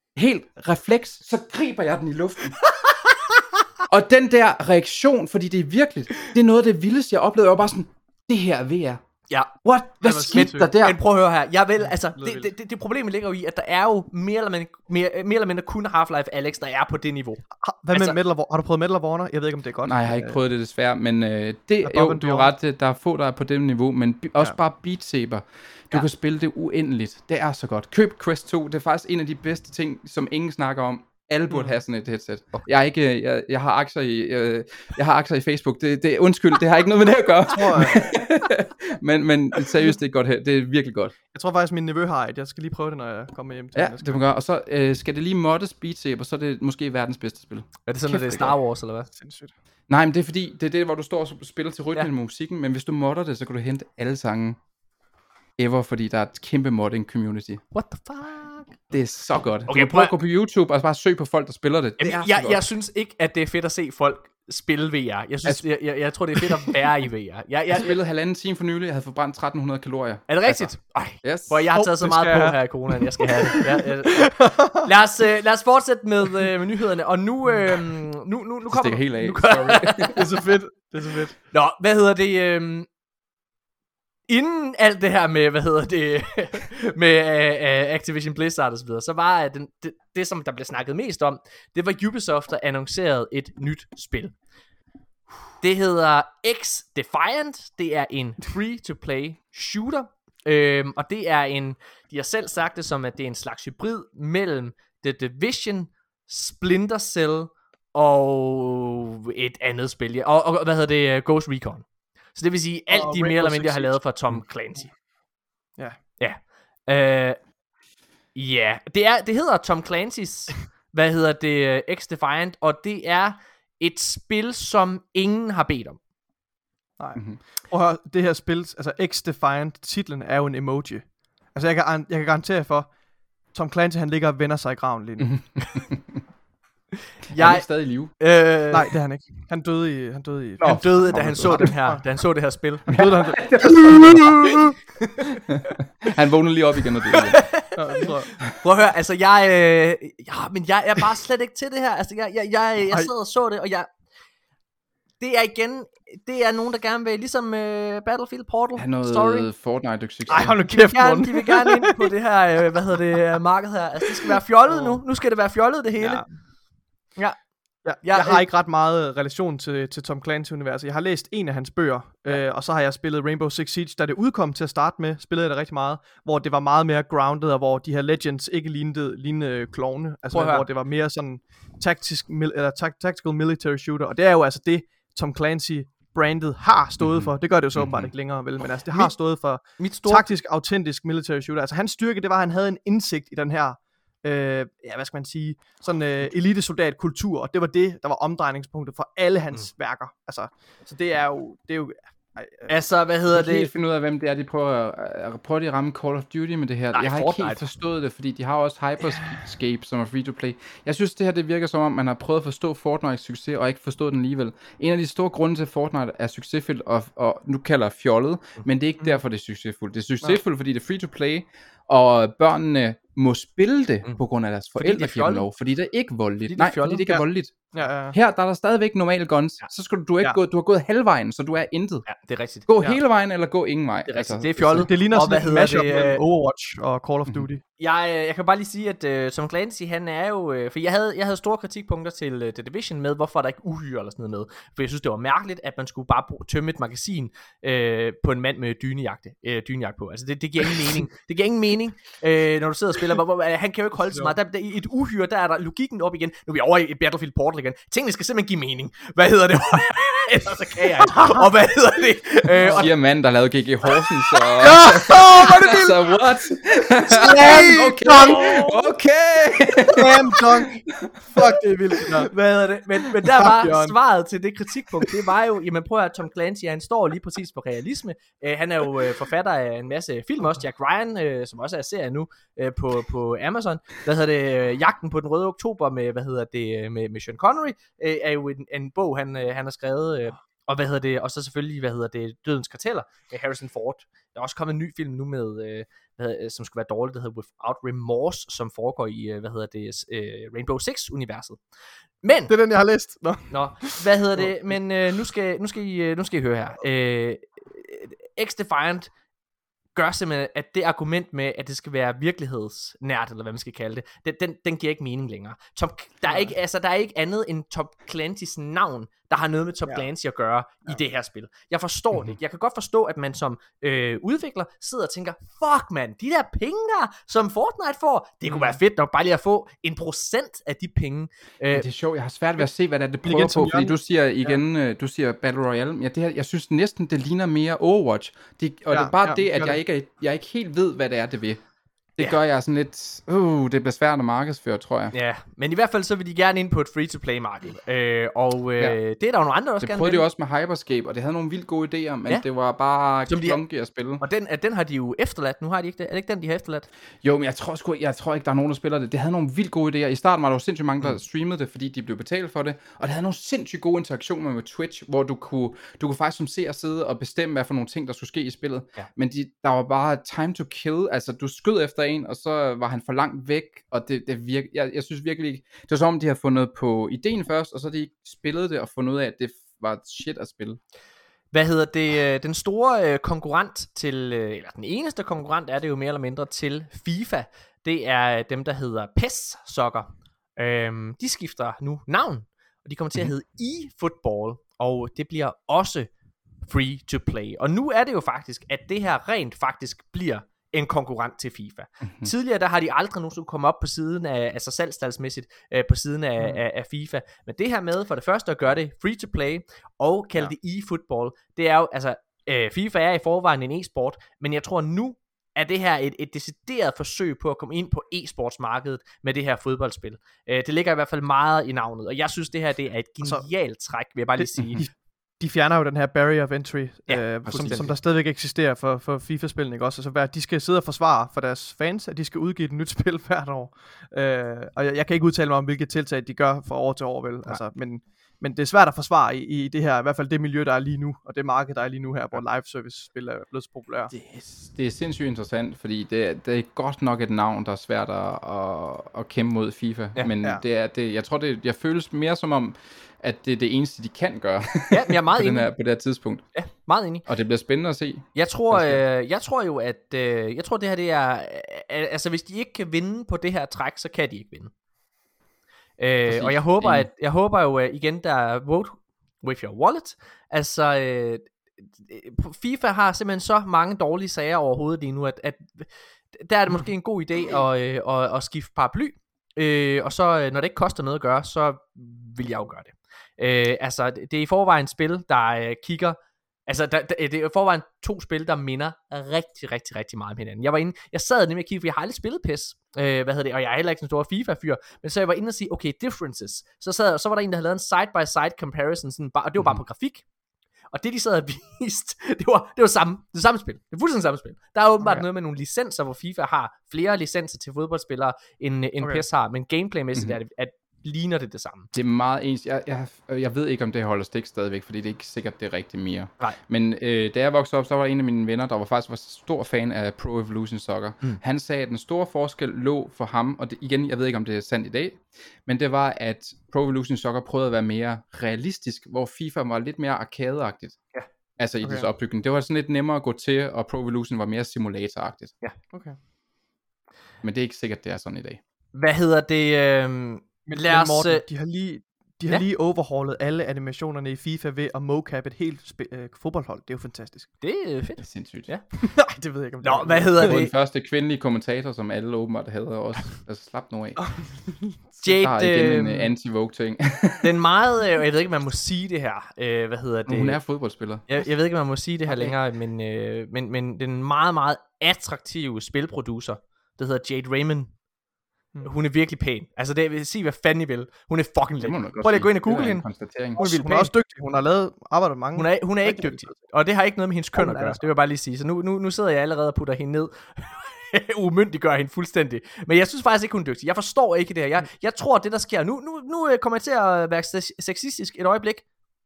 helt refleks, så griber jeg den i luften. Og den der reaktion, fordi det er virkelig, det er noget af det vildeste, jeg oplevede. Jeg var bare sådan, det her er VR. Ja. What? Hvad skete der der? Men prøv at høre her. Jeg vil, altså, det problemet ligger jo i, at der er jo mere eller mindre kun Half-Life Alyx, der er på det niveau. Hvad med Medal of Honor? Har du prøvet Medal of Honor? Jeg ved ikke, om det er godt. Nej, jeg har ikke prøvet det desværre, men du har ret, der er få, der er på det niveau, men også bare Beat Saber. Du kan spille det uendeligt. Det er så godt. Køb Quest 2, det er faktisk en af de bedste ting, som ingen snakker om. Alle burde have sådan et headset. Okay. Jeg har aktier i Facebook. Det undskyld, det har ikke noget med det at gøre. men seriøst, det er godt her. Det er virkelig godt. Jeg tror faktisk min nevø har et. Jeg skal lige prøve det, når jeg kommer hjem til. Ja, det må gøre. Og så skal det lige moddes Beat Saber, så er det måske verdens bedste spil. Er det sådan, at det er Star Wars eller hvad? Sindssygt. Nej, men det er fordi det er det, hvor du står og spiller til rytmen med musikken, men hvis du modder det, så kan du hente alle sange ever, fordi der er et kæmpe modding community. What the fuck? Det er så godt. Okay, prøv at gå på YouTube og bare søg på folk, der spiller det. Det er så godt. Jeg synes ikke, at det er fedt at se folk spille VR. Jeg tror, det er fedt at være i VR. Jeg spillede 1,5 time for nylig. Jeg havde forbrændt 1300 kalorier. Er det rigtigt? Yes. For jeg har taget så meget på her i coronaen. Jeg skal have det. Lad os fortsætte med nyhederne. Og nu kommer... Det helt af. Det er så fedt. Det er så fedt. Nå, hvad hedder det... Inden alt det her med, med Activision Blizzard og så videre, så var det, som der blev snakket mest om, det var Ubisoft, der annoncerede et nyt spil. Det hedder X-Defiant. Det er en free-to-play shooter. Og det er de har selv sagt det som, at det er en slags hybrid mellem The Division, Splinter Cell og et andet spil. Og Ghost Recon. Så det vil sige, alt de mere eller mindre har lavet for Tom Clancy. Ja. Ja. Det hedder Tom Clancy's, X-Defiant, og det er et spil, som ingen har bedt om. Nej. Og det her spil, altså X-Defiant, titlen er jo en emoji. Altså jeg kan garantere for, Tom Clancy, han ligger og vender sig i graven lige nu. Jeg er stadig i live. Nej, det er han ikke. Han døde, da han så det her spil. Han vågnede lige op igen og døde. Prøv at høre, altså men jeg er bare slet ikke til det her. Altså jeg sad og så det, og det er nogen, der gerne vil, ligesom Battlefield Portal Story. Fortnite-succes. Ej, hold nu kæft, de vil gerne ind på det her, marked her. Altså det skal være fjollet nu. Nu skal det være fjollet det hele. Ja. Jeg har ikke ret meget relation til Tom Clancy-universet. Jeg har læst en af hans bøger, og så har jeg spillet Rainbow Six Siege, da det udkom til at starte med, spillede jeg det rigtig meget, hvor det var meget mere grounded, og hvor de her legends ikke lignede klovne, altså hvor det var mere sådan tactical military shooter, og det er jo altså det, Tom Clancy brandet har stået for. Det gør det jo så åbenbart ikke længere, vel, men altså det har stået for taktisk, autentisk military shooter. Altså hans styrke, det var, at han havde en indsigt i den her hvad skal man sige, sådan elitesoldat-kultur, og det var det, der var omdrejningspunktet for alle hans værker. Altså, så det er jo altså, hvad hedder det? Jeg kan ikke finde ud af, hvem det er, de prøver at ramme Call of Duty med det her. Nej, jeg har ikke helt forstået det, fordi de har også Hyperscape, som er free-to-play. Jeg synes, det her det virker som om, man har prøvet at forstå Fortnite's succes, og ikke forstået den alligevel. En af de store grunde til, at Fortnite er succesfuldt, og nu kalder fjollet, men det er ikke derfor, det er succesfuldt. Det er succesfuldt, fordi det er free-to-play, og børnene må spille det på grund af deres forældre giver dem lov, fordi det er ikke voldeligt. Nej, fordi det ikke er voldeligt. Ja. Her der er der stadigvæk normale guns, så skal du ikke gå, du har gået halvvejen, så du er intet. Ja, det er rigtigt. Gå hele vejen eller gå ingen vej. Det er rigtigt. Altså, det er fjollet. Det ligner sådan et mashup mellem Overwatch og Call of Duty. Jeg kan bare lige sige, at Tom Clancy, han er jo... For jeg havde store kritikpunkter til The Division med, hvorfor der ikke uhyre eller sådan noget med. For jeg synes, det var mærkeligt, at man skulle bare tømme et magasin på en mand med dynejagt på. Altså, det giver ingen mening. Det giver ingen mening, når du sidder og spiller. Han kan jo ikke holde så meget. I et uhyre, der er der logikken op igen. Nu er vi over i Battlefield Portal igen. Tingene skal simpelthen give mening. Hvad hedder det? Ellers så kan jeg ikke. Og hvad hedder det? Siger manden, der lavede GG Horsens. Så what? Okay. Slam dunk. Fuck, det er vildt. Hvad hedder det? Men der var svaret til det kritikpunkt. Det var jo, jamen prøv at høre, Tom Clancy, han står lige præcis for realisme. Han er jo forfatter af en masse film også. Jack Ryan, som også er serie nu på Amazon. Hvad hedder det? Jagten på den røde oktober med, med Sean Connery, er jo en bog, han har skrevet Og og så selvfølgelig, Dødens Karteller med Harrison Ford. Der er også kommet en ny film nu med, som skulle være dårligt, der hedder Without Remorse, som foregår i, Rainbow Six-universet. Men... Det er den, jeg har læst. Men nu skal I høre her. X-Defiant gør simpelthen, at det argument med, at det skal være virkelighedsnært, eller hvad man skal kalde det, den giver ikke mening længere. Der er ikke andet end Tom Clancy's navn, der har noget med Tom Clancy at gøre i det her spil. Jeg forstår det ikke. Jeg kan godt forstå, at man som udvikler sidder og tænker, fuck man, de der penge der, som Fortnite får, det kunne være fedt nok bare lige at få 1% af de penge. Det er sjovt, jeg har svært ved at se, hvad det prøver på, fordi du siger igen, du siger Battle Royale. Ja, det her, jeg synes næsten, det ligner mere Overwatch. Det er bare det, at jeg ikke helt ved, hvad det er, det vil. Det gør jeg sådan lidt, det bliver svært at markedsføre, tror jeg. Ja, men i hvert fald så vil de gerne ind på et free-to-play-marked. Det er der jo nogle andre også gerne. Det prøvede de også med Hyperscape, og det havde nogle vildt gode idéer, men det var bare klunky at spille. Og den har de jo efterladt, nu har de ikke det. Er det ikke den, de har efterladt? Jo, men jeg tror ikke, der er nogen, der spiller det. Det havde nogle vildt gode idéer. I starten var der jo sindssygt mange, der streamede det, fordi de blev betalt for det. Og det havde nogle sindssygt gode interaktioner med Twitch, hvor du kunne faktisk som seer sidde og bestemme, hvad for nogle ting, der skulle ske i spillet. Ja. Men der var bare time to kill. Altså, du skød efter en, og så var han for langt væk, og jeg synes virkelig ikke, det var som om de har fundet på ideen først, og så de spillede det og fundet ud af, at det var shit at spille. Den store konkurrent til, eller den eneste konkurrent er det jo mere eller mindre til FIFA, det er dem, der hedder PES Soccer. De skifter nu navn, og de kommer til at hedde eFootball, og det bliver også free to play. Og nu er det jo faktisk, at det her rent faktisk bliver en konkurrent til FIFA. Tidligere der har de aldrig nogensinde kommet op på siden af, altså salgstalsmæssigt på siden af FIFA. Men det her med for det første at gøre det free to play og kalde det e-football, det er jo, altså FIFA er i forvejen en e-sport, men jeg tror nu er det her et decideret forsøg på at komme ind på e-sportsmarkedet med det her fodboldspil. Det ligger i hvert fald meget i navnet, og jeg synes det her det er et genialt træk, vil jeg bare lige sige. De fjerner jo den her barrier of entry, som der stadigvæk eksisterer for FIFA-spillene, ikke også? Altså, de skal sidde og forsvare for deres fans, at de skal udgive et nyt spil hvert år. Og jeg kan ikke udtale mig om, hvilke tiltag de gør fra år til år, vel? Altså, men det er svært at forsvare i det her, i hvert fald det miljø, der er lige nu, og det marked, der er lige nu her, hvor live service-spil er blevet så populære. Det er sindssygt interessant, fordi det er godt nok et navn, der er svært at kæmpe mod FIFA, men jeg tror, jeg føles mere som om, at det er det eneste, de kan gøre. Ja, jeg er meget enig. På det her tidspunkt. Ja, meget enig. Og det bliver spændende at se. Jeg tror jo, at det her det er, altså hvis de ikke kan vinde på det her træk, så kan de ikke vinde. Og jeg håber jo igen, der er vote with your wallet. Altså FIFA har simpelthen så mange dårlige sager overhovedet lige nu, at der er det måske en god idé at skifte paraply. Og så når det ikke koster noget at gøre, så vil jeg jo gøre det. Altså det er i forvejen et spil der kigger, altså det er i forvejen 2 spil der minder rigtig, rigtig, rigtig meget om hinanden. Jeg sad nemlig og kiggede, for jeg har aldrig spillet PES, og jeg er heller ikke en stor FIFA-fyr, men så jeg var inde og sige, okay, differences. Så var der en, der havde lavet en side-by-side comparison, sådan, og det var bare på grafik. Og det de sad og vist, det var samme spil. Det er fuldstændig samme spil. Der er åbenbart noget med nogle licenser, hvor FIFA har flere licenser til fodboldspillere, end PES har, men gameplaymæssigt er det, at ligner det samme. Det er meget ens. Jeg ved ikke, om det holder stik stadigvæk, fordi det er ikke sikkert, det er rigtigt mere. Nej. Men da jeg voksede op, så var der en af mine venner, der var stor fan af Pro Evolution Soccer. Han sagde, at den store forskel lå for ham, og igen, jeg ved ikke, om det er sandt i dag, men det var, at Pro Evolution Soccer prøvede at være mere realistisk, hvor FIFA var lidt mere arcade-agtigt. Ja. Altså i dets opbygning. Det var sådan lidt nemmere at gå til, og Pro Evolution var mere simulator-agtigt. Ja, okay. Men det er ikke sikkert, det er sådan i dag. Hvad hedder det? Men Morten, de har lige overhaulet alle animationerne i FIFA ved at mocap et helt fodboldhold. Det er jo fantastisk. Det er fedt. Det er sindssygt. Ja. Nej, det ved jeg ikke om det er. Hvad hedder det? Den første kvindelige kommentator, som alle åbenbart havde også. Altså slap nu af. Jade, der er igen en anti-Vogue ting. Den meget, jeg ved ikke, man må sige det her. Hvad hedder det? Hun er fodboldspiller. Jeg ved ikke, man må sige det her længere, men den meget, meget attraktive spilproducer, der hedder Jade Raymond. Hun er virkelig pæn. Altså det vil sige, hvad fanden I vil. Hun er fucking lækker. Prøv lige at gå ind og google hende. Hun er også dygtig. Hun har lavet arbejdet mange. Hun er ikke dygtig. Og det har ikke noget med hendes køn at gøre. Det vil jeg bare lige sige. Så nu sidder jeg allerede og putter hende ned. Umyndiggør hende fuldstændig. Men jeg synes faktisk ikke, hun er dygtig. Jeg forstår ikke det her. Jeg tror, det der sker. Nu kommer jeg til at være sexistisk et øjeblik.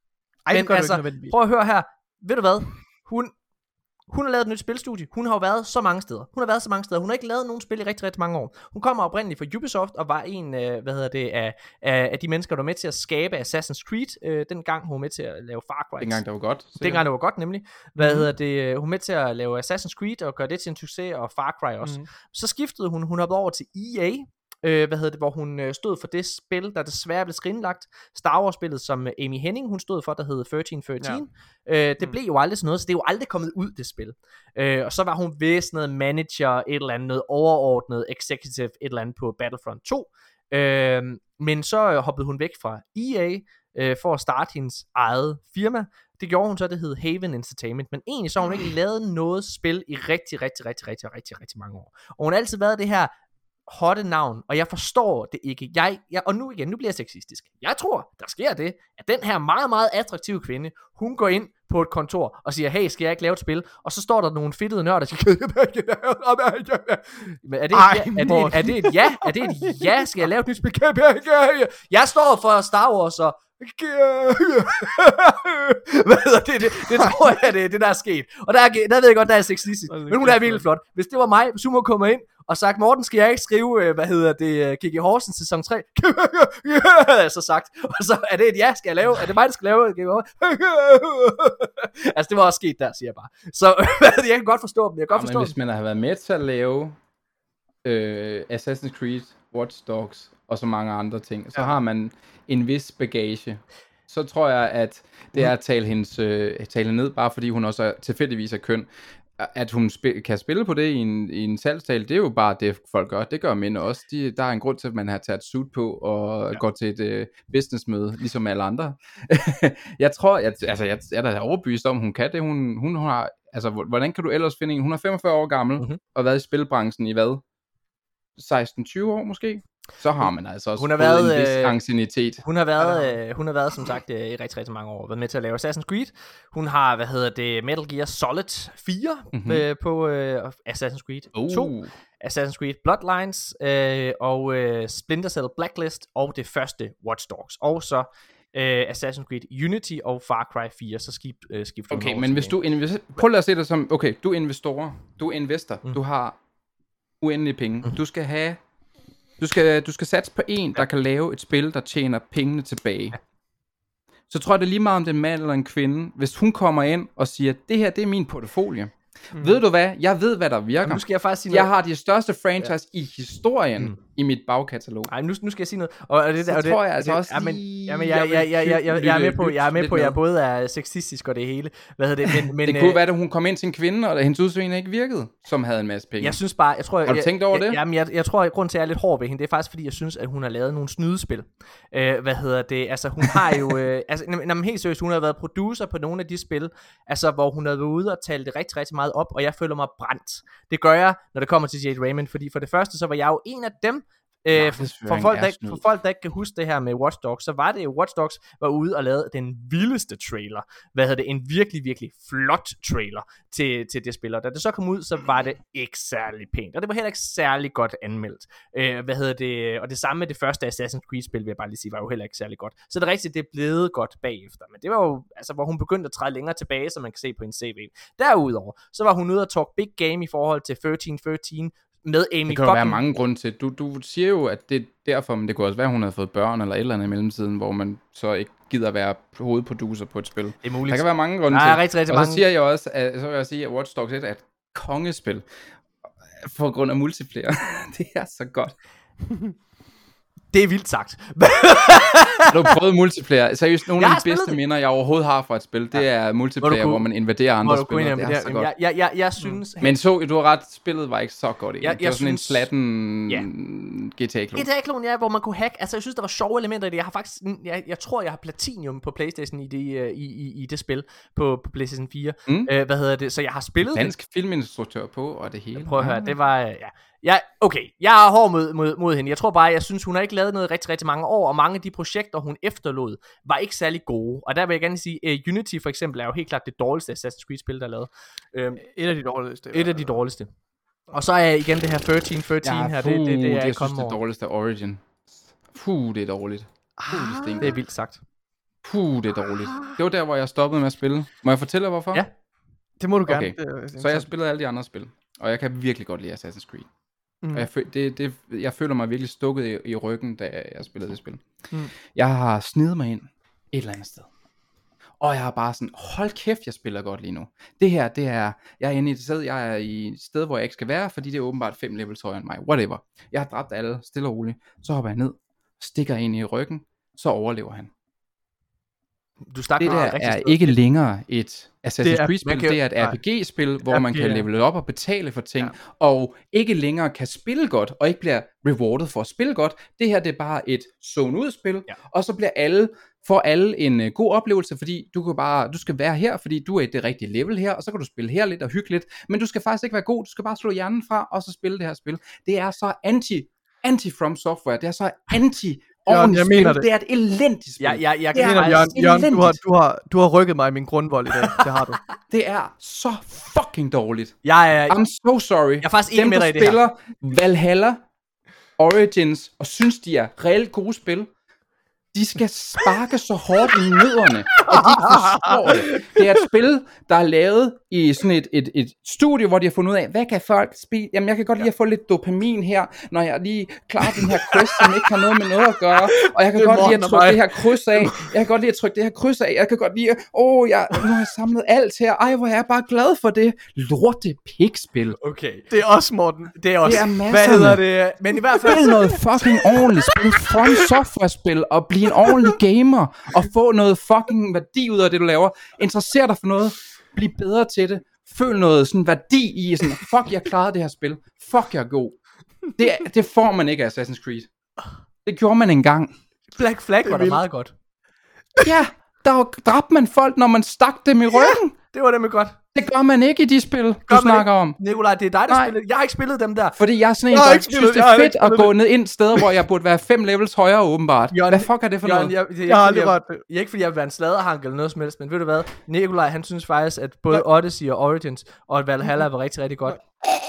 Ej, det Men gør altså, du ikke nødvendigvis. prøv at høre her. Ved du hvad? Hun har lavet et nyt spilstudie. Hun har jo været så mange steder. Hun har ikke lavet nogen spil i rigtig, rigtig mange år. Hun kommer oprindeligt fra Ubisoft og var en, af de mennesker, der var med til at skabe Assassin's Creed. Dengang hun var med til at lave Far Cry. Dengang det var godt. Dengang det var godt, nemlig. Hun var med til at lave Assassin's Creed og gøre det til en succes, og Far Cry også. Så skiftede hun hoppede over til EA, hvor hun stod for det spil, der desværre blev skrinlagt. Star Wars-spillet, som Amy Hennig, hun stod for, der hed 1313. Ja. Det blev jo aldrig sådan noget, så det er jo aldrig kommet ud, det spil. Og så var hun vist noget manager, et eller andet, noget overordnet executive, et eller andet på Battlefront 2. Men så hoppede hun væk fra EA for at starte hendes eget firma. Det gjorde hun så, det hed Haven Entertainment. Men egentlig så har hun ikke lavet noget spil i rigtig mange år. Og hun har altid været det her hotte navn, og jeg forstår det ikke. Og nu bliver jeg sexistisk. Jeg tror, der sker det, at den her meget, meget attraktive kvinde, hun går ind på et kontor og siger, hey, skal jeg ikke lave et spil? Og så står der nogle fedtede nørder, der siger, er det et ja? Er det et ja? Skal jeg lave et nyt spil? Jeg står for Star Wars, og hvad hedder det? Det tror jeg, det der er sket. Og der ved jeg godt, der er sexistisk. Men hun er virkelig flot. Hvis det var mig, hvis hun må komme ind og sagt, Morten, skal jeg ikke skrive, Kiki Horsens sæson 3? Så sagt. Og så er det et ja, skal jeg lave? Er det mig, der skal lave? Altså, det var også sket der, siger jeg bare. Så jeg kan godt forstå dem. Men hvis man har været med til at lave Assassin's Creed, Watch Dogs og så mange andre ting, så har man en vis bagage. Så tror jeg, at det er at tale hende ned, bare fordi hun også tilfældigvis er køn. At hun kan spille på det i en salgstale, det er jo bare det, folk gør. Det gør mænd også. Der er en grund til, at man har taget et suit på og går til et businessmøde, ligesom alle andre. Jeg tror, jeg er da overbevist om, hun kan det. Hun har, altså, hvordan kan du ellers finde en? Hun er 45 år gammel og været i spilbranchen i hvad? 16-20 år måske? Så har man altså også fået en vis anciennitet. Hun har været som sagt i rigtig mange år været med til at lave Assassin's Creed. Hun har, Metal Gear Solid 4 på Assassin's Creed 2, Assassin's Creed Bloodlines og Splinter Cell Blacklist og det første Watch Dogs. Og så Assassin's Creed Unity og Far Cry 4, så skifter okay, men hvis du prøv at se det som, okay, du er investor, du har uendelige penge, du skal satse på en, der kan lave et spil, der tjener pengene tilbage. Så tror jeg, det er lige meget, om det er en mand eller en kvinde. Hvis hun kommer ind og siger, det her, det er min portefølje. Ved du hvad? Jeg ved, hvad der virker. Nu skal jeg faktisk sige jeg har de største franchise i historien i mit bagkatalog. Nej, nu skal jeg sige noget. Og det, så og det, tror jeg altså også jeg er med på, at jeg både er sexistisk og det hele. Men det kunne være, at hun kom ind til en kvinde, og hendes udseende ikke virkede, som havde en masse penge. Jeg synes bare, har du tænkt over det? Jamen, jeg tror, at grunden til, at jeg er lidt hård ved hende, det er faktisk, fordi jeg synes, at hun har lavet nogle snydespil. Altså, hun har jo... helt seriøst, hun har været producer på nogle af de spil, altså, hvor hun har været ude og tale det rigtig, rigtig meget op, og jeg føler mig brændt. Det gør jeg, når det kommer til Jade Raymond, fordi for det første, så var jeg jo en af dem, for folk, der ikke kan huske det her med Watch Dogs, så var det jo, Watch Dogs var ude og lavede den vildeste trailer. En virkelig, virkelig flot trailer til det spil. Og da det så kom ud, så var det ikke særlig pænt. Og det var heller ikke særlig godt anmeldt. Og det samme med det første Assassin's Creed-spil, vil jeg bare lige sige, var jo heller ikke særlig godt. Så det er rigtigt, det er blevet godt bagefter. Men det var jo, altså, hvor hun begyndte at træde længere tilbage, som man kan se på en CV. Derudover, så var hun ude og talk big game i forhold til 1313, med Amy. Det kan jo være mange grunde til. Du siger jo, at det er derfor, men det kunne også være, at hun havde fået børn eller et eller andet i mellemtiden, hvor man så ikke gider at være hovedproducer på et spil. Det er muligt. Der kan være mange grunde til. Rigtig og mange. Så siger jeg også, at Watch Dogs 1 er et kongespil for grund af multiplayer. Det er så godt. Det er vildt sagt. Du har prøvet multiplayer. Seriøst, nogle af de bedste minder, jeg overhovedet har fra et spil, det er multiplayer, hvor man invaderer andre spillere. Det er så godt. Jeg synes... Men du har ret, spillet var ikke så godt. Det var sådan en slatten GTA-klon. GTA-klon, ja, hvor man kunne hacke. Altså, jeg synes, der var sjove elementer i det. Jeg har faktisk... Jeg tror, jeg har platinum på PlayStation i det spil på PlayStation 4. Så jeg har spillet... Dansk filminstruktør på, og det hele. Prøv at høre, det var... Okay, jeg er hård mod hende. Jeg tror bare, jeg synes, hun har ikke lavet noget rigtig, rigtig mange år, og mange af de projekter, hun efterlod, var ikke særlig gode. Og der vil jeg gerne sige, Unity for eksempel er jo helt klart det dårligste Assassin's Creed-spil, der er lavet. Et af de dårligste. Et af de dårligste. Og så er jeg igen det her 1313 her, det er jeg synes, det dårligste Origin. Det er dårligt. Det er vildt sagt. Det er dårligt. Det var der, hvor jeg stoppede med at spille. Må jeg fortælle hvorfor? Ja. Det må du gerne. Okay. Så jeg har spillet alle de andre spil, og jeg kan virkelig godt lide Assassin's Creed. Mm. Og jeg føler mig virkelig stukket i ryggen, da jeg spillede det spil. Jeg har snedet mig ind et eller andet sted. Og jeg har bare sådan, hold kæft, jeg spiller godt lige nu. Det her, jeg er inde i et sted, jeg er i et sted, hvor jeg ikke skal være, fordi det er åbenbart 5 levels højere end mig. Whatever. Jeg har dræbt alle, stille og roligt. Så hopper jeg ned, stikker ind i ryggen, så overlever han. Du snakker det der er ikke længere et Assassin's Creed-spil, det er et RPG-spil, hvor man kan levele op og betale for ting, og ikke længere kan spille godt, og ikke bliver rewarded for at spille godt. Det her, det er bare et zone-ud-spil, og så bliver får alle en god oplevelse, fordi du skal være her, fordi du er i det rigtige level her, og så kan du spille her lidt og hygge lidt, men du skal faktisk ikke være god, du skal bare slå hjernen fra, og så spille det her spil. Det er så anti From Software, det er så ordentligt spil. Det er et elendigt spil. Jørgen, du har rykket mig i min grundvold i dag. Det har du. Det er så fucking dårligt. I'm so sorry. Jeg er faktisk enig med dig i det her. Dem, der spiller Valhalla, Origins, og synes, de er reelt gode spil, de skal sparke så hårdt i nødderne, at de ikke forstår det. Det er et spil, der er lavet i sådan et studie, hvor de har fundet ud af, hvad kan folk spille? Jamen, jeg kan godt lide at få lidt dopamin her, når jeg lige klarer den her quest, som ikke har noget med noget at gøre. Og jeg kan godt lide at trykke det her kryds af. Jeg kan godt lide, nu har jeg samlet alt her. Ej, hvor er jeg bare glad for det. Lorte pikspil. Okay. Det er også, Morten. Det er masserne. Hvad hedder det? Men i hvert fald... Spil noget fucking ordentligt. Spil From Software-spil, og blive en ordentlig gamer, og få noget fucking værdi ud af det, du laver. Interesser dig for noget. Bliv bedre til det. Føl noget sådan værdi i, sådan, fuck, jeg klarede det her spil. Fuck, jeg er god. Det får man ikke af Assassin's Creed. Det gjorde man engang. Black Flag var da meget godt. Ja, der dræbte man folk, når man stak dem i ryggen. Det var nemlig godt. Det gør man ikke i de spil, du snakker om. Nikolaj, det er dig, der spiller. Jeg har ikke spillet dem der. Fordi jeg er sådan en, der synes, det er fedt at gå ned ind steder, hvor jeg burde være 5 levels højere, åbenbart. Hvad fuck er det for noget? Jeg har aldrig rørt det. Jeg er ikke, fordi jeg vil være en sladerhank eller noget som helst, men ved du hvad? Nikolaj, han synes faktisk, at både Odyssey og Origins og Valhalla var rigtig, rigtig godt.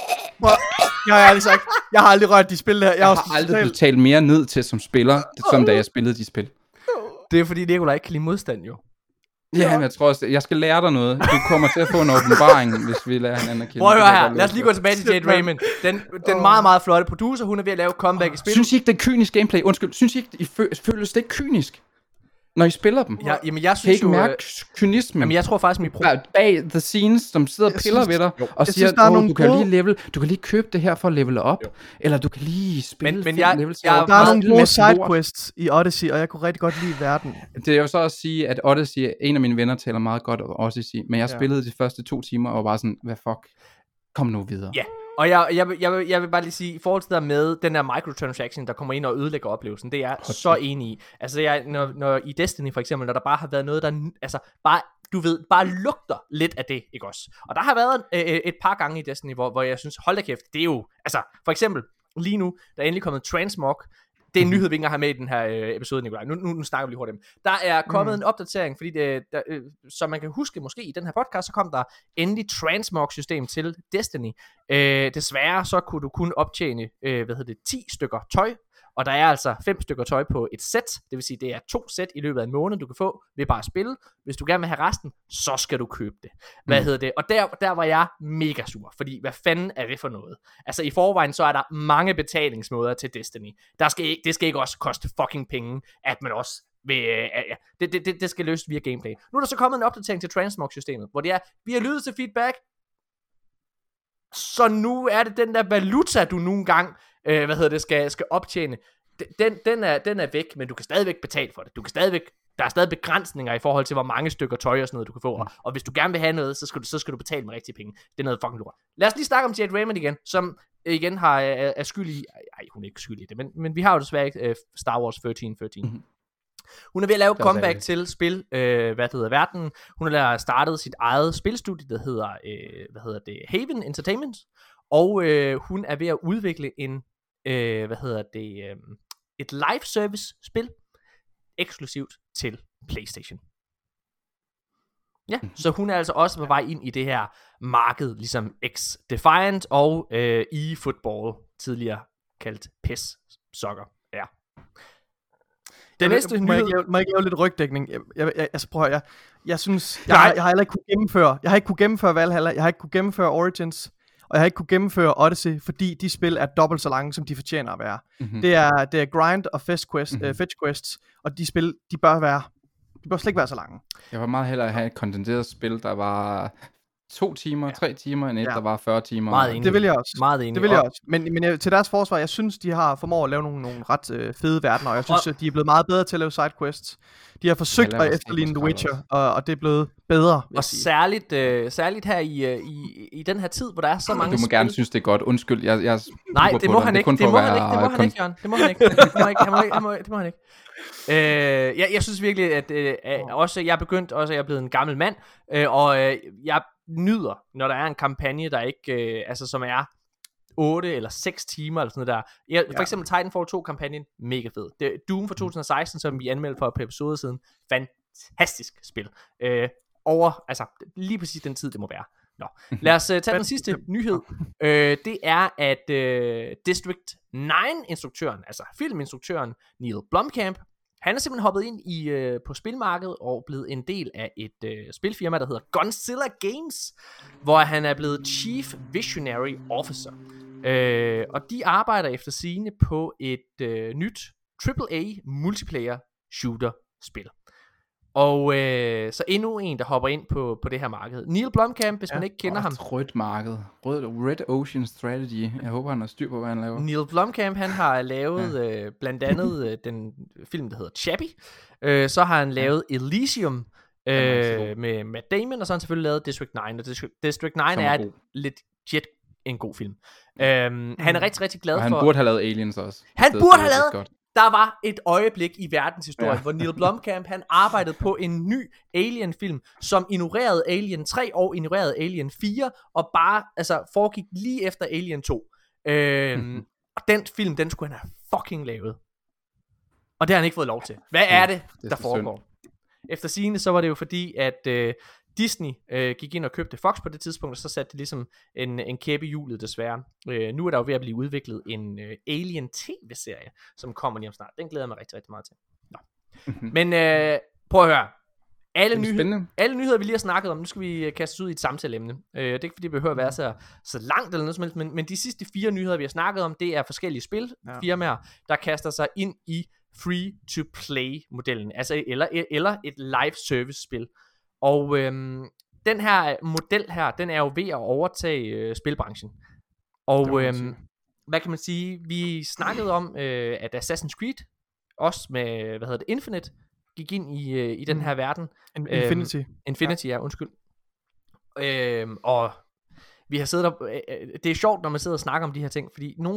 Jeg har aldrig rørt de spil der. Jeg har aldrig betalt mere ned til som spiller, som da jeg spillede de spil. Det er fordi Nikolaj ikke kan lide modstand, jo. Ja, men jeg tror også, jeg skal lære dig noget. Du kommer til at få en åbenbaring, hvis vi lærer hinanden at kende. Prøv at høre her. Lad os lige gå tilbage til Jade Raymond. Den meget, meget flotte producer, hun er ved at lave comeback i spil. Synes I ikke, det er kynisk gameplay? Undskyld, synes I ikke, føles det ikke kynisk, når I spiller dem? Ja, jamen jeg synes kan I ikke mærke kynismen? Jamen jeg tror faktisk, min problem... Bag the scenes, som sidder og piller ved dig, og siger, du kan lige købe det her for at levele op, eller du kan lige spille levels. Der er nogle gode sidequests i Odyssey, og jeg kunne rigtig godt lide verden. Det er jo så at sige, at Odyssey, en af mine venner taler meget godt om Odyssey, men jeg spillede de første 2 timer, og var bare sådan, hvad fuck, kom nu videre. Ja. Og jeg vil bare lige sige, i forhold til der med den der microtransaction, der kommer ind og ødelægger oplevelsen, det er jeg så enig i. Altså når i Destiny for eksempel, når der bare har været noget, der altså bare, du ved, bare lugter lidt af det, ikke også? Og der har været et par gange i Destiny, hvor jeg synes, hold da kæft, det er jo, altså for eksempel lige nu, der er endelig kommet Transmog. Det er en nyhed, vi ikke har med i den her episode, Nikolaj. Nu snakker vi lige hurtigt. Der er kommet en opdatering, fordi som man kan huske måske i den her podcast, så kom der endelig transmog-system til Destiny. Desværre så kunne du kun optjene 10 stykker tøj, og der er altså 5 stykker tøj på et sæt. Det vil sige, det er 2 sæt i løbet af en måned, du kan få ved bare at spille. Hvis du gerne vil have resten, så skal du købe det. Og der var jeg mega sur, fordi hvad fanden er det for noget? Altså i forvejen, så er der mange betalingsmåder til Destiny. Det skal ikke også koste fucking penge, at man også det skal løses via gameplay. Nu er der så kommet en opdatering til Transmog-systemet, hvor det er, vi har lyttet til feedback, så nu er det den der valuta, du nogle gang skal optjene. Den er væk, men du kan stadigvæk betale for det. Der er stadig begrænsninger i forhold til, hvor mange stykker tøj og sådan noget, du kan få. Og hvis du gerne vil have noget, så skal du betale med rigtige penge. Det er noget fucking lort. Lad os lige snakke om Jade Raymond igen, som igen er skyld i... Ej, hun er ikke skyld i det, men vi har jo desværre ikke Star Wars 1313. Mm-hmm. Hun er ved at lave comeback til spil, verden. Hun har startet sit eget spilstudie, der hedder Haven Entertainment. Og hun er ved at udvikle et live service spil eksklusivt til PlayStation. Ja, så hun er altså også på vej ind i det her marked, ligesom X-Defiant og eFootball, tidligere kaldt PES Soccer. Ja. Den næste må nyhed... jeg ikke lave lidt rygdækning? Altså prøv at høre, jeg synes, jeg har heller ikke kunne gennemføre Valhalla, jeg har ikke kunne gennemføre Origins, og jeg har ikke kunne gennemføre Odyssey, fordi de spil er dobbelt så lange, som de fortjener at være. Mhm. Det er grind og fetch quests, og de spil, de bør slet ikke være så lange. Jeg var meget hellere at have et kondenseret spil, der var 2 timer, 3 timer, end et, der var 40 timer. Meget enig. Det vil jeg også. Meget enig. Det vil jeg også. Men til deres forsvar, jeg synes, de har formået at lave nogle ret fede verdener, og jeg synes, at de er blevet meget bedre til at lave sidequests. De har forsøgt at efterligne The Witcher, og det er blevet bedre. Og særligt her i den her tid, hvor der er så mange Du må gerne synes, det er godt. Undskyld, jeg nej, det må han ikke. Det må han ikke, Jørgen. Det må han ikke. Det må han ikke. Jeg synes virkelig, at også jeg er begyndt, også jeg er blevet en gammel mand, og jeg nyder, når der er en kampagne, der ikke, altså som er 8 eller 6 timer eller sådan noget der. For eksempel Titanfall 2-kampagnen, mega fed. Doom fra 2016, som vi anmeldte for et par episoder siden, fantastisk spil. Altså lige præcis den tid, det må være. Nå, lad os tage den sidste nyhed. Det er, at District 9-instruktøren, altså filminstruktøren Neil Blomkamp, han er simpelthen hoppet ind på spilmarkedet og blevet en del af et spilfirma, der hedder Gunzilla Games, hvor han er blevet Chief Visionary Officer. Og de arbejder efter sigende på et nyt AAA multiplayer shooter spil. Og så endnu en, der hopper ind på det her marked. Neil Blomkamp, hvis man ikke kender ham. Rødt marked. Red Ocean Strategy. Jeg håber, han har styr på, hvad han laver. Neil Blomkamp, han har lavet blandt andet den film, der hedder Chappie. Så har han lavet Elysium med Matt Damon, og så har han selvfølgelig lavet District 9. Og District 9 er legit en god film. Han er rigtig, rigtig glad for... Han burde have lavet Aliens også. Han burde have lavet... Godt. Der var et øjeblik i verdenshistorien, hvor Neil Blomkamp, han arbejdede på en ny Alien-film, som ignorerede Alien 3 og ignorerede Alien 4, og bare foregik lige efter Alien 2. Og den film, den skulle han have fucking lavet. Og det har han ikke fået lov til. Hvad er det der foregår? Efter sigende, så var det jo fordi, at Disney gik ind og købte Fox på det tidspunkt, og så satte det ligesom en kæppe i hjulet desværre. Nu er der jo ved at blive udviklet en Alien TV-serie, som kommer lige om snart. Den glæder jeg mig rigtig, rigtig meget til. Nå. Men prøv at høre. Alle nyheder, vi lige har snakket om, nu skal vi kaste os ud i et samtaleemne. Det er ikke fordi, det behøver at være så langt eller noget som helst, men de sidste 4 nyheder, vi har snakket om, det er forskellige spilfirmaer, der kaster sig ind i free-to-play-modellen, altså eller et live-service-spil. Og den her model her, den er jo ved at overtage spilbranchen. Og hvad kan man sige? Vi snakkede om, at Assassin's Creed, også med, Infinite, gik ind i den her verden. Infinity, ja, undskyld. Og vi har siddet der, det er sjovt, når man sidder og snakker om de her ting, fordi nogle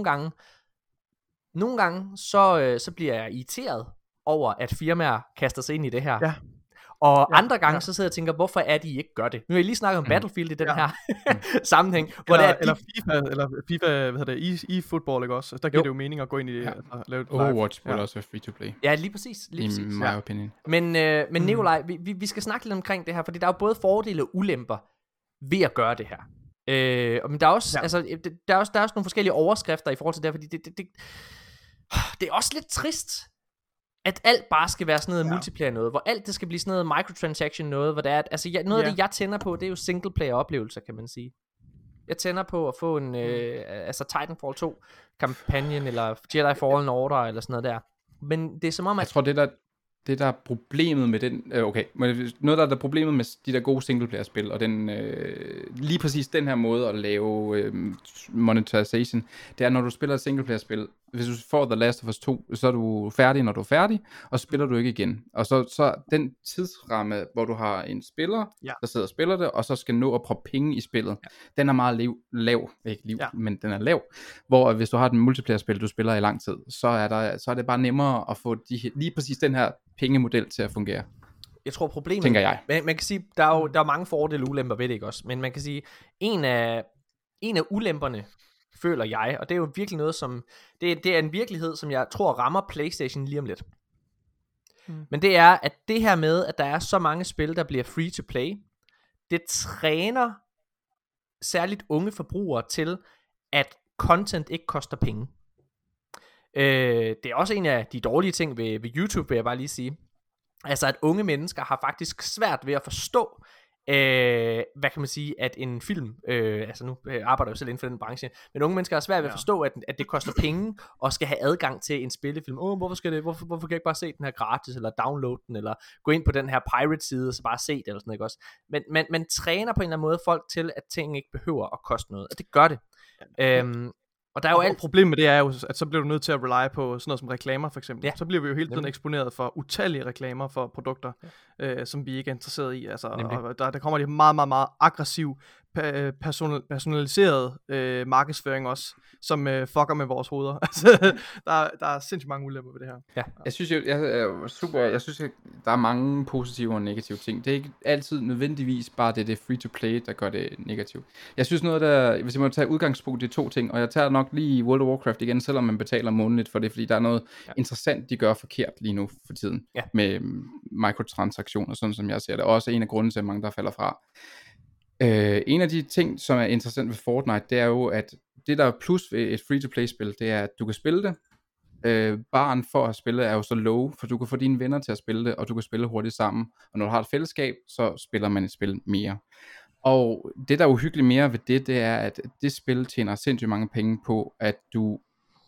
gange så bliver jeg irriteret over, at firmaer kaster sig ind i det her. Ja. Og andre gange, så sidder jeg og tænker, hvorfor er de ikke gør det? Nu har jeg lige snakket om Battlefield i den her sammenhæng. Eller FIFA, hvad hedder det, e-football, ikke også? Der giver det jo mening at gå ind i det og lave et Overwatch burde også være free to play. Ja, lige præcis. I my opinion. Men Nikolaj, vi skal snakke lidt omkring det her, fordi der er jo både fordele og ulemper ved at gøre det her. Men der er også, der er også nogle forskellige overskrifter i forhold til det her, fordi det er også lidt trist, at alt bare skal være sådan noget multiplayer noget, hvor alt det skal blive sådan noget microtransaction noget, hvor det er, noget af det jeg tænder på, det er jo singleplayer oplevelser, kan man sige. Jeg tænder på at få en Titanfall 2 kampagnen, eller Jedi Fallen Order, eller sådan noget der. Men det er som om, at... Jeg tror, det der er problemet med den... noget der er problemet med de der gode singleplayer-spil, og den lige præcis den her måde at lave monetization, det er, når du spiller et singleplayer-spil, hvis du får The Last of Us 2, så er du færdig, når du er færdig, og så spiller du ikke igen. Og så den tidsramme, hvor du har en spiller, der sidder og spiller det, og så skal nå at proppe penge i spillet, den er meget lav. Men den er lav. Hvor hvis du har et multiplayer-spil, du spiller i lang tid, så er det bare nemmere at få lige præcis den her pengemodel til at fungere. Jeg tror problemet, tænker jeg. Man kan sige, der er mange fordele og ulemper ved det, ikke også? Men man kan sige, en af ulemperne, føler jeg, og det er jo virkelig noget som, det er en virkelighed, som jeg tror rammer PlayStation lige om lidt. Men det er, at det her med, at der er så mange spil, der bliver free to play, det træner særligt unge forbrugere til, at content ikke koster penge. Det er også en af de dårlige ting ved YouTube, vil jeg bare lige sige. Altså, at unge mennesker har faktisk svært ved at forstå, hvad kan man sige, at en film, altså nu arbejder jeg jo selv inden for den branche, men unge mennesker har svært ved at forstå, at det koster penge, og skal have adgang til en spillefilm. Hvorfor kan jeg ikke bare se den her gratis, eller downloade den, eller gå ind på den her pirate-side, og så bare se det, eller sådan noget, ikke også? Men man træner på en eller anden måde folk til, at ting ikke behøver at koste noget, og det gør det. Og der er jo alt problemet med det er jo, at så bliver du nødt til at rely på sådan noget som reklamer for eksempel. Ja. Så bliver vi jo hele tiden eksponeret for utallige reklamer for produkter, som vi ikke er interesseret i. Altså, og der kommer de meget, meget, meget aggressiv, personaliseret markedsføring også, som fucker med vores hoveder. Altså, der er sindssygt mange ulemper ved det her. Ja. Jeg synes jo, jeg synes, der er mange positive og negative ting. Det er ikke altid nødvendigvis bare det free-to-play, der gør det negativt. Jeg synes noget, hvis jeg må tage udgangspunkt i 2 ting, og jeg tager nok lige World of Warcraft igen, selvom man betaler månedligt for det, fordi der er noget interessant, de gør forkert lige nu for tiden, med mikrotransaktioner, sådan som jeg ser det. Også en af grunden til, at mange der falder fra. En af de ting, som er interessant ved Fortnite, det er jo, at det der er plus ved et free-to-play-spil, det er, at du kan spille det. Baren for at spille er jo så low, for du kan få dine venner til at spille det, og du kan spille hurtigt sammen. Og når du har et fællesskab, så spiller man et spil mere. Og det, der er uhyggeligt mere ved det er, at det spil tjener sindssygt mange penge på, at du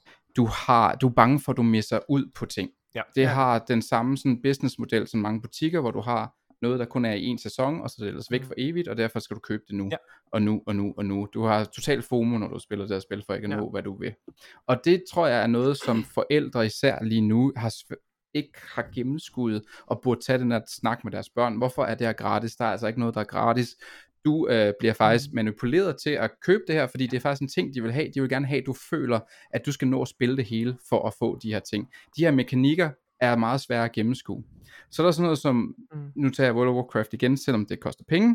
er bange for, at du misser ud på ting. Ja. Det har den samme sådan businessmodel som mange butikker, hvor du har noget, der kun er i en sæson, og så er det ellers væk for evigt, og derfor skal du købe det nu, og nu. Du har total FOMO, når du spiller det her spil, for ikke at nå, hvad du vil. Og det tror jeg er noget, som forældre især lige nu ikke har gennemskuddet, og burde tage den her snak med deres børn. Hvorfor er det her gratis? Der er altså ikke noget, der er gratis. Du bliver faktisk manipuleret til at købe det her, fordi det er faktisk en ting, de vil have. De vil gerne have, at du føler, at du skal nå at spille det hele, for at få de her ting. De her mekanikker er meget svære at gennemskue. Så er der sådan noget som, nu tager jeg World of Warcraft igen, selvom det koster penge,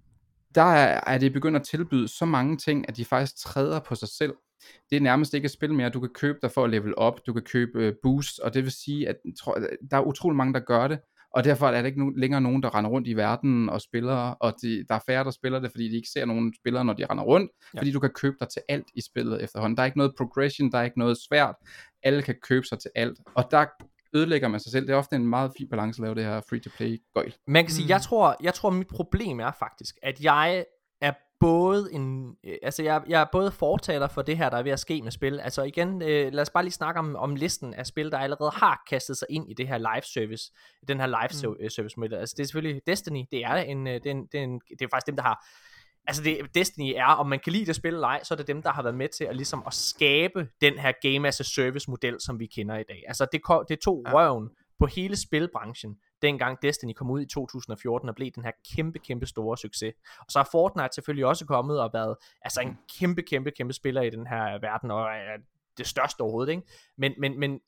der er det begyndt at tilbyde så mange ting, at de faktisk træder på sig selv. Det er nærmest ikke et spil mere, du kan købe dig for at level op, du kan købe boosts, og det vil sige, at der er utrolig mange, der gør det, og derfor er der ikke længere nogen, der render rundt i verden og spiller, og der er færre, der spiller det, fordi de ikke ser nogen spillere, når de render rundt, fordi du kan købe dig til alt i spillet efterhånden. Der er ikke noget progression, der er ikke noget svært, alle kan købe sig til alt, og der ødelægger man sig selv. Det er ofte en meget fin balance at lave det her free-to-play-gøjl. Man kan sige, jeg tror mit problem er faktisk, at jeg er både jeg er både fortaler for det her, der er ved at ske med spil. Altså igen, lad os bare lige snakke om listen af spil, der allerede har kastet sig ind i det her live service, den her live service model. Altså det er selvfølgelig Destiny, det er faktisk dem, der har. Altså Destiny er, om man kan lide det spil eller ej, så er det dem, der har været med til at ligesom at skabe den her game as a service model, som vi kender i dag. Altså det tog røven på hele spilbranchen, dengang Destiny kom ud i 2014 og blev den her kæmpe store succes. Og så har Fortnite selvfølgelig også kommet og været altså en kæmpe spiller i den her verden, og er det største overhovedet, ikke? Men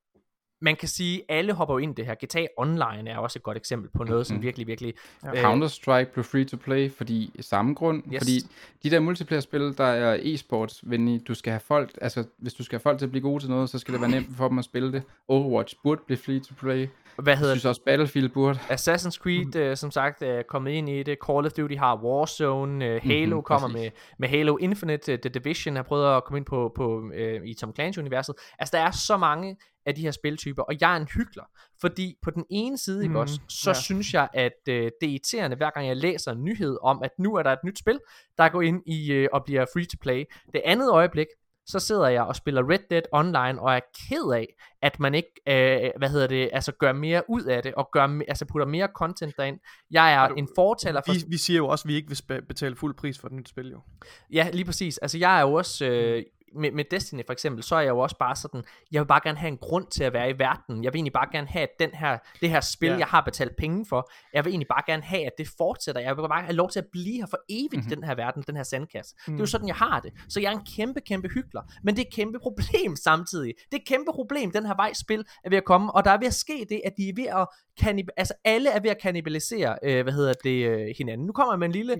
man kan sige, alle hopper jo ind i det her. GTA Online er også et godt eksempel på noget, som virkelig... Counter-Strike blev free-to-play, fordi samme grund. Yes. Fordi de der multiplayer-spil, der er e-sports-venlige, du skal have folk, altså hvis du skal have folk til at blive gode til noget, så skal det være nemt for dem at spille det. Overwatch burde blive free-to-play. Jeg synes også Battlefield burde. Assassin's Creed, som sagt, er kommet ind i det. Call of Duty har Warzone. Halo kommer med Halo Infinite. The Division har prøvet at komme ind på i Tom Clancy-universet. Altså, der er så mange af de her spiltyper, og jeg er en hykler, fordi på den ene side, ikke også, så synes jeg, at det er irriterende, hver gang jeg læser en nyhed om, at nu er der et nyt spil, der går ind i og bliver free to play. Det andet øjeblik, så sidder jeg og spiller Red Dead Online, og er ked af, at man ikke, altså gør mere ud af det, og putter mere content derind. Jeg er en fortaler for... Vi siger jo også, at vi ikke vil betale fuld pris for et nyt spil, jo. Ja, lige præcis. Altså, jeg er jo også... Med Destiny for eksempel, så er jeg jo også bare sådan, jeg vil bare gerne have en grund til at være i verden. Jeg vil egentlig bare gerne have, at det her spil, jeg har betalt penge for, jeg vil egentlig bare gerne have, at det fortsætter. Jeg vil bare have lov til at blive her for evigt i den her verden, den her sandkasse. Det er jo sådan, jeg har det. Så jeg er en kæmpe hykler. Men det er et kæmpe problem samtidig. Det er et kæmpe problem, den her vej spil er ved at komme, og der er ved at ske det, at de er ved at alle er ved at kannibalisere, hinanden. Nu kommer jeg med en lille,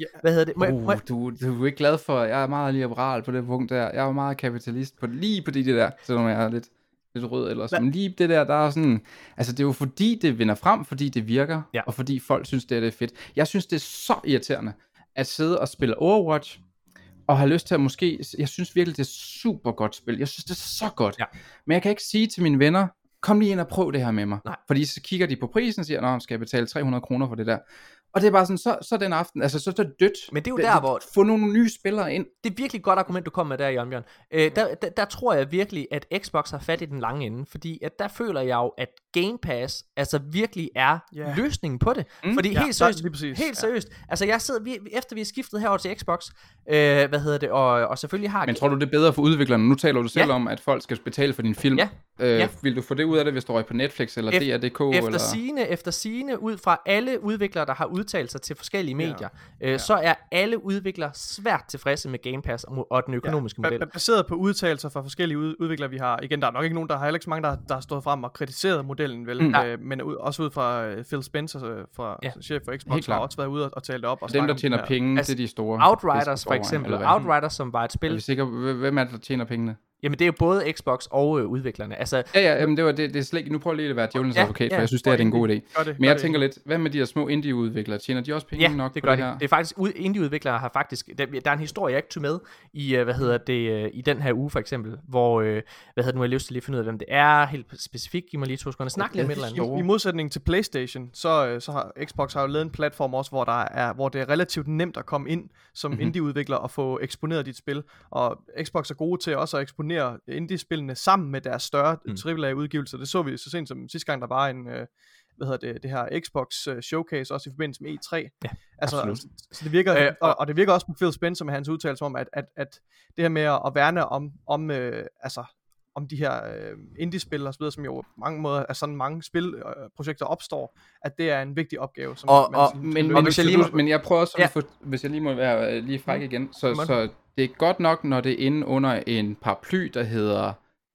Du er ikke glad for, jeg er meget liberal på det punkt der. Jeg er meget kapitalist lige på det der, selvom jeg er lidt rød ellers. Men lige det der er sådan, altså det er jo fordi det vinder frem, fordi det virker, og fordi folk synes det er fedt. Jeg synes det er så irriterende at sidde og spille Overwatch, og har lyst til at måske, jeg synes virkelig, det er super godt spil. Jeg synes, det er så godt. Ja. Men jeg kan ikke sige til mine venner, kom lige ind og prøv det her med mig. Nej. Fordi så kigger de på prisen og siger, nå, skal jeg betale 300 kroner for det der? Og det er bare sådan, så den aften, altså så er det dødt. Men det er jo der, hvor... Få nogle nye spillere ind. Det er virkelig et godt argument, du kommer med der, Jørgen Bjørn. Der tror jeg virkelig, at Xbox har fat i den lange ende, fordi at der føler jeg jo, at Game Pass altså virkelig er løsningen på det. Fordi helt seriøst, altså jeg sidder, efter vi er skiftet herover til Xbox, og selvfølgelig har... Men tror du, det er bedre for udviklerne? Nu taler du selv om, at folk skal betale for din film. Vil du få det ud af det, hvis du røg på Netflix eller DR.dk? Efter sigende, ud fra alle udviklere, der har udtalt sig til forskellige medier, så er alle udviklere svært tilfredse med Game Pass og den økonomiske model. Baseret på udtalelser fra forskellige udviklere, vi har, igen, der er nok ikke nogen, der har heller ikke så mange, der har stået frem og kritiseret modellen, vel, men også ud fra Phil Spencer, chef for Xbox, har også været ude og talt det op. Og dem, der tjener penge, det er de store. Outriders for eksempel, Outriders, som var et spil. Er vi sikre, hvem er det, der tjener pengene? Jamen det er jo både Xbox og udviklerne. Altså, men det er slet ikke. Nu prøver jeg lige at være djævelens advokat, for jeg synes, det er en god idé. Men jeg tænker lidt, hvad med de der små indie-udviklere? Tjener de også penge nok det på gør det her? Det er faktisk, indie-udviklere har faktisk, der er en historie, jeg ikke tog med i, i den her uge for eksempel, hvor, nu har jeg lyst til lige at finde ud af, hvem det er, helt specifikt. Giv mig lige 2 sekunder, snak lidt med et eller andet. I modsætning til PlayStation, så har Xbox har jo lavet en platform også, hvor det er relativt nemt at komme ind som indie-udvikler og få eksponeret dit spil. Og Xbox er gode til også at eksponere indie-spillene sammen med deres større AAA-udgivelser. Det så vi så sent som sidste gang, der var en, det her Xbox Showcase, også i forbindelse med E3. Ja, altså, så det virker, og det virker også på Phil Spencer med hans udtalelse om, at det her med at værne om de her indie-spil og så videre, som jo på mange måder er sådan mange spilprojekter opstår, at det er en vigtig opgave. Som men jeg prøver også hvis jeg lige må være lige fræk igen, så det er godt nok, når det er inde under en paraply, der hedder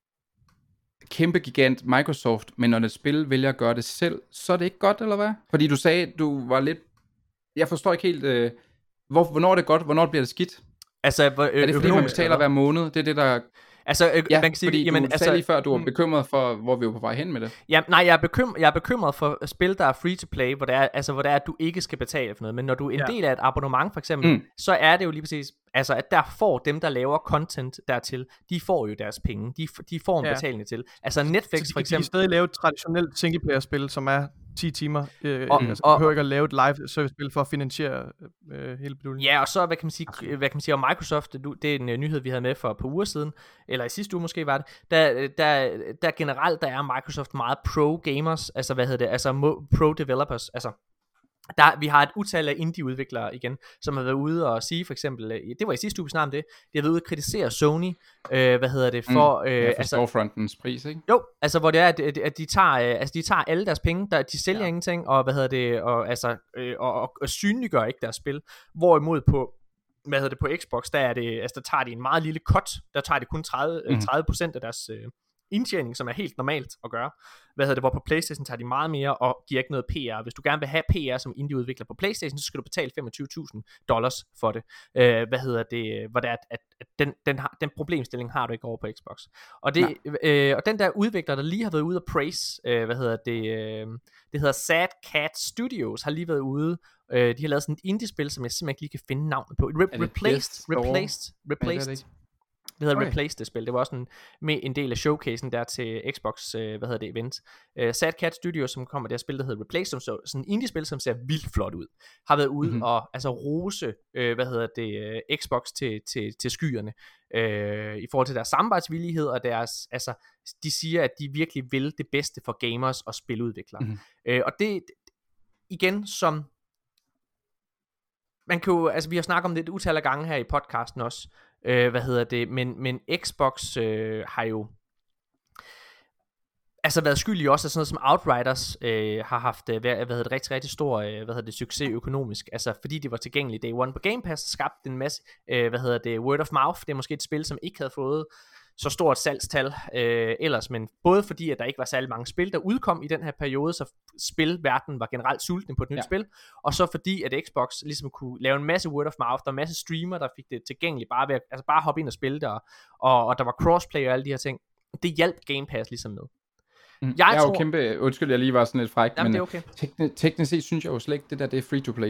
kæmpe gigant Microsoft, men når et spil vælger at gøre det selv, så er det ikke godt, eller hvad? Fordi du sagde, du var lidt... Jeg forstår ikke helt, hvornår er det godt, hvornår bliver det skidt? Altså, er det fordi, man betaler hver måned? Det er det, der... Altså, man kan sige, fordi du sagde lige før, at du var bekymret for, hvor vi er på vej hen med det. Ja, nej, jeg er bekymret for spil, der er free to play, hvor det er, at du ikke skal betale for noget. Men når du er en del af et abonnement, for eksempel, så er det jo lige præcis, altså, at der får dem, der laver content dertil, de får jo deres penge. De får en betaling til. Altså Netflix, for eksempel. De kan stadig lave et traditionelt singleplayer-spil, som er 10 timer. Du behøver ikke at lave et live service-spil for at finansiere hele beduljen. Ja, og så, hvad kan man sige om Microsoft, det er en nyhed, vi havde med for et par uger siden, eller i sidste uge måske var det, der generelt, der er Microsoft meget pro-gamers, altså pro-developers, altså vi har et utal af indie-udviklere igen, som har været ude og sige for eksempel, det var i sidste uge snart om det, de har været ude og kritisere Sony, for storefrontens pris, ikke? Jo, altså hvor det er, at de tager alle deres penge, de sælger ingenting, og synliggør ikke deres spil, hvorimod på på Xbox, der er det, altså der tager de en meget lille cut, der tager de kun 30% af deres indtjening, som er helt normalt at gøre. Hvor på PlayStation tager de meget mere og giver ikke noget PR. Hvis du gerne vil have PR som indie-udvikler på PlayStation, så skal du betale $25,000 for det. Hvor det er, at den problemstilling har du ikke over på Xbox. Og og den der udvikler, der lige har været ude at praise, det hedder Sad Cat Studios, har lige været ude. De har lavet sådan et indie-spil, som jeg simpelthen ikke lige kan finde navnet på. Replaced. Det hedder Replaced, det spil. Det var også en del af showcasen der til Xbox, event. Sad Cat Studios, som kommer der spil, der hedder Replaced, som så sådan en indie-spil, som ser vildt flot ud. Har været ude og rose, Xbox til skyerne. I forhold til deres samarbejdsvillighed og deres, altså, de siger, at de virkelig vil det bedste for gamers og spiludviklere. Og det, igen, som man kan jo, altså vi har snakket om det et utal af gange her i podcasten også, men Xbox har jo altså været skyldig også af sådan noget som Outriders har haft rigtig, rigtig stor succes økonomisk, altså fordi det var tilgængeligt day one på Game Pass, skabte en masse word of mouth. Det er måske et spil, som ikke havde fået så stort salgstal ellers, men både fordi, at der ikke var særlig mange spil, der udkom i den her periode, så spilverdenen var generelt sulten på et nyt spil, og så fordi, at Xbox ligesom kunne lave en masse word of mouth, der var en masse streamer, der fik det tilgængeligt, bare hoppe ind og spille det, og der var crossplay og alle de her ting. Det hjalp Game Pass ligesom med. Jeg er jo kæmpe, undskyld, jeg lige var sådan lidt fræk, jamen, men okay. Teknisk set synes jeg jo slet ikke, det er free to play.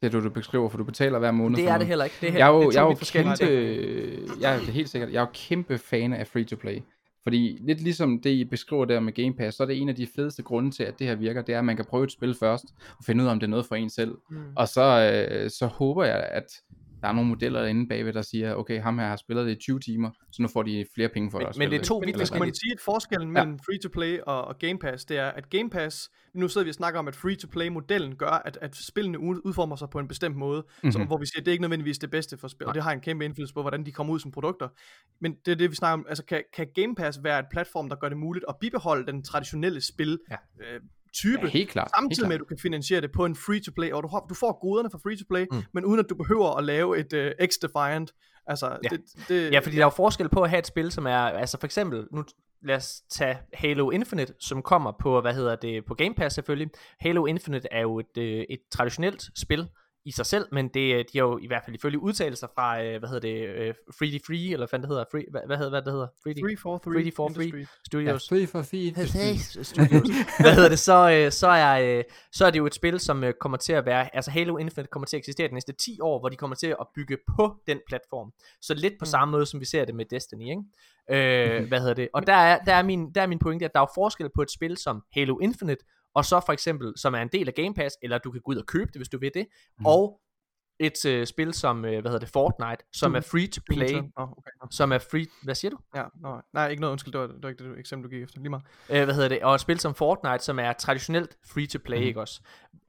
det du beskriver, for du betaler hver måned. Det for er noget. det heller ikke. Det er, Jeg er jo, det jeg er jo forskellige ting. jeg er helt sikkert, jeg er jo kæmpe fan af free-to-play. Fordi lidt ligesom det, I beskriver der med Game Pass, så er det en af de fedeste grunde til, at det her virker, det er, at man kan prøve et spil først, og finde ud af, om det er noget for en selv. Og så håber jeg, at der er nogle modeller inde bagved, der siger, okay, ham her har spillet det i 20 timer, så nu får de flere penge for at spille Men det er to vidt Men forskellige. man sige, at forskellen mellem free-to-play og Game Pass, det er, at Game Pass, nu sidder vi og snakker om, at free-to-play-modellen gør, at spillene udformer sig på en bestemt måde, så, hvor vi siger, at det er ikke nødvendigvis det bedste for spil, og det har en kæmpe indflydelse på, hvordan de kommer ud som produkter. Men det er det, vi snakker om. Altså, kan Game Pass være et platform, der gør det muligt at bibeholde den traditionelle spil, type, Ja, helt klart. samtidig med, at du kan finansiere det på en free-to-play, og du får goderne for free-to-play, men uden at du behøver at lave et X-Defiant. Altså, Ja, fordi der er jo forskel på at have et spil, som er, altså for eksempel, nu lad os tage Halo Infinite, som kommer på, på Game Pass selvfølgelig. Halo Infinite er jo et traditionelt spil i sig selv, men de har jo i hvert fald ifølge udtalelser fra, Free Free, eller hvad det hedder, hvad det hedder? 343 Studios. Ja, for Studios. Så er det jo et spil, som kommer til at være, altså Halo Infinite kommer til at eksistere de næste 10 år, hvor de kommer til at bygge på den platform. Så lidt på samme måde, som vi ser det med Destiny, ikke? Og der er min pointe, at der er forskel på et spil som Halo Infinite, og så for eksempel, som er en del af Game Pass, eller du kan gå ud og købe det, hvis du vil det, og et spil som, Fortnite, som er free to play, som er free, hvad siger du? Ja, nej, ikke noget, undskyld, det var ikke det eksempel, du gik efter, lige meget. Og et spil som Fortnite, som er traditionelt free to play, ikke også?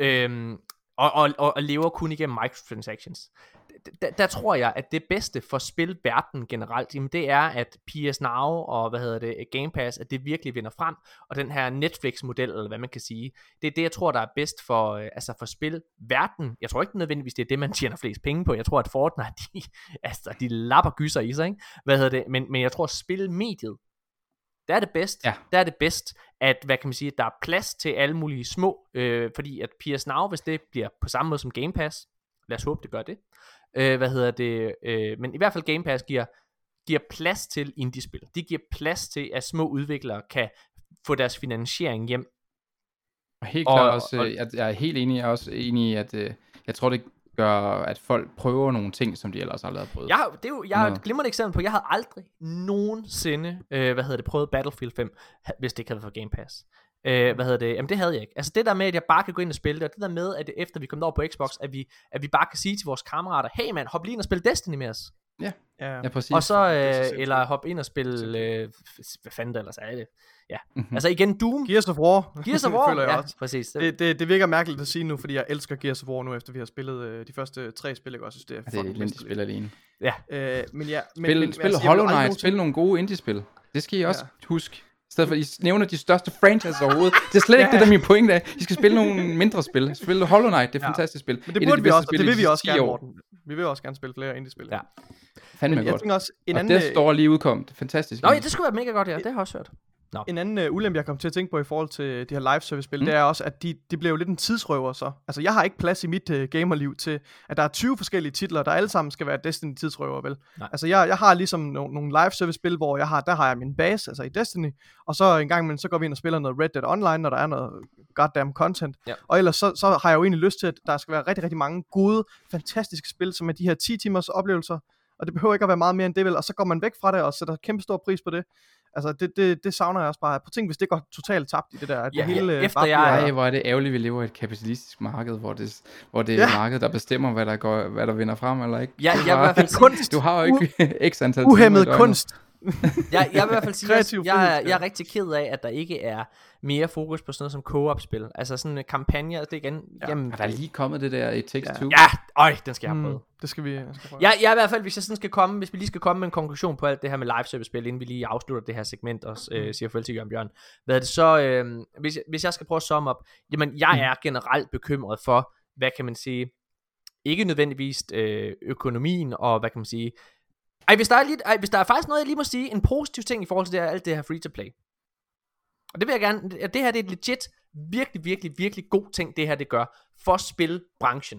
Og lever kun igennem microtransactions. Der tror jeg, at det bedste for spilverden generelt, jamen det er, at PS Now og Game Pass, at det virkelig vinder frem, og den her Netflix-model, eller hvad man kan sige, det er det, jeg tror, der er bedst for spilverden. Jeg tror ikke nødvendigvis, det er det, man tjener flest penge på. Jeg tror, at Fortnite, de lapper gyser i sig, ikke? Men jeg tror, spilmediet, der er det bedst, der er det bedst, at, der er plads til alle mulige små, fordi at PS Now, hvis det bliver på samme måde som Game Pass, lad os håbe, det gør det, men i hvert fald Game Pass giver plads til indie-spil. De giver plads til, at små udviklere kan få deres finansiering hjem. Og helt klart også, jeg er helt enig, jeg er også enig i, at jeg tror, det gør, at folk prøver nogle ting, som de ellers aldrig har prøvet. Jeg har et glimrende eksempel på, jeg havde aldrig nogensinde, prøvet Battlefield 5, hvis det ikke havde været for Game Pass. Jamen det havde jeg ikke. Altså det der med, at jeg bare kan gå ind og spille det, og det der med, at efter vi kom over på Xbox, at vi bare kan sige til vores kammerater, hey man, hop lige ind og spil Destiny med os. Ja, præcis. Og så, eller hop ind og spille, hvad fanden det ellers er det? Ja, altså igen Doom. Gears of War. Føler jeg også. Præcis. Det virker mærkeligt at sige nu, fordi jeg elsker Gears of War nu, efter vi har spillet de første 3 spil, jeg også synes, det er fucking bedst spil alene. Ja. Spil Hollow Knight, spil nogle gode indie-spil. Det skal I også huske. I stedet for, at I nævner de største franchises overhovedet. Det er slet ikke det, der er min pointe af. I skal spille nogle mindre spil. Spil Hollow Knight, det er et fantastisk spil. Men det burde vi også, og det vil vi også gerne, Morten. Vi vil også gerne spille flere indie-spil. Ja. Fandme godt. Også, og det står lige udkom. Det er fantastisk. Nå ja, det skulle være mega godt, ja. Det har jeg også hørt. No. En anden ulempe, jeg kom til at tænke på i forhold til de her live service spil, det er også, at de bliver jo lidt en tidsrøver så. Altså, jeg har ikke plads i mit gamerliv til, at der er 20 forskellige titler, der alle sammen skal være Destiny tidsrøver, vel? Nej. Altså, jeg har ligesom nogle live service spil, hvor der har jeg min base, altså i Destiny, og så en gang imellem, så går vi ind og spiller noget Red Dead Online, når der er noget goddamn content. Ja. Og ellers så har jeg jo egentlig lyst til, at der skal være rigtig, rigtig mange gode, fantastiske spil, som er de her 10 timers oplevelser, og det behøver ikke at være meget mere end det, vel? Og så går man væk fra det, og sætter kæmpe stor pris på det. Altså, det savner jeg også bare. På ting, hvis det går totalt tabt i det der. Det hele efter hvor er det ærgerligt, vi lever i et kapitalistisk marked, hvor det er markedet, der bestemmer, hvad der vinder frem eller ikke. Ja, jeg vil i hvert fald kunst. Du har jo ikke x antal uhæmmet kunst. Jeg vil i hvert fald sige, at jeg er rigtig ked af, at der ikke er mere fokus på sådan noget som co-op-spil. Altså sådan en kampagne, det igen. Jamen, er der lige kommet det der It Takes Two? Ja, den skal jeg have prøvet. Det skal vi prøve. Jeg i hvert fald, hvis vi lige skal komme med en konklusion på alt det her med live service spil, inden vi lige afslutter det her segment og siger farvel til Jørgen Bjørn. Hvad er det så, hvis jeg skal prøve at summe op, jamen jeg er generelt bekymret for, hvad kan man sige, ikke nødvendigvis økonomien og hvad kan man sige. Hvis der er faktisk noget, jeg lige må sige, en positiv ting i forhold til alt det her free-to-play. Og det vil jeg gerne, det her det er et legit, virkelig, virkelig, virkelig god ting, det her det gør for spilbranchen.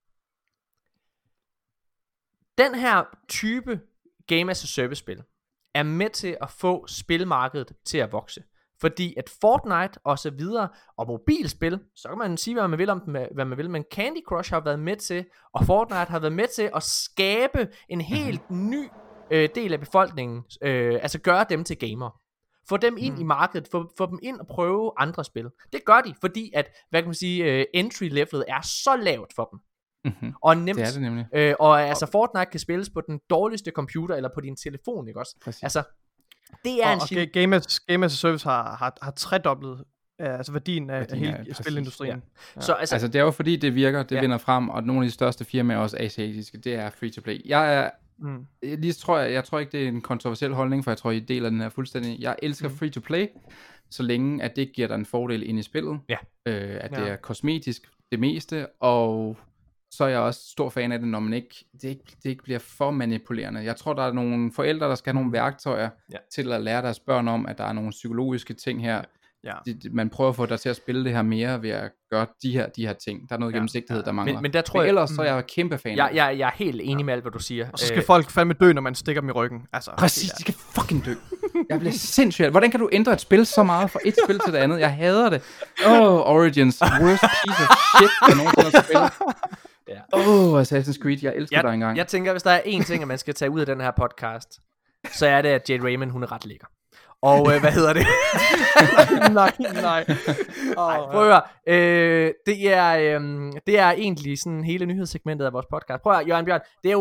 Den her type Game as a Service spil er med til at få spilmarkedet til at vokse. fordi at Fortnite og så videre, og mobilspil, så kan man sige, hvad man vil om dem, hvad man vil, men Candy Crush har været med til, og Fortnite har været med til at skabe en helt ny del af befolkningen, altså gøre dem til gamer. Få dem ind i markedet, få dem ind og prøve andre spil. Det gør de, fordi at, hvad kan man sige, entry-levelet er så lavt for dem. Og nemt. Det er det nemlig. Og altså Fortnite kan spilles på den dårligste computer eller på din telefon, ikke også? Præcis. Altså det er og Game as a Service har tredoblet altså værdien af hele spilindustrien. Ja. Så altså det er jo fordi det virker, det vinder frem, og nogle af de største firmaer også asiatiske, det er free to play. Jeg tror ikke det er en kontroversiel holdning, for jeg tror I deler den her fuldstændig. Jeg elsker free to play, så længe at det giver dig en fordel ind i spillet. At det er kosmetisk det meste, og så er jeg også stor fan af det, når man det ikke bliver for manipulerende. Jeg tror, der er nogle forældre, der skal have nogle værktøjer til at lære deres børn om, at der er nogle psykologiske ting her. Man prøver at få dig til at spille det her mere ved at gøre de her ting. Der er noget gennemsigtighed, der mangler. Men der tror jeg, ellers så er jeg kæmpe fan. Jeg er helt enig med alt, hvad du siger. Og så skal folk fandme dø, når man stikker dem i ryggen. Altså, præcis, de skal fucking dø. Jeg bliver sindssygt. Hvordan kan du ændre et spil så meget fra et spil til det andet? Jeg hader det. Origins, worst piece of shit, jeg nogensinde har spillet. Assassin's Creed, jeg elsker dig engang. Jeg tænker, hvis der er én ting, at man skal tage ud af den her podcast, så er det, at Jade Raymond, hun er ret lækker. Og hvad hedder det? Nej. Prøv at høre. Det er egentlig sådan hele nyhedssegmentet af vores podcast. Prøv at høre, Jørgen Bjørn. Det er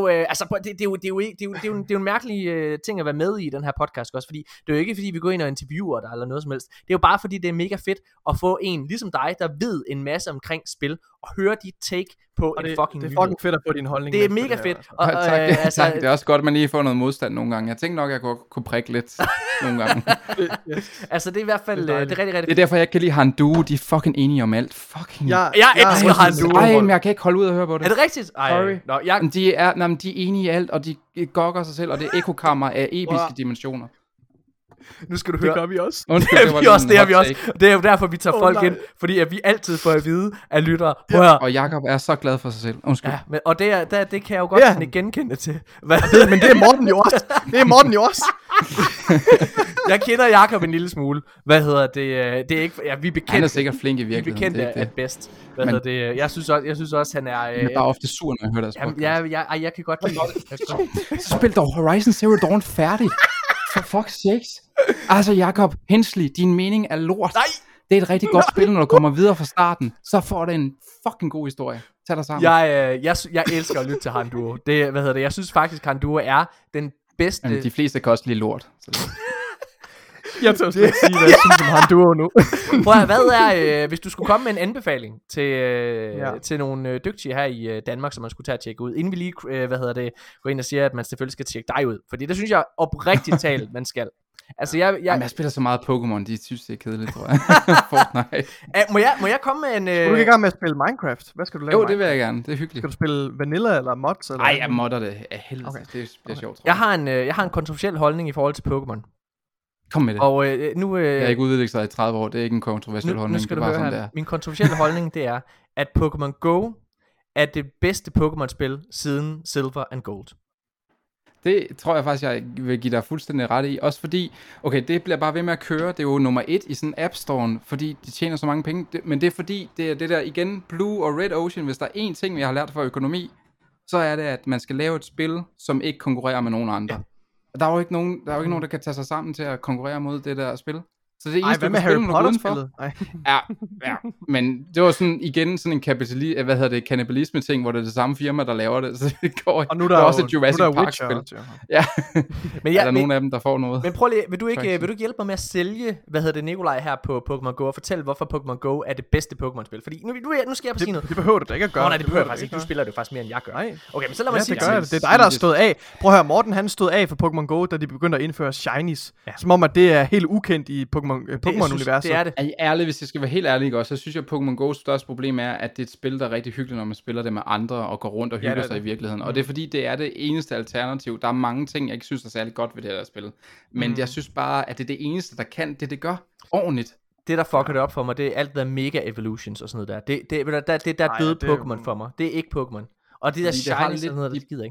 jo en mærkelig ting at være med i den her podcast også, fordi det er jo ikke fordi vi går ind og interviewer dig eller noget som helst. Det er jo bare fordi det er mega fedt at få en ligesom dig, der ved en masse omkring spil og høre dit take på en fucking nyhed. Det er fucking fedt at få din holdning. Det er mega fedt. Tak. Det er også godt, at man lige får noget modstand nogle gange. Jeg tænkte nok, at jeg kunne prikke lidt nogle gange. Altså det er i hvert fald det er rigtig, rigtig fedt. Det er derfor, jeg kan lide Han Duo. De er fucking enige om alt. Fucking. Jeg elsker Han Duo. Ej, men jeg kan ikke holde ud og høre på det. Er det rigtigt? Sorry. De er enige i alt, og de gokker sig selv, og det er ekokammer af episke dimensioner. Nu skal du høre. Det gør vi også. Undskyld, det har vi også. Det er jo derfor, vi tager folk ind, fordi at vi altid får at vide af lyttere. Og Jakob er så glad for sig selv. Undskyld. Ja, men, og det kan jeg jo godt sådan genkende til. Men det er Morten jo også. Jeg kender Jakob en lille smule. Hvad hedder det? Det er ikke. Ja, vi er bekendt. Han er sikkert flink i virkeligheden. Vi er bekendt af bedst. Hvad hedder det? Jeg synes også han er. Jeg er ofte sur, når jeg hører deres podcast. Jeg kan godt lide det. Så spil dog Horizon Zero Dawn færdig. For fuck's sakes. Altså Jakob Hensley, din mening er lort. Nej. Det er et rigtig godt spil, når du kommer videre fra starten. Så får det en fucking god historie. Tag dig sammen. Jeg elsker at lytte til Han Duo. Jeg synes faktisk, Han Duo er den bedste. Men de fleste kan også lide lort. Jeg tør slet ikke sige, hvad jeg synes om Han Duo nu. Prøv at, hvad er, hvis du skulle komme med en anbefaling til nogle dygtige her i Danmark, som man skulle tage at tjekke ud, inden vi lige, går ind og siger, at man selvfølgelig skal tjekke dig ud. Fordi det synes jeg oprigtigt talt, man skal. Altså jeg spiller så meget Pokémon, de synes det er kedeligt, tror jeg. Fortnite. Må jeg komme med en... Skal du ikke i gang med at spille Minecraft? Hvad skal du lave? Jo, det vil jeg gerne. Det er hyggeligt. Skal du spille Vanilla eller Mods? Nej, jeg modder det af helvede. Okay. Det er sjovt, tror jeg har en kontroversiel holdning i forhold til Pokémon. Kom med det. Og nu... jeg har ikke udviklet sig i 30 år. Det er ikke en kontroversiel holdning. Nu skal det du er høre bare her. Min kontroversielle holdning, det er, at Pokémon Go er det bedste Pokémon-spil siden Silver and Gold. Det tror jeg faktisk, jeg vil give dig fuldstændig ret i. Også fordi, okay, det bliver bare ved med at køre. Det er jo nummer 1 i sådan App Store'en, fordi de tjener så mange penge. Men det er fordi, det er det der igen, Blue og Red Ocean. Hvis der er én ting, vi har lært fra økonomi, så er det, at man skal lave et spil, som ikke konkurrerer med nogen andre. Der er jo ikke nogen, der kan tage sig sammen til at konkurrere mod det der spil. Så det eneste, hvad med Harry Potter-spillet? Ja, men det var sådan igen sådan en kannibalisme ting, hvor det er det samme firma, der laver det. Så det går ikke. Og nu er der er også et Jurassic Park-spil. Ja. Men er der nogen af dem, der får noget? Men prøv lige, vil du ikke hjælpe mig med at sælge, Nikolaj her på Pokémon Go, og fortælle, hvorfor Pokémon Go er det bedste Pokémon-spil? Fordi nu skal jeg på sige noget. Det behøver du da ikke at gøre. Nej, det behøver jeg faktisk ikke. Du spiller det faktisk mere, end jeg gør. Nej. Okay, men så lad mig sige det. Det er dig, der har stået af. Prøv at høre, Morten han stod af for Pokémon Go, da de begyndte at indføre Shinies. Som om, at det er helt ukendt i Pokémon-universet. Det er det. Ærligt, hvis jeg skal være helt ærlig også, så synes jeg, at Pokémon Go's største problem er, at det er et spil, der er rigtig hyggeligt, når man spiller det med andre og går rundt og hygger sig i virkeligheden. Og det er fordi, det er det eneste alternativ. Der er mange ting, jeg ikke synes er særlig godt ved det her spil. Men jeg synes bare, at det er det eneste, der kan det gør ordentligt. Det, der fucker det op for mig, det er alt der Mega Evolutions og sådan noget der. Det der døde Pokémon for mig. Det er ikke Pokémon. Og det der Shiny sådan noget, det gider ikke.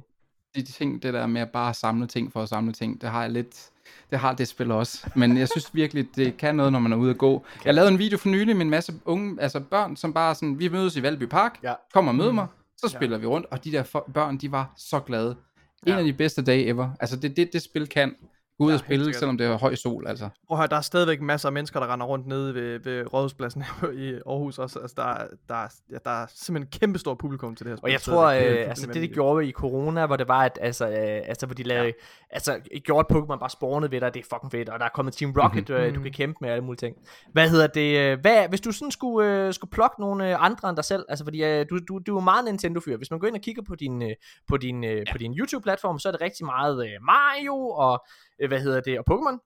de ting, det der med at bare samle ting for at samle ting, det har det spil også. Men jeg synes virkelig, det kan noget, når man er ude at gå. Jeg lavede en video for nylig med en masse unge, altså børn, som bare sådan, vi mødes i Valby Park, kom og mød mig, så spiller vi rundt, og de der børn, de var så glade. En af de bedste dage ever. Altså det spil kan gå ud og spille, selvom det er høj sol, altså. Prøv at høre, der er stadigvæk masser af mennesker, der render rundt nede ved Rådhuspladsen i Aarhus også. Altså, der er simpelthen en kæmpe stor publikum til det her spil. Og jeg tror, altså det gjorde i corona, hvor det var, at altså hvor de lavede, gjorde Pokémon bare spawnede ved dig, det er fucking fedt, og der er kommet Team Rocket, du kan kæmpe med alle mulige ting. Hvad hedder det, hvis du sådan skulle plukke nogle andre end dig selv, altså fordi du er meget Nintendo-fyr, hvis man går ind og kigger på din YouTube-platform, så er det rigtig meget Mario, og og Pokémon.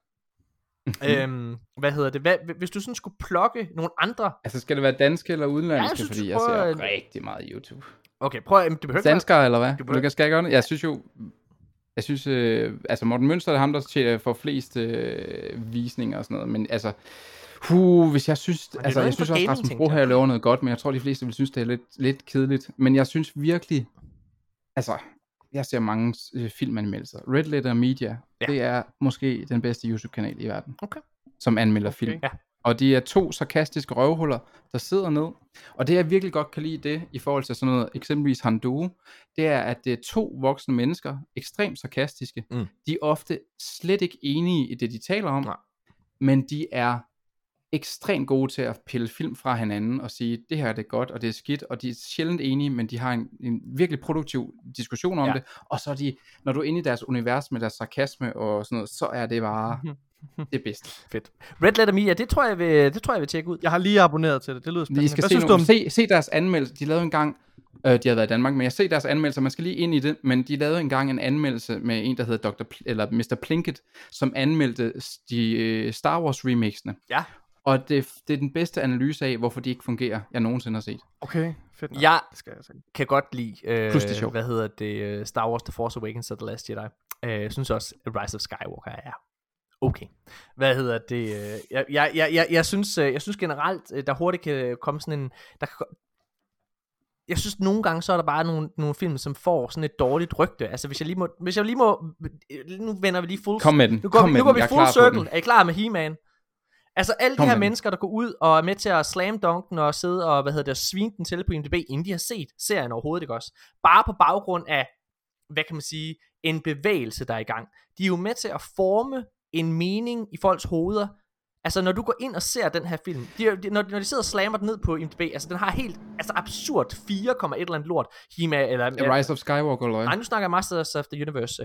Hvis du sådan skulle plukke nogle andre. Altså skal det være danske eller udenlandske, fordi jeg ser rigtig meget YouTube. Okay, prøv du behøver danskere eller hvad? Du skal gøre det. Jeg synes altså Morten Mønster er ham der får flest visninger og sådan noget, men altså hvis jeg synes jeg synes også Rasmus Brohøj laver noget godt, men jeg tror de fleste vil synes det er lidt kedeligt, men jeg synes virkelig altså jeg ser mange filmanmeldelser. Red Letter Media, det er måske den bedste YouTube-kanal i verden, som anmelder film. Ja. Og de er 2 sarkastiske røvhuller, der sidder ned. Og det jeg virkelig godt kan lide det, i forhold til sådan noget, eksempelvis Handuo, det er, at det er 2 voksne mennesker, ekstremt sarkastiske. De er ofte slet ikke enige i det, de taler om, men de er ekstremt gode til at pille film fra hinanden og sige, det her er det godt, og det er skidt, og de er sjældent enige, men de har en virkelig produktiv diskussion om det, og så er de, når du er inde i deres univers med deres sarkasme og sådan noget, så er det bare det bedste. Fedt. Red Letter Media, det tror jeg vil tjekke ud. Jeg har lige abonneret til det, det lyder spændende. I skal se deres anmeldelse, de lavede engang, de har været i Danmark, men jeg ser deres anmeldelser, man skal lige ind i det, men de lavede engang en anmeldelse med en, der hedder Mr. Plinkett, som anmeldte de Star Wars remakesene. Ja. Og det er den bedste analyse af, hvorfor de ikke fungerer, jeg nogensinde har set. Okay, fedt. Jeg kan godt lide Star Wars The Force Awakens og The Last Jedi. Jeg synes også, Rise of Skywalker er okay. Jeg synes generelt, der hurtigt kan komme sådan en... Jeg synes nogle gange, så er der bare nogle film, som får sådan et dårligt rygte. Altså hvis jeg lige må nu vender vi lige full... Kom med den. Nu går vi full circle. Er I klar med He-Man? Altså alle de her mennesker, der går ud og er med til at slam dunken og sidde og, svine den til på IMDb, inden de har set serien overhovedet, ikke også? Bare på baggrund af, hvad kan man sige, en bevægelse, der er i gang. De er jo med til at forme en mening i folks hoveder. Altså når du går ind og ser den her film, når de sidder og slammer den ned på IMDb, altså den har helt absurd 4,1 eller andet lort. Rise of Skywalker, eller hvad? Nej, nu snakker jeg Masters of the Universe.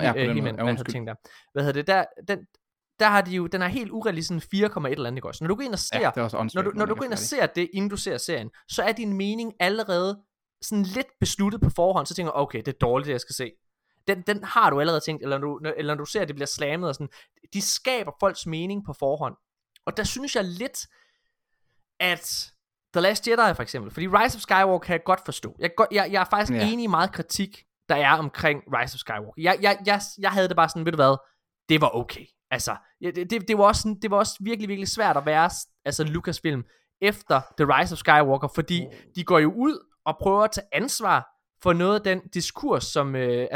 Der har de jo, den er helt urealistisk sådan 4,1 eller andet, ikke også? Når du går ind og ser, når du går ind og ser det, inden du ser serien, så er din mening allerede sådan lidt besluttet på forhånd, så tænker du, okay, det er dårligt, det jeg skal se. Den har du allerede tænkt, eller når du ser, at det bliver slammet og sådan. De skaber folks mening på forhånd. Og der synes jeg lidt, at The Last Jedi for eksempel, fordi Rise of Skywalker kan jeg godt forstå. Jeg er faktisk enig i meget kritik, der er omkring Rise of Skywalker. Jeg havde det bare sådan, ved du hvad, det var okay. Altså, det var også virkelig, virkelig svært at være Lucasfilm efter The Rise of Skywalker, fordi de går jo ud og prøver at tage ansvar for noget af den diskurs, som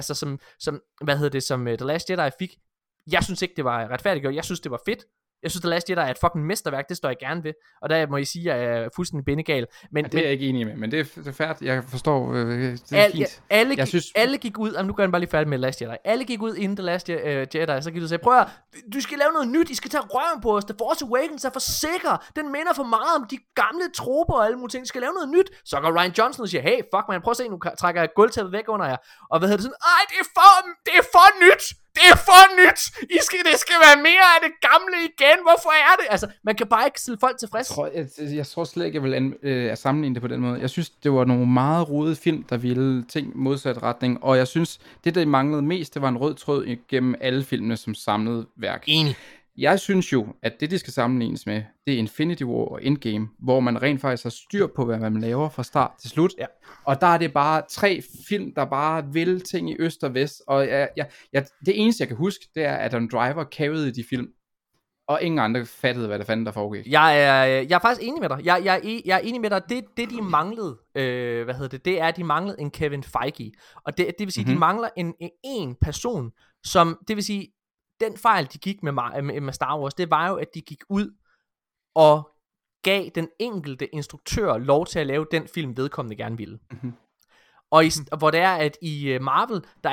The Last Jedi fik. Jeg synes ikke, det var retfærdigt. Jeg synes, det var fedt. Jeg synes, The Last Jedi er et fucking mesterværk, det står jeg gerne ved. Og der må I sige, at jeg er fuldstændig bindegal. Men det er jeg ikke enig med, men det er færdigt. Jeg forstår, det er fint. Alle gik ud, nu gør jeg bare lige færdig med The Last Jedi. Alle gik ud inden The Last Jedi, så gik du og sagde, prøv at, du skal lave noget nyt, I skal tage røven på os. The Force Awakens er for sikker. Den minder for meget om de gamle troper og alle mulige ting. I skal lave noget nyt. Så går Ryan Johnson og siger, hey, fuck man, prøv at se, nu trækker jeg gulvtæppet væk under jer. Og hvad hedder det sådan, det er for nyt. Det er for nyt! Det skal være mere af det gamle igen! Hvorfor er det? Altså, man kan bare ikke stille folk tilfreds. Jeg tror slet ikke, jeg vil sammenligne det på den måde. Jeg synes, det var nogle meget rodede film, der ville ting modsat retning. Og jeg synes, det der manglede mest, det var en rød tråd gennem alle filmene som samlet værk. Enig. Jeg synes jo, at det skal sammenlignes med, det er Infinity War og Endgame, hvor man rent faktisk har styr på, hvad man laver fra start til slut. Ja. Og der er det bare 3 film, der bare vil ting i øst og vest. Og det eneste, jeg kan huske, det er, at Adam Driver carried de film. Og ingen andre fattede, hvad der fanden der foregik. Jeg er faktisk enig med dig. Jeg er enig med dig. Det de manglede, det er, at de manglede en Kevin Feige. Og det vil sige, de mangler en person, som, det vil sige, den fejl, de gik med Star Wars, det var jo, at de gik ud og gav den enkelte instruktør lov til at lave den film, vedkommende gerne ville. Og hvor det er, at i Marvel, der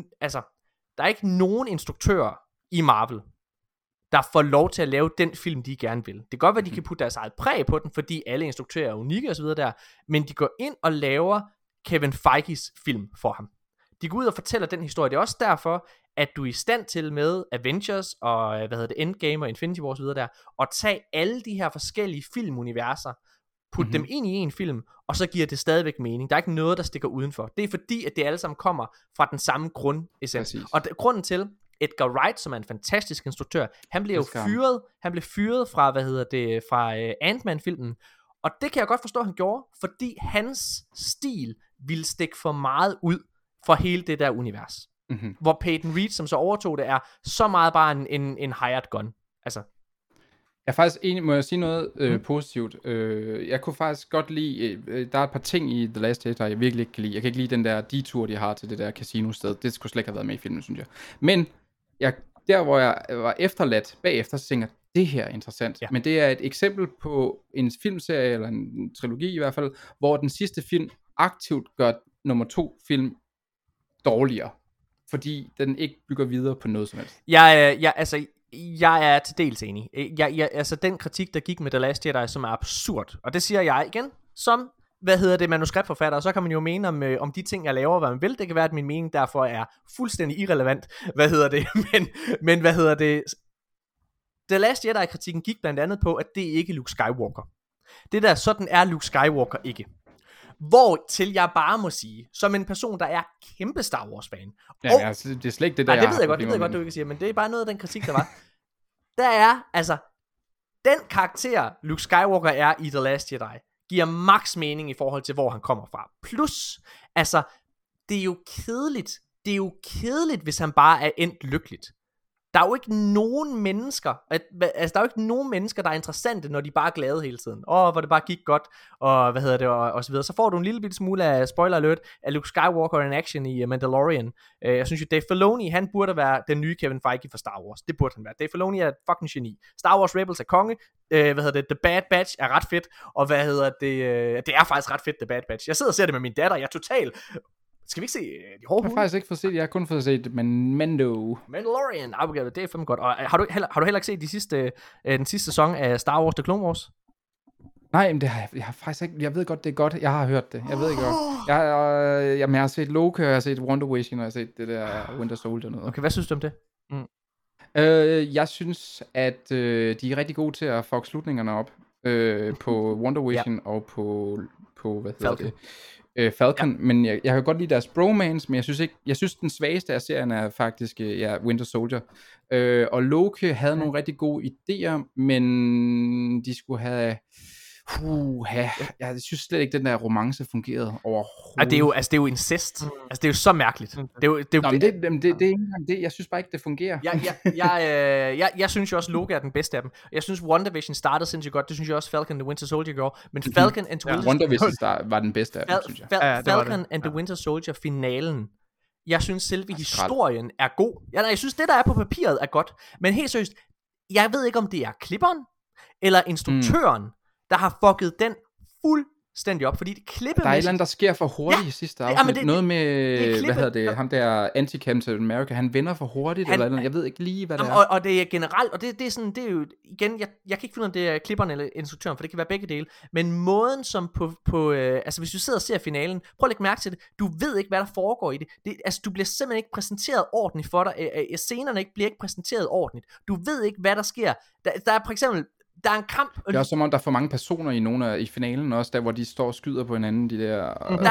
er ikke nogen instruktører i Marvel, der får lov til at lave den film, de gerne vil. Det kan godt være, de kan putte deres eget præg på den, fordi alle instruktører er unikke og så videre der, men de går ind og laver Kevin Feiges film for ham. De går ud og fortæller den historie. Det er også derfor, at du er i stand til med Avengers og Endgame og Infinity War og så videre der, og tage alle de her forskellige filmuniverser, putte dem ind i en film, og så giver det stadigvæk mening. Der er ikke noget, der stikker udenfor. Det er fordi, at det alle sammen kommer fra den samme grundessens. Og grunden til, Edgar Wright, som er en fantastisk instruktør, han blev fyret fra, fra Ant-Man-filmen, og det kan jeg godt forstå, han gjorde, fordi hans stil ville stikke for meget ud for hele det der univers. Hvor Peyton Reed, som så overtog det, er så meget bare en hired gun. Altså. Jeg er faktisk enig, må jeg sige noget positivt. Jeg kunne faktisk godt lide, der er et par ting i The Last Jedi, jeg virkelig ikke kan lide. Jeg kan ikke lide den der detur, de har til det der casino-sted. Det skulle slet ikke have været med i filmen, synes jeg. Men der, hvor jeg var efterladt bagefter, så tænker jeg, det her er interessant. Ja. Men det er et eksempel på en filmserie, eller en trilogi i hvert fald, hvor den sidste film aktivt gør nummer 2 film dårligere. Fordi den ikke bygger videre på noget som helst. Jeg er til dels enig. Altså den kritik, der gik med The Last Jedi, som er absurd, og det siger jeg igen, som, manuskriptforfatter, og så kan man jo mene om de ting, jeg laver, hvad man vil. Det kan være, at min mening derfor er fuldstændig irrelevant. Men The Last Jedi-kritikken gik blandt andet på, at det ikke er Luke Skywalker. Det der, sådan er Luke Skywalker ikke. Hvor til jeg bare må sige, som en person, der er kæmpe Star Wars-fan. Ja, altså, det er slet ikke det, der det ved jeg godt, du ikke siger, men det er bare noget af den kritik, der var. Der er, altså, den karakter, Luke Skywalker er i The Last Jedi, giver max mening i forhold til, hvor han kommer fra. Plus, altså, det er jo kedeligt, hvis han bare er endt lykkeligt. Der er jo ikke nogen mennesker, der er interessante, når de bare er glade hele tiden. Hvor det bare gik godt, og og så videre. Så får du en lille bitte smule af spoiler alert af Luke Skywalker in action i Mandalorian. Jeg synes jo, Dave Filoni, han burde være den nye Kevin Feige for Star Wars. Det burde han være. Dave Filoni er et fucking geni. Star Wars Rebels er konge. The Bad Batch er ret fedt. Og det er faktisk ret fedt, The Bad Batch. Jeg sidder og ser det med min datter. Jeg er total... Skal vi ikke se de hårde? Jeg har faktisk ikke fået set det. Jeg har kun fået set Mandalorian. Det er fandme godt. Og har du heller ikke set den sidste sæson af Star Wars The Clone Wars? Nej, men det har jeg har faktisk ikke. Jeg ved godt, det er godt. Jeg har hørt det. Jeg ved ikke godt. Jeg har set Loki, og jeg har set Wonder Vision, og jeg har set det der Winter Soldier noget. Okay, hvad synes du om det? Jeg synes, at de er rigtig gode til at fuck slutningerne op på Wonder Vision og på hvad hedder det? Falcon, men jeg kan godt lide deres bromance, men jeg synes den svageste af serien er faktisk Winter Soldier. Og Loki havde nogle rigtig gode idéer, men de skulle have jeg synes slet ikke den der romance fungerede overhovedet. Det er jo incest. Altså det er jo så mærkeligt. Det er ikke engang det. Jeg synes bare ikke det fungerer. Jeg synes jo også Loki er den bedste af dem. Jeg synes WandaVision startede sindssygt godt. Det synes jeg også Falcon and the Winter Soldier gjorde. Men Falcon and the Winter WandaVision var den bedste af dem, synes jeg. Falcon and the Winter Soldier finalen. Jeg synes selve historien er god. Jeg synes det der er på papiret er godt. Men helt seriøst, jeg ved ikke om det er klipperen eller instruktøren, der har fucket den fuldstændig op, fordi det klippemæssigt... Der er et eller andet, der sker for hurtigt i sidste afsnit. Noget med, ham der Anti-Captain America, han vender for hurtigt, eller noget. Jeg ved ikke lige, hvad det er. Og det er generelt, og det er sådan, det er jo, igen, jeg kan ikke finde ud af, det er klipperen eller instruktøren, for det kan være begge dele, men måden som altså hvis du sidder og ser finalen, prøv at lægge mærke til det, du ved ikke, hvad der foregår i det. Altså, du bliver simpelthen ikke præsenteret ordentligt for dig, scenerne bliver ikke præsenteret ordentligt, du ved ikke, hvad der sker. Der er for eksempel, der er en kamp. Det er også som om, der er for mange personer i finalen også, der hvor de står og skyder på hinanden, de der...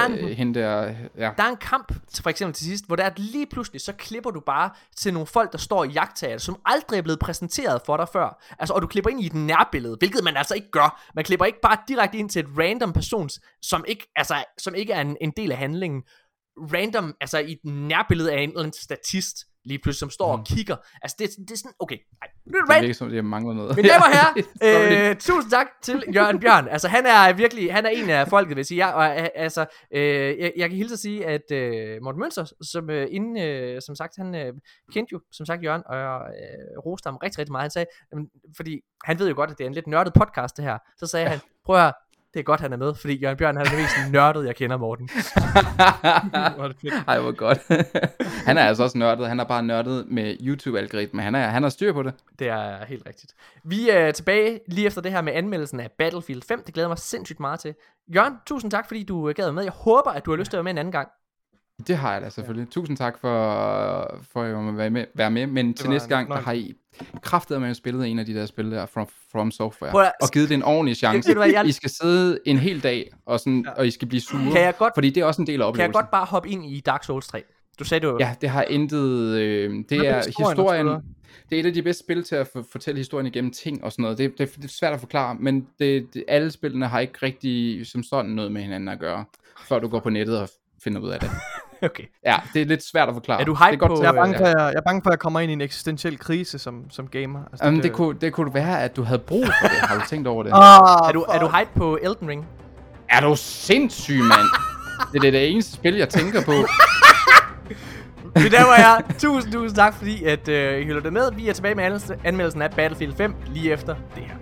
Der er en kamp, for eksempel til sidst, hvor der er lige pludselig, så klipper du bare til nogle folk, der står i jagttager, som aldrig er blevet præsenteret for dig før. Altså, og du klipper ind i et nærbillede, hvilket man altså ikke gør. Man klipper ikke bare direkte ind til et random person, som ikke er en del af handlingen. Random, altså i et nærbillede af en eller anden statist, lige pludselig, som står og kigger. Altså, det er sådan, okay, nej. Det virker som, det mangler noget. Mine damer og herrer, tusind tak til Jørgen Bjørn. Altså, han er en af folket, vil jeg sige. Jeg kan hilse at sige, at Morten Mønster, som sagt, han kendte jo, som sagt, Jørgen, og jeg roste ham rigtig, rigtig meget. Han sagde, fordi han ved jo godt, at det er en lidt nørdet podcast, det her. Så sagde han, prøv at høre, det er godt, han er med, fordi Jørgen Bjørn, han er den mest nørdet, jeg kender, Morten. Ej, hvor godt. Han er altså også nørdet. Han er bare nørdet med YouTube-algoritmen. Han har styr på det. Det er helt rigtigt. Vi er tilbage lige efter det her med anmeldelsen af Battlefield 5. Det glæder mig sindssygt meget til. Jørgen, tusind tak, fordi du gad med. Jeg håber, at du har lyst til at være med en anden gang. Det har jeg da selvfølgelig. Tusind tak for at være med. Men til næste gang, der har I kraftedeme spillet en af de der spil der From Software. Og givet det en ordentlig chance. I skal sidde en hel dag, og I skal blive sure. Fordi det er også en del af oplevelsen. Kan jeg godt bare hoppe ind i Dark Souls 3? Du sagde det. Ja, det har intet... det er historien... Det er et af de bedste spil til at fortælle historien igennem ting og sådan noget. Det er svært at forklare, men alle spillene har ikke rigtig som sådan noget med hinanden at gøre, før du går på nettet og finder ud af det. Okay. Ja, det er lidt svært at forklare. Er du hype på? Jeg er bange for, at jeg kommer ind i en eksistentiel krise som gamer. Altså, det kunne være, at du havde brug for det. Har du tænkt over det? Er du hype på Elden Ring? Er du sindssyg, mand? Det er det eneste spil, jeg tænker på. Men der var jeg. Tusind tak, fordi at I hylder det med. Vi er tilbage med anmeldelsen af Battlefield 5 lige efter det her.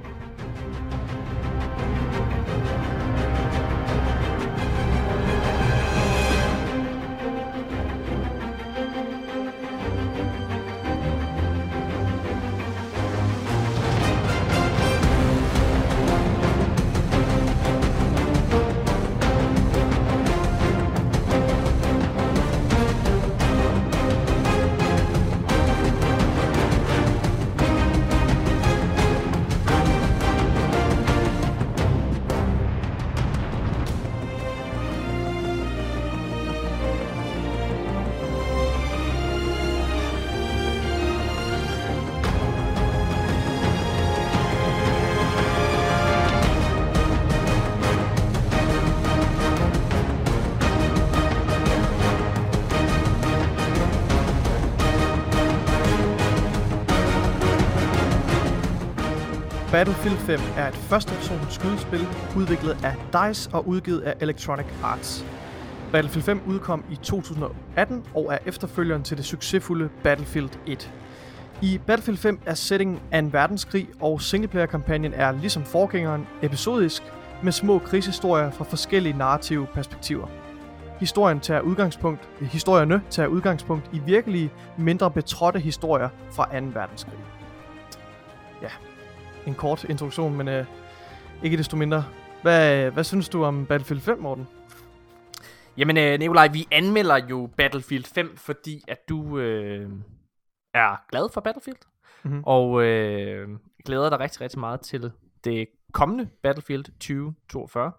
Battlefield 5 er et førstepersons skydespil udviklet af DICE og udgivet af Electronic Arts. Battlefield 5 udkom i 2018 og er efterfølgeren til det succesfulde Battlefield 1. I Battlefield 5 er settingen af en verdenskrig, og singleplayer-kampagnen er ligesom forgængeren episodisk med små krigshistorier fra forskellige narrative perspektiver. Historierne tager udgangspunkt i virkelige, mindre betrådte historier fra 2. verdenskrig. Ja, en kort introduktion, men ikke desto mindre. Hvad synes du om Battlefield 5, Morten? Jamen, Nikolaj, vi anmelder jo Battlefield 5, fordi at du er glad for Battlefield, og glæder dig rigtig, rigtig meget til det kommende Battlefield 2042.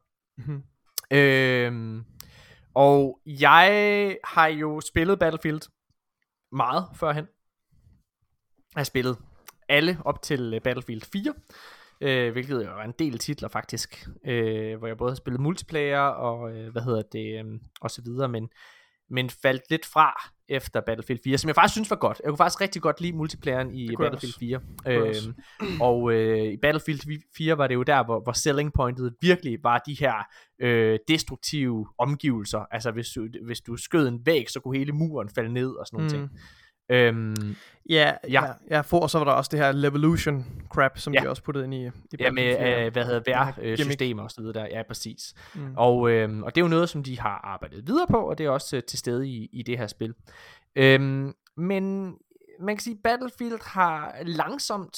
Og jeg har jo spillet Battlefield meget førhen. Jeg har spillet alle op til Battlefield 4, hvilket jo er en del titler faktisk, hvor jeg både har spillet multiplayer og og så videre, men faldt lidt fra efter Battlefield 4, som jeg faktisk synes var godt. Jeg kunne faktisk rigtig godt lide multiplayeren i Battlefield 4. Og i Battlefield 4 var det jo der, hvor selling pointet virkelig var de her destruktive omgivelser. Altså hvis du skød en væg, så kunne hele muren falde ned og sådan nogle ting. Og så var der også det her Levolution crap, som de også puttede ind i med VR-systemer og så videre der. Ja, præcis. Og det er jo noget, som de har arbejdet videre på, og det er også til stede i det her spil. Men man kan sige, Battlefield har langsomt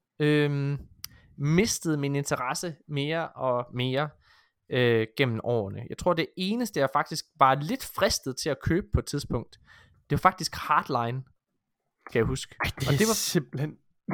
mistet min interesse mere og mere gennem årene. Jeg tror, det eneste, jeg faktisk var lidt fristet til at købe på et tidspunkt, det var faktisk Hardline, kan jeg huske. Det var simpelthen...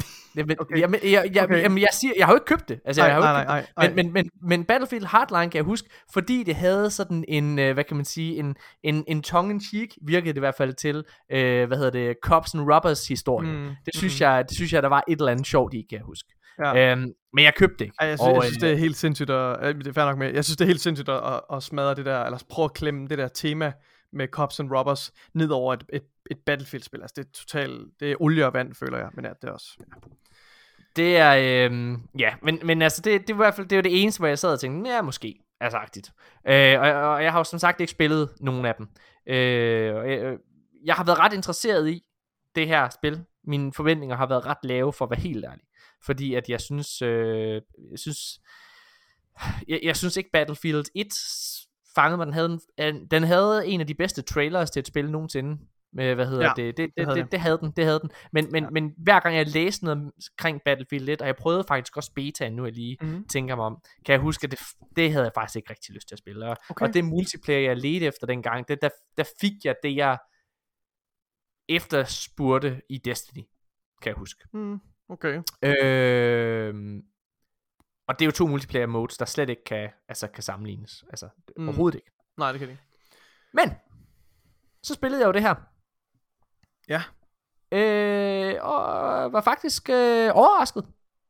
Jeg siger, jeg har jo ikke købt det. Altså, men Battlefield Hardline kan jeg huske, fordi det havde sådan en, hvad kan man sige, en tongue-in-cheek, virkede det i hvert fald til, Cops and Robbers historie. Det synes jeg, der var et eller andet sjovt i, kan jeg huske. Ja. Men jeg købte det ikke. Jeg synes det er helt sindssygt, det er fair nok med. Jeg synes det er helt sindssygt at smadre det der, eller prøve at klemme det der tema med cops and robbers ned over et Battlefield-spil. Altså det er totalt, det er olie og vand, føler jeg, men det er også. Ja. Det er, ja, men altså, det er i hvert fald, det er jo det eneste, hvor jeg sad og tænkte, ja, måske, altså agtigt. Og jeg har jo som sagt ikke spillet nogen af dem. Jeg har været ret interesseret i det her spil. Mine forventninger har været ret lave, for at være helt ærlig. Fordi at jeg synes, jeg synes ikke Battlefield 1 fangede mig. Den havde en af de bedste trailers til et spil nogensinde. Hvad hedder det? Det havde den. Men hver gang jeg læste noget omkring Battlefield 1, og jeg prøvede faktisk også betaen nu, jeg lige tænker mig om, kan jeg huske, at det havde jeg faktisk ikke rigtig lyst til at spille. Og det multiplayer, jeg ledte efter dengang, der fik jeg det, jeg efterspurgte i Destiny, kan jeg huske. Okay. Og det er jo 2 multiplayer modes, der slet ikke kan sammenlignes. Altså, overhovedet ikke. Nej, det kan det ikke. Men, så spillede jeg jo det her. Ja. Og var faktisk overrasket.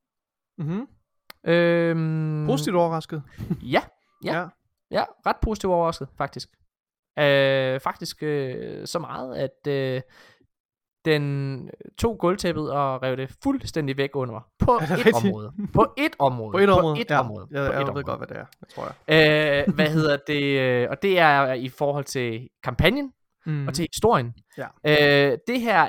Positivt overrasket? Ja, ret positivt overrasket, faktisk. Faktisk så meget, at den tog gulvtæppet og rev det fuldstændig væk under mig. På et område. På et område. Jeg ved godt, hvad det er. Det tror jeg. Hvad hedder det? Og det er i forhold til kampagnen og til historien. Ja. Det her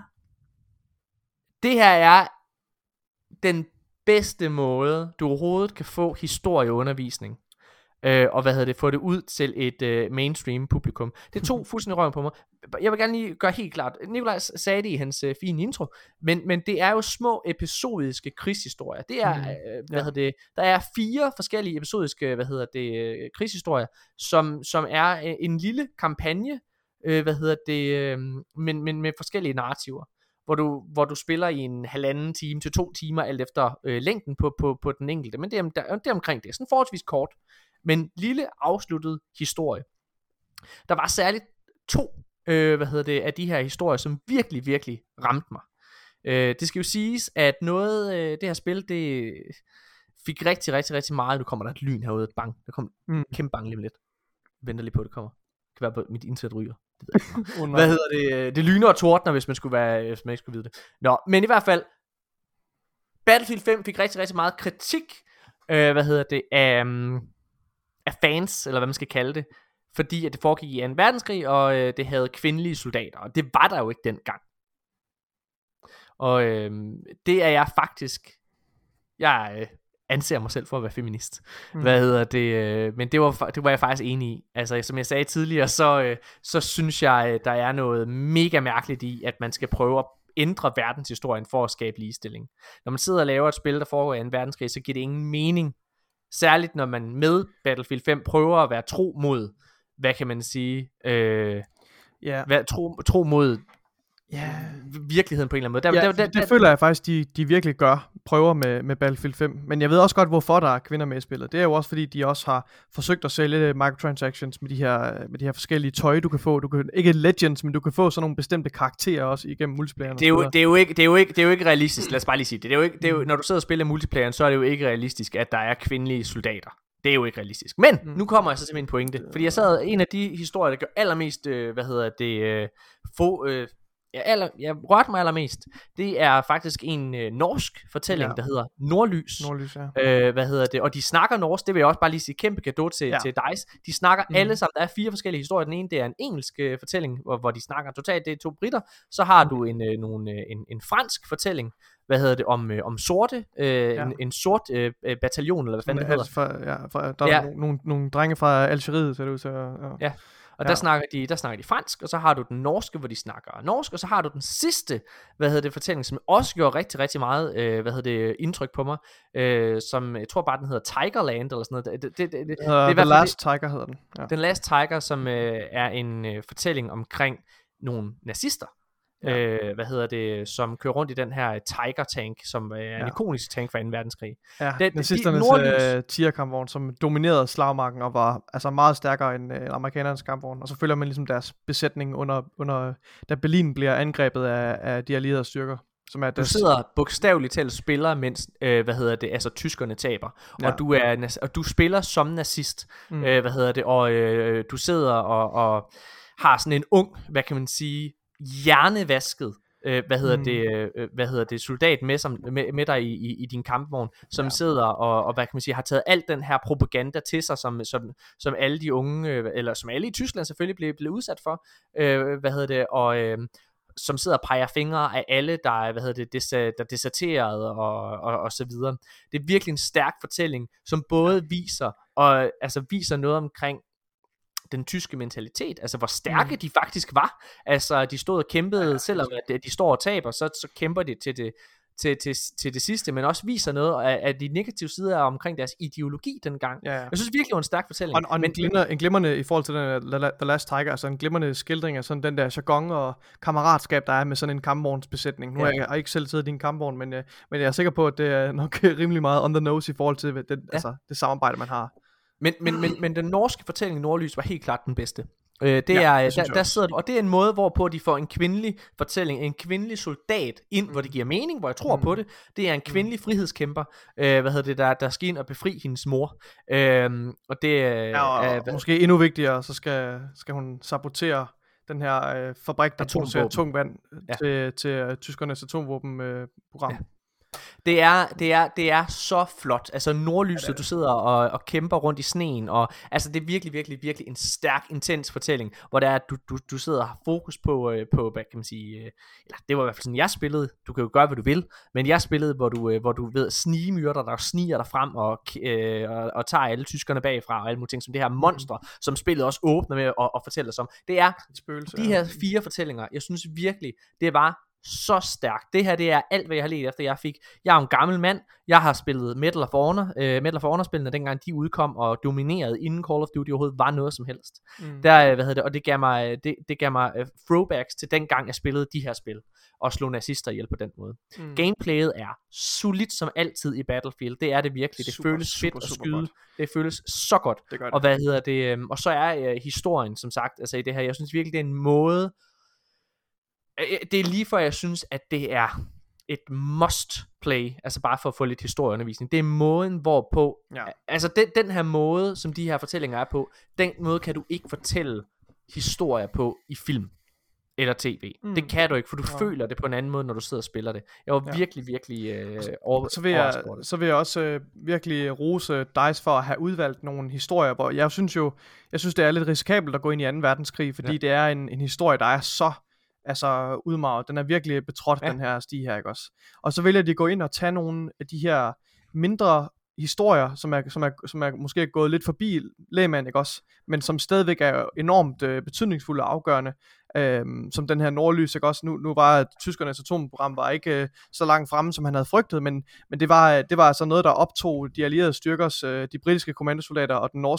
er den bedste måde, du overhovedet kan få historieundervisning. Og få det ud til et mainstream publikum. Det tog fuldstændig røven på mig. Jeg vil gerne lige gøre helt klart, Nikolaj sagde det i hans fine intro, men det er jo små episodiske krigshistorier. Det er, der er 4 forskellige episodiske, krigshistorier, som er en lille kampagne, men med forskellige narrativer. Hvor du spiller i en 1,5 time til 2 timer, alt efter længden på den enkelte. Men det er omkring det. Sådan forholdsvis kort. Men lille afsluttet historie. Der var særligt 2 af de her historier, som virkelig, virkelig ramte mig. Det skal jo siges, at det her spil, det fik rigtig, rigtig, rigtig meget. Nu kommer der et lyn herude, et bang. Der kommer et kæmpe bang lige med lidt. Venter lige på, det kommer. Det kan være på mit internet ryger. Det det lyner og tordner, hvis man ikke skulle vide det. Nå, men i hvert fald Battlefield 5 fik rigtig, rigtig meget kritik af fans, eller hvad man skal kalde det, fordi at det foregik i 2. verdenskrig, og det havde kvindelige soldater, og det var der jo ikke dengang. Og det er jeg faktisk, jeg anser mig selv for at være feminist. Men det var jeg faktisk enig i. Altså, som jeg sagde tidligere, så synes jeg, der er noget mega mærkeligt i, at man skal prøve at ændre verdenshistorien for at skabe ligestilling. Når man sidder og laver et spil, der foregår i 2. verdenskrig, så giver det ingen mening. Særligt når man med Battlefield 5 prøver at være tro mod, hvad kan man sige, tro mod virkeligheden på en eller anden måde. Det føler jeg faktisk, de virkelig prøver med Battlefield 5. Men jeg ved også godt, hvorfor der er kvinder med i spillet. Det er jo også fordi, de også har forsøgt at sælge microtransactions med de her forskellige tøj, du kan få. Du kan ikke Legends, men du kan få sådan nogle bestemte karakterer også igennem multiplayeren. Det er jo ikke realistisk. Lad os bare lige sige det. Det er jo, når du sidder og spiller multiplayeren, så er det jo ikke realistisk, at der er kvindelige soldater. Det er jo ikke realistisk. Men nu kommer jeg så til min pointe, fordi jeg sad en af de historier, der gør allermest, jeg rørte mig allermest. Det er faktisk en norsk fortælling, der hedder Nordlys. Nordlys, ja. Og de snakker norsk. Det vil jeg også bare lige sige kæmpe cadeau til DICE. De snakker alle sammen. Der er 4 forskellige historier. Den ene, det er en engelsk fortælling, hvor de snakker totalt. Det er 2 britter. Så har du en fransk fortælling. Om sorte, en sort bataljon, eller hvad fanden det hedder. Der er nogle drenge fra Algeriet, ser det ud til. Ja. Og der snakker de fransk, og så har du den norske, hvor de snakker norsk, og så har du den sidste, fortælling, som også gjorde rigtig, rigtig meget, indtryk på mig, som jeg tror bare, den hedder Tigerland, eller sådan noget. Det er The Last Tiger hedder den. Ja. Den Last Tiger, som er en fortælling omkring nogle nazister, som kører rundt i den her Tiger tank, som er en ikonisk tank fra 2. verdenskrig. Ja, nazisternes Tiger-kampvogn, som dominerede slagmarken og var altså meget stærkere end amerikanernes kampvogn. Og så følger man ligesom deres besætning under da Berlin bliver angrebet af de allierede styrker. Som er du sidder bogstaveligt talt og spiller, mens altså tyskerne taber, og du spiller som nazist, og du sidder og har sådan en ung, hvad kan man sige, hjernevasket, soldat med dig i din kampvogn, som sidder og hvad kan man sige, har taget alt den her propaganda til sig, som alle de unge, eller som alle i Tyskland selvfølgelig blev udsat for, som sidder og peger fingre af alle, der der deserterede og så videre. Det er virkelig en stærk fortælling, som både viser noget omkring den tyske mentalitet, altså hvor stærke de faktisk var. Altså de stod og kæmpede, selvom at de står og taber, så kæmper de til det sidste, men også viser noget af de negative sider omkring deres ideologi dengang. Ja. Jeg synes virkelig, det var en stærk fortælling. Og en glimrende, i forhold til den The Last Tiger, altså en glimrende skildring af sådan den der jargon og kammeratskab, der er med sådan en kampvognsbesætning. Nu har jeg ikke selv siddet i en kampvogn, men jeg er sikker på, at det er nok rimelig meget on the nose i forhold til det samarbejde, man har. Men den norske fortælling Nordlys var helt klart den bedste. Der sidder du, og det er en måde, hvorpå de får en kvindelig fortælling, en kvindelig soldat ind, hvor det giver mening, hvor jeg tror på det. Det er en kvindelig frihedskæmper, der skal ind og befri hendes mor. Og det og måske endnu vigtigere, så skal hun sabotere den her fabrik, der producerer tung vand til tyskernes atomvåbenprogram. Det er så flot. Altså Nordlyset, du sidder og kæmper rundt i sneen, og altså det er virkelig, virkelig, virkelig en stærk, intens fortælling, hvor det er, at du sidder og har fokus på, hvad kan man sige, eller det var i hvert fald sådan, jeg spillede. Du kan jo gøre, hvad du vil, men jeg spillede, hvor du ved snigemyrder, der sniger dig frem og tager alle tyskerne bagfra, og alle mulige ting, som det her monster, som spillet også åbner med at fortælle os om. Det er de her 4 fortællinger, jeg synes virkelig, det var så stærkt. Det her, det er alt, hvad jeg har let efter. Jeg er en gammel mand. Jeg har spillet Medal of Honor-spillene, dengang de udkom og dominerede, inden Call of Duty overhovedet var noget som helst. Og det gav mig throwbacks til dengang jeg spillede de her spil og slog nazister ihjel på den måde. Gameplayet er solidt som altid i Battlefield. Det er det virkelig. Det føles fedt at skyde. Godt. Det føles så godt. Og og så er historien, som sagt, altså i det her, jeg synes virkelig, det er en måde. Det er lige for, jeg synes, at det er et must play, altså bare for at få lidt historieundervisning. Det er måden, hvorpå, altså den her måde, som de her fortællinger er på, den måde kan du ikke fortælle historier på i film eller tv. Det kan du ikke, for du føler det på en anden måde, når du sidder og spiller det. Jeg var virkelig, virkelig overrasket. Så vil jeg også virkelig rose DICE for at have udvalgt nogle historier, hvor jeg synes, det er lidt risikabelt at gå ind i 2. verdenskrig, fordi det er en historie, der er så udmarvet. Den er virkelig betrådt, den her sti her, ikke også? Og så vælger de at gå ind og tage nogle af de her mindre historier, som er måske gået lidt forbi lægmand, ikke også? Men som stadigvæk er enormt betydningsfulde og afgørende, som den her Nordlys, ikke også? Nu var at tyskernes atomprogram var ikke så langt fremme, som han havde frygtet, men det var altså noget, der optog de allierede styrkers, de britiske kommandosoldater og den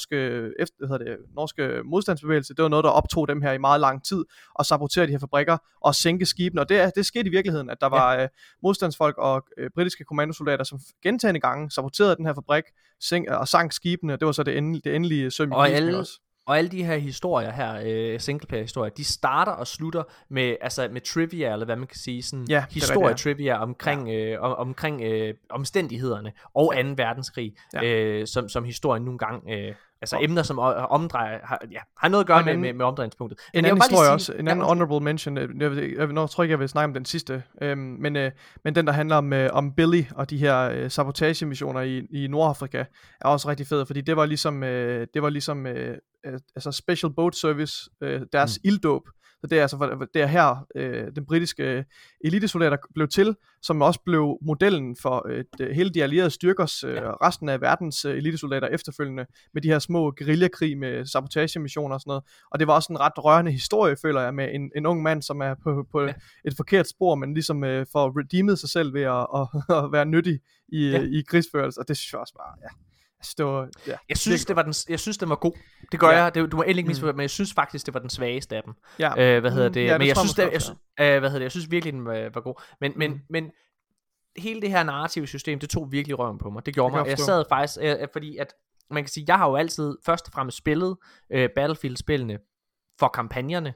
norske modstandsbevægelse. Det var noget, der optog dem her i meget lang tid, og sabotere de her fabrikker og sænke skibene. Og det skete i virkeligheden, at der var modstandsfolk og britiske kommandosoldater, som gentagne gange saboterede den her fabrik og sank skibene. Det var så det endelige søm i krisen også. Og alle de her historier her, singleplayer historier, de starter og slutter med trivia, eller hvad man kan sige, sådan historie-trivia omkring omstændighederne og 2. verdenskrig, som historien nogle gange, emner som har noget at gøre med omdrejningspunktet. En anden historie også, en anden honorable mention, jeg tror ikke, jeg vil snakke om den sidste, men den, der handler om Billy og de her sabotagemissioner i Nordafrika, er også rigtig fed, fordi det var ligesom Special Boat Service, deres ilddåb. Så det er her den britiske elitesoldater blev til, som også blev modellen for hele de allierede styrkers resten af verdens elitesoldater efterfølgende, med de her små guerillakrig med sabotagemissioner og sådan noget. Og det var også en ret rørende historie, føler jeg, med en ung mand, som er på et forkert spor, men ligesom får redeemet sig selv ved at være nyttig i krigsførelse. Og det synes jeg også bare, jeg synes den var god. Det gør jeg. Du må endelig ikke misforstå, men jeg synes faktisk det var den svageste af dem. Men jeg synes virkelig den var god. Men hele det her narrative system, det tog virkelig røven på mig. Det gjorde mig. Jeg sad faktisk fordi at man kan sige, jeg har jo altid først og fremmest spillet Battlefield-spillene for kampagnerne.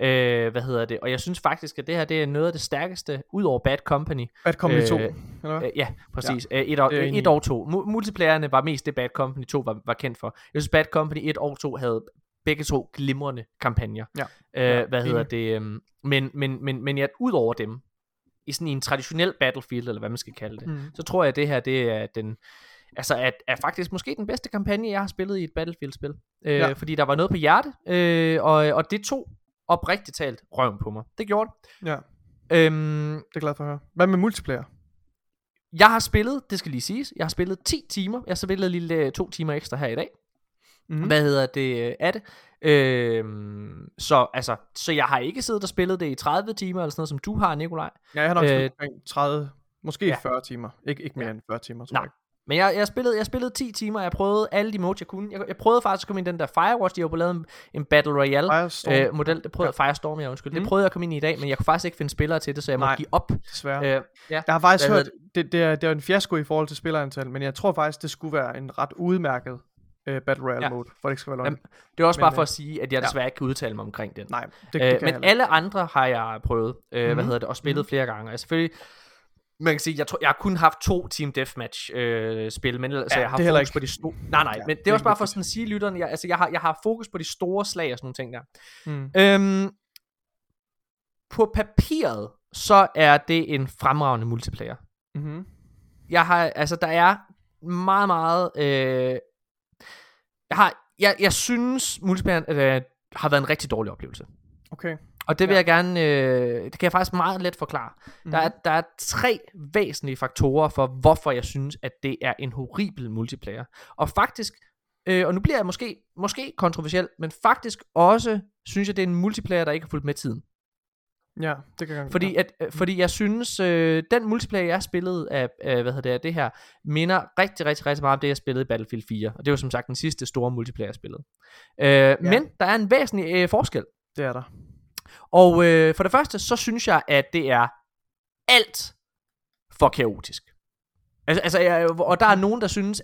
Og jeg synes faktisk, at det her, det er noget af det stærkeste, ud over Bad Company. Bad Company 2, eller? Ja, præcis. 1 og 2. Multiplayerne var mest det, Bad Company 2 var kendt for. Jeg synes, Bad Company 1 og 2 havde begge to glimrende kampagner. Ja. Hvad hedder det? Men ud over dem, i sådan en traditionel Battlefield, eller hvad man skal kalde det, så tror jeg, at det her, det er den, altså er faktisk måske den bedste kampagne, jeg har spillet i et Battlefield-spil. Fordi der var noget på hjerte, og det tog oprigtigt talt røven på mig. Det gjorde det. Ja. Det er jeg glad for at høre. Hvad med multiplayer? Jeg har spillet, det skal lige siges, jeg har spillet 10 timer. Jeg har spillet lige 2 timer ekstra her i dag. Hvad hedder det af det? Så jeg har ikke siddet og spillet det i 30 timer, eller sådan noget, som du har, Nikolaj. Ja, jeg har nok spillet 30, måske 40 timer. Ikke mere end 40 timer, tror jeg. Men jeg spillede 10 timer, jeg prøvede alle de modes, jeg kunne. Jeg prøvede faktisk at komme ind i den der Firewatch, de har jo lavet en Battle Royale model. Det prøvede Firestorm, Det prøvede jeg at komme ind i dag, men jeg kunne faktisk ikke finde spillere til det, så jeg måtte give op. Desværre. Jeg har faktisk hørt, det er en fiasko i forhold til spillerantal, men jeg tror faktisk, det skulle være en ret udmærket Battle Royale mode, for det ikke skal være løgn. Det er også bare for at sige, at jeg desværre ikke kan udtale mig omkring den. Nej, det kan men alle andre har jeg prøvet, og spillet flere gange. Altså selvfølgelig, man kan sige, jeg har kun haft 2 Team Deathmatch spil, men så jeg har fokus på de store. Nej, men det er også bare for sådan at sige lytterne, jeg har fokus på de store slag og sådan nogle ting der. På papiret, så er det en fremragende multiplayer. Der er meget jeg synes multiplayer har været en rigtig dårlig oplevelse. Okay. Og det vil jeg gerne, det kan jeg faktisk meget let forklare. Der er 3 væsentlige faktorer for, hvorfor jeg synes, at det er en horribel multiplayer. Og faktisk, og nu bliver jeg måske kontroversiel, men faktisk også synes jeg, det er en multiplayer, der ikke har fulgt med tiden. Ja, det kan jeg fordi jeg synes, den multiplayer, jeg spillede af det her, minder rigtig, rigtig, rigtig meget om det, jeg spillede i Battlefield 4. Og det var som sagt den sidste store multiplayer, jeg spillede. Men der er en væsentlig forskel. Det er der. Og for det første, så synes jeg, at det er alt for kaotisk. Og der er nogen,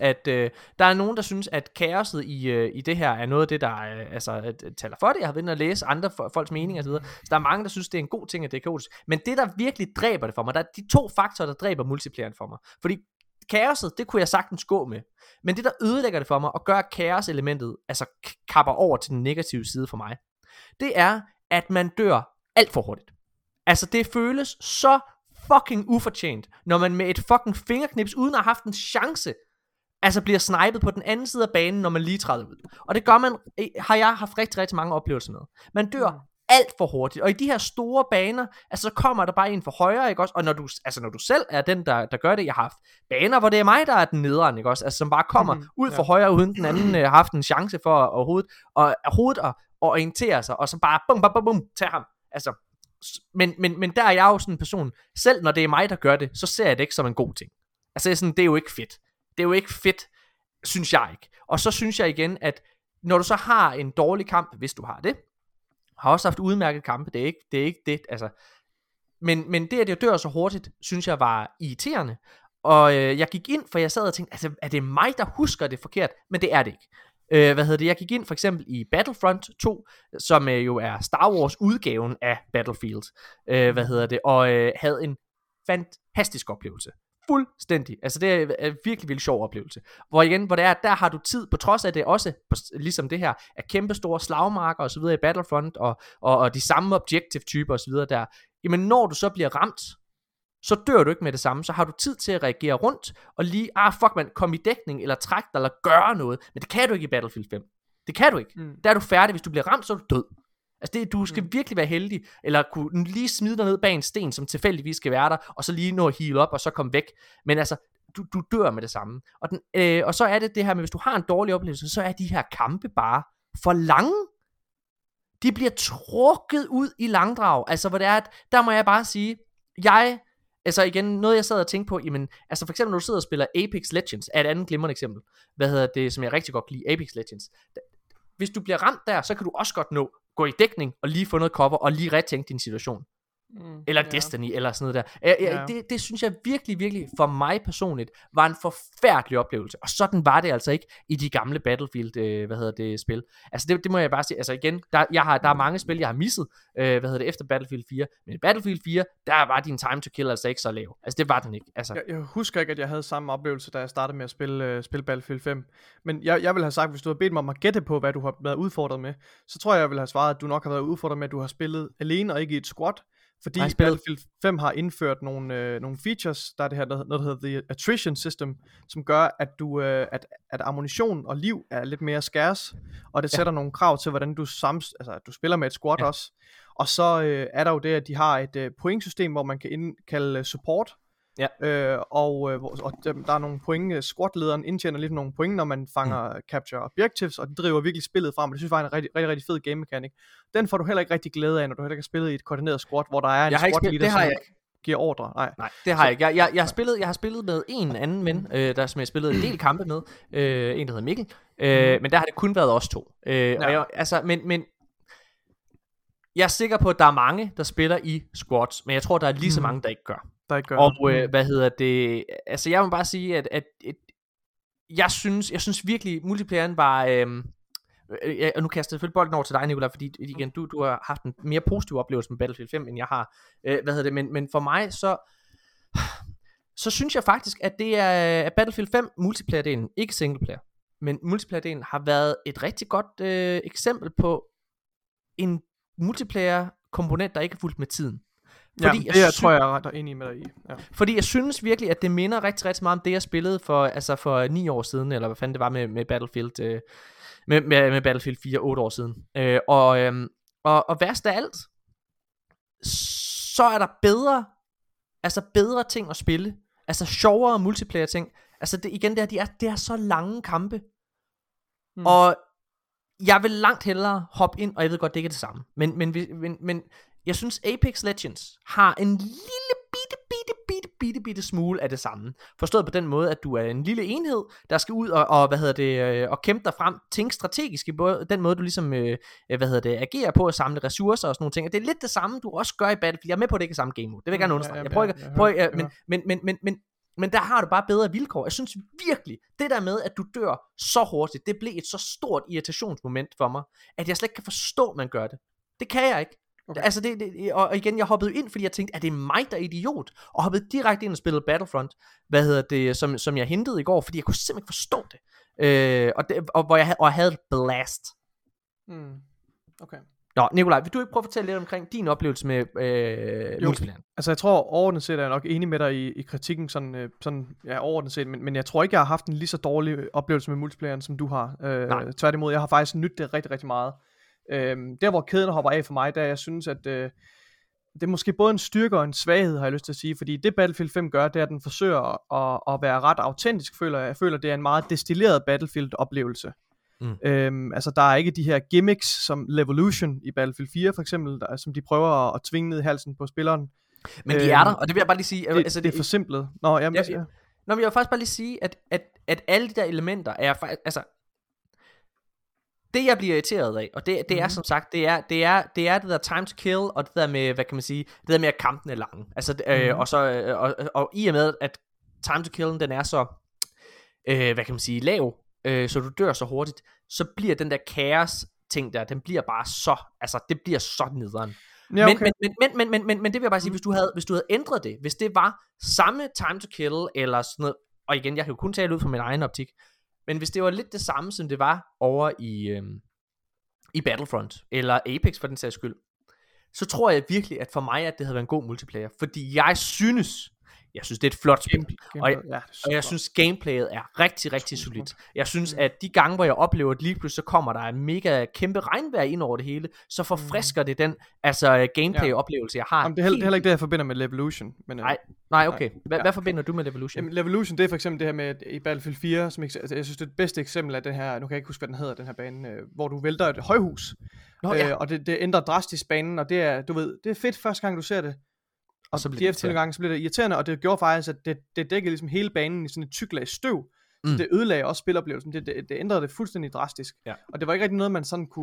der synes, at kaoset i det her er noget af det, der taler for det. Jeg har været inde og læse andre folks meninger og så videre. Så der er mange, der synes, det er en god ting, at det er kaotisk. Men det, der virkelig dræber det for mig, der er de 2 faktorer, der dræber multiplayeren for mig. Fordi kaoset, det kunne jeg sagtens gå med. Men det, der ødelægger det for mig, og gør kaos-elementet, kapper over til den negative side for mig, det er, at man dør alt for hurtigt. Det føles så fucking ufortjent, når man med et fucking fingerknips, uden at have haft en chance, bliver snipet på den anden side af banen, når man lige træder ud. Og det har jeg haft rigtig, rigtig mange oplevelser med. Man dør alt for hurtigt, og i de her store baner, så kommer der bare en for højre, ikke også? Og når du selv er den, der gør det, jeg har haft baner, hvor det er mig, der er den nederen, ikke også? Som bare kommer ud for højre, uden den anden har haft en chance for overhovedet at orientere sig, og så bare bum, tage ham. Men der er jeg jo sådan en person, selv når det er mig, der gør det, så ser jeg det ikke som en god ting. Det er jo ikke fedt. Det er jo ikke fedt, synes jeg ikke. Og så synes jeg igen, at når du så har en dårlig kamp, hvis du har det, har også haft udmærket kampe, det er ikke det, men det, at jeg dør så hurtigt, synes jeg var irriterende. Og jeg gik ind, for jeg sad og tænkte, er det mig, der husker det forkert? Men det er det ikke. Jeg gik ind for eksempel i Battlefront 2, som jo er Star Wars udgaven af Battlefield, og havde en fantastisk oplevelse. Fuldstændig. Det er en virkelig, virkelig sjov oplevelse. Hvor der har du tid, på trods af det også, ligesom det her, er kæmpe store slagmarker og så videre i Battlefront, og de samme objective typer og så videre der. Jamen når du så bliver ramt, så dør du ikke med det samme, så har du tid til at reagere rundt, og lige, kom i dækning, eller træk dig, eller gøre noget, men det kan du ikke i Battlefield 5. Det kan du ikke. Der er du færdig, hvis du bliver ramt, så er du død. Du skal virkelig være heldig, eller kunne lige smide dig ned bag en sten, som tilfældigvis skal være der, og så lige nå at heal op, og så komme væk. Men du dør med det samme. Og så er det her med, hvis du har en dårlig oplevelse, så er de her kampe bare for lange. De bliver trukket ud i langdrag. Hvor det er, at der må jeg bare sige, igen, noget jeg sad og tænkte på, for eksempel når du sidder og spiller Apex Legends, er et andet glimrende eksempel, som jeg rigtig godt kan lide, Apex Legends. Hvis du bliver ramt der, så kan du også godt gå i dækning, og lige få noget cover, og lige retænke din situation. Eller Destiny, eller sådan noget der. Det synes jeg virkelig, for mig personligt, var en forfærdelig oplevelse. Og sådan var det altså ikke i de gamle Battlefield, spil. Altså det må jeg bare sige. Altså igen, der er mange spil, jeg har misset, efter Battlefield 4. Men i Battlefield 4, der var din time to kill altså ikke så lav. Altså det var den ikke. Altså. Jeg husker ikke, at jeg havde samme oplevelse, da jeg startede med at spille Battlefield 5. Men jeg vil have sagt, hvis du havde bedt mig om at gætte på, hvad du har været udfordret med, så tror jeg vil have svaret, at du nok har været udfordret med, at du har spillet alene og ikke i et squad. Fordi Battlefield 5 har indført nogle features, der er det her, noget der hedder The Attrition System, som gør, at at ammunition og liv er lidt mere skærs, og det sætter nogle krav til, hvordan at du spiller med et squad også. Og så er der jo det, at de har et pointsystem, hvor man kan indkalde support, og der er nogle point, squadlederen indtjener lidt nogle point, når man fanger capture objectives, og den driver virkelig spillet frem, og det synes jeg er en rigtig fed game mechanic. Den får du heller ikke rigtig glæde af, når du heller ikke har spillet i et koordineret squad, hvor der er en squad leader, som giver ordre. Nej, det har jeg ikke. Jeg har spillet med en anden ven, som jeg spillede en del kampe med, en der hedder Mikkel, men der har det kun været os to. Men jeg er sikker på, at der er mange, der spiller i squads, men jeg tror, der er lige så mange, der ikke gør. Og altså jeg må bare sige, at jeg synes virkelig, multiplayeren var, og nu kaster jeg selvfølgelig bolden over til dig, Nicolai, fordi igen, du har haft en mere positiv oplevelse med Battlefield 5, end jeg har, men for mig, så synes jeg faktisk, at det er Battlefield 5 multiplayer-delen, ikke singleplayer, men multiplayer-delen har været et rigtig godt eksempel på en multiplayer-komponent, der ikke er fulgt med tiden. Fordi jeg tror jeg er ret enig med dig i. Ja. Fordi jeg synes virkelig, at det minder rigtig meget om det, jeg spillede for 9 år siden, eller hvad fanden det var med Battlefield, med Battlefield 4, 8 år siden. Og værst af alt, så er der bedre ting at spille, altså sjovere multiplayer ting. Altså det er så lange kampe, og jeg vil langt hellere hoppe ind, og jeg ved godt, det ikke er det samme, men jeg synes Apex Legends har en lille bitte smule af det samme. Forstået på den måde, at du er en lille enhed, der skal ud og kæmpe dig frem, tænke strategisk i både den måde, du ligesom agerer på at samle ressourcer og sådan nogle ting. Og det er lidt det samme, du også gør i Battlefield. Jeg er med på, at det ikke er samme game mode. Det vil jeg gerne understrege. Men der har du bare bedre vilkår. Jeg synes virkelig, det der med, at du dør så hurtigt, det blev et så stort irritationsmoment for mig, at jeg slet ikke kan forstå, at man gør det. Det kan jeg ikke. Okay. Altså og igen, jeg hoppede ind, fordi jeg tænkte, er det mig, der er idiot? Og hoppede direkte ind og spillede Battlefront, som jeg hentede i går, fordi jeg kunne simpelthen ikke forstå det. Hvor jeg havde blast. Okay. Nå, Nicolai, vil du ikke prøve at fortælle lidt omkring din oplevelse med multiplayer? Altså jeg tror overordnet set er jeg nok enig med dig i kritikken, sådan overordnet set, men jeg tror ikke, jeg har haft en lige så dårlig oplevelse med multiplayeren, som du har. Tværtimod, jeg har faktisk nydt det rigtig meget. Der hvor kæden hopper af for mig, der jeg synes at det er måske både en styrke og en svaghed, har jeg lyst til at sige, fordi det Battlefield 5 gør, det er at den forsøger at være ret autentisk. Jeg føler det er en meget destilleret Battlefield oplevelse. Altså der er ikke de her gimmicks som Levolution i Battlefield 4 for eksempel, som de prøver at tvinge ned i halsen på spilleren. Men de er der, og det vil jeg bare lige sige, det er forsimplet. Men jeg vil faktisk bare lige sige, at alle de der elementer er faktisk, altså det jeg bliver irriteret af, og det er som sagt, det er det der time to kill, og det der med, hvad kan man sige, det der med at kampen er lang. Altså, og i og med, at time to killen, den er så, hvad kan man sige, lav, så du dør så hurtigt, så bliver den der chaos ting der, den bliver bare så, altså det bliver så nederen. Ja, okay. Men det vil jeg bare sige, hvis du havde ændret det, hvis det var samme time to kill, eller sådan noget, og igen, jeg kan jo kun tale ud fra min egen optik, men hvis det var lidt det samme, som det var over i Battlefront, eller Apex for den sags skyld, så tror jeg virkelig, at for mig, at det havde været en god multiplayer. Fordi jeg synes det er et flot spil, og jeg synes gameplayet er rigtig solidt. Jeg synes, at de gange, hvor jeg oplever, at lige pludselig så kommer der en mega kæmpe regnvejr ind over det hele, så forfrisker det den gameplay-oplevelse, jeg har. Jamen, det er heller ikke det, jeg forbinder med Levolution. Men, nej, okay. Hvad forbinder du med Levolution? Jamen, Levolution, det er for eksempel det her med i Battlefield 4, som jeg synes, det er det bedste eksempel af den her, nu kan jeg ikke huske, hvad den hedder, den her bane, hvor du vælter et højhus. Og det ændrer drastisk banen, og det er, du ved, det er fedt første gang, du ser det. Og så de efterfølgende gange, så bliver det irriterende, og det gjorde faktisk, at det dækkede ligesom hele banen i sådan et tyk lag støv, så det ødelagde også spiloplevelsen, det ændrede det fuldstændig drastisk, og det var ikke rigtig noget, man sådan kunne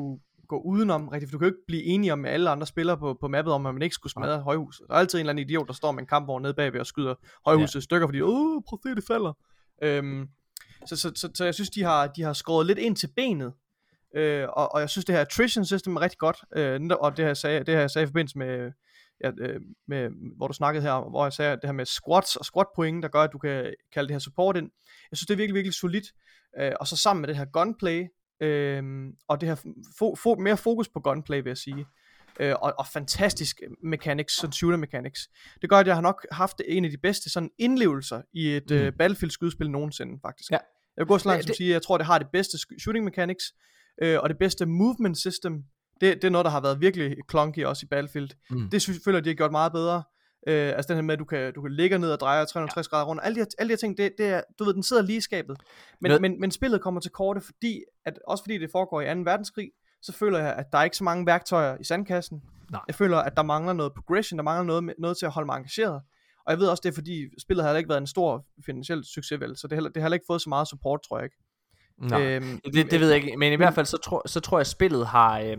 gå udenom rigtigt, for du kan jo ikke blive enige om med alle andre spillere på mappet, om at man ikke skulle smadre højhuset. Der er altid en eller anden idiot, der står med en kampvogn nede bagved og skyder højhuset i stykker, fordi, prøv at se, det falder. Så jeg synes, de har skåret lidt ind til benet, og jeg synes, det her attrition system er rigtig godt, og det her jeg sagde i forbindelse med hvor du snakkede her, hvor jeg sagde det her med squats og squat point, der gør, at du kan kalde det her support ind. Jeg synes, det er virkelig, virkelig solidt, og så sammen med det her gunplay, og det her mere fokus på gunplay, vil jeg sige, og fantastisk mechanics, sådan shooter mechanics. Det gør, at jeg har nok haft en af de bedste sådan indlevelser i et Battlefield skydespil nogensinde, faktisk. Ja. Jeg vil gå så langt som at sige, at jeg tror, det har det bedste shooting mechanics, og det bedste movement system. Det er noget, der har været virkelig clunky også i Battlefield. Det synes jeg føler, de har gjort meget bedre. Altså den her med, at du kan ligge ned og dreje 360 grader rundt. Alle de her ting, det er, du ved, den sidder lige i skabet. Men spillet kommer til korte, fordi det foregår i 2. verdenskrig, så føler jeg, at der er ikke så mange værktøjer i sandkassen. Nej. Jeg føler, at der mangler noget progression, der mangler noget til at holde mig engageret. Og jeg ved også, det er fordi, spillet har ikke været en stor finansiel succes, vel? Så det har heller ikke fået så meget support, tror jeg ikke. Nej, det ved jeg ikke. Men i hvert fald, så tror jeg, at spillet har...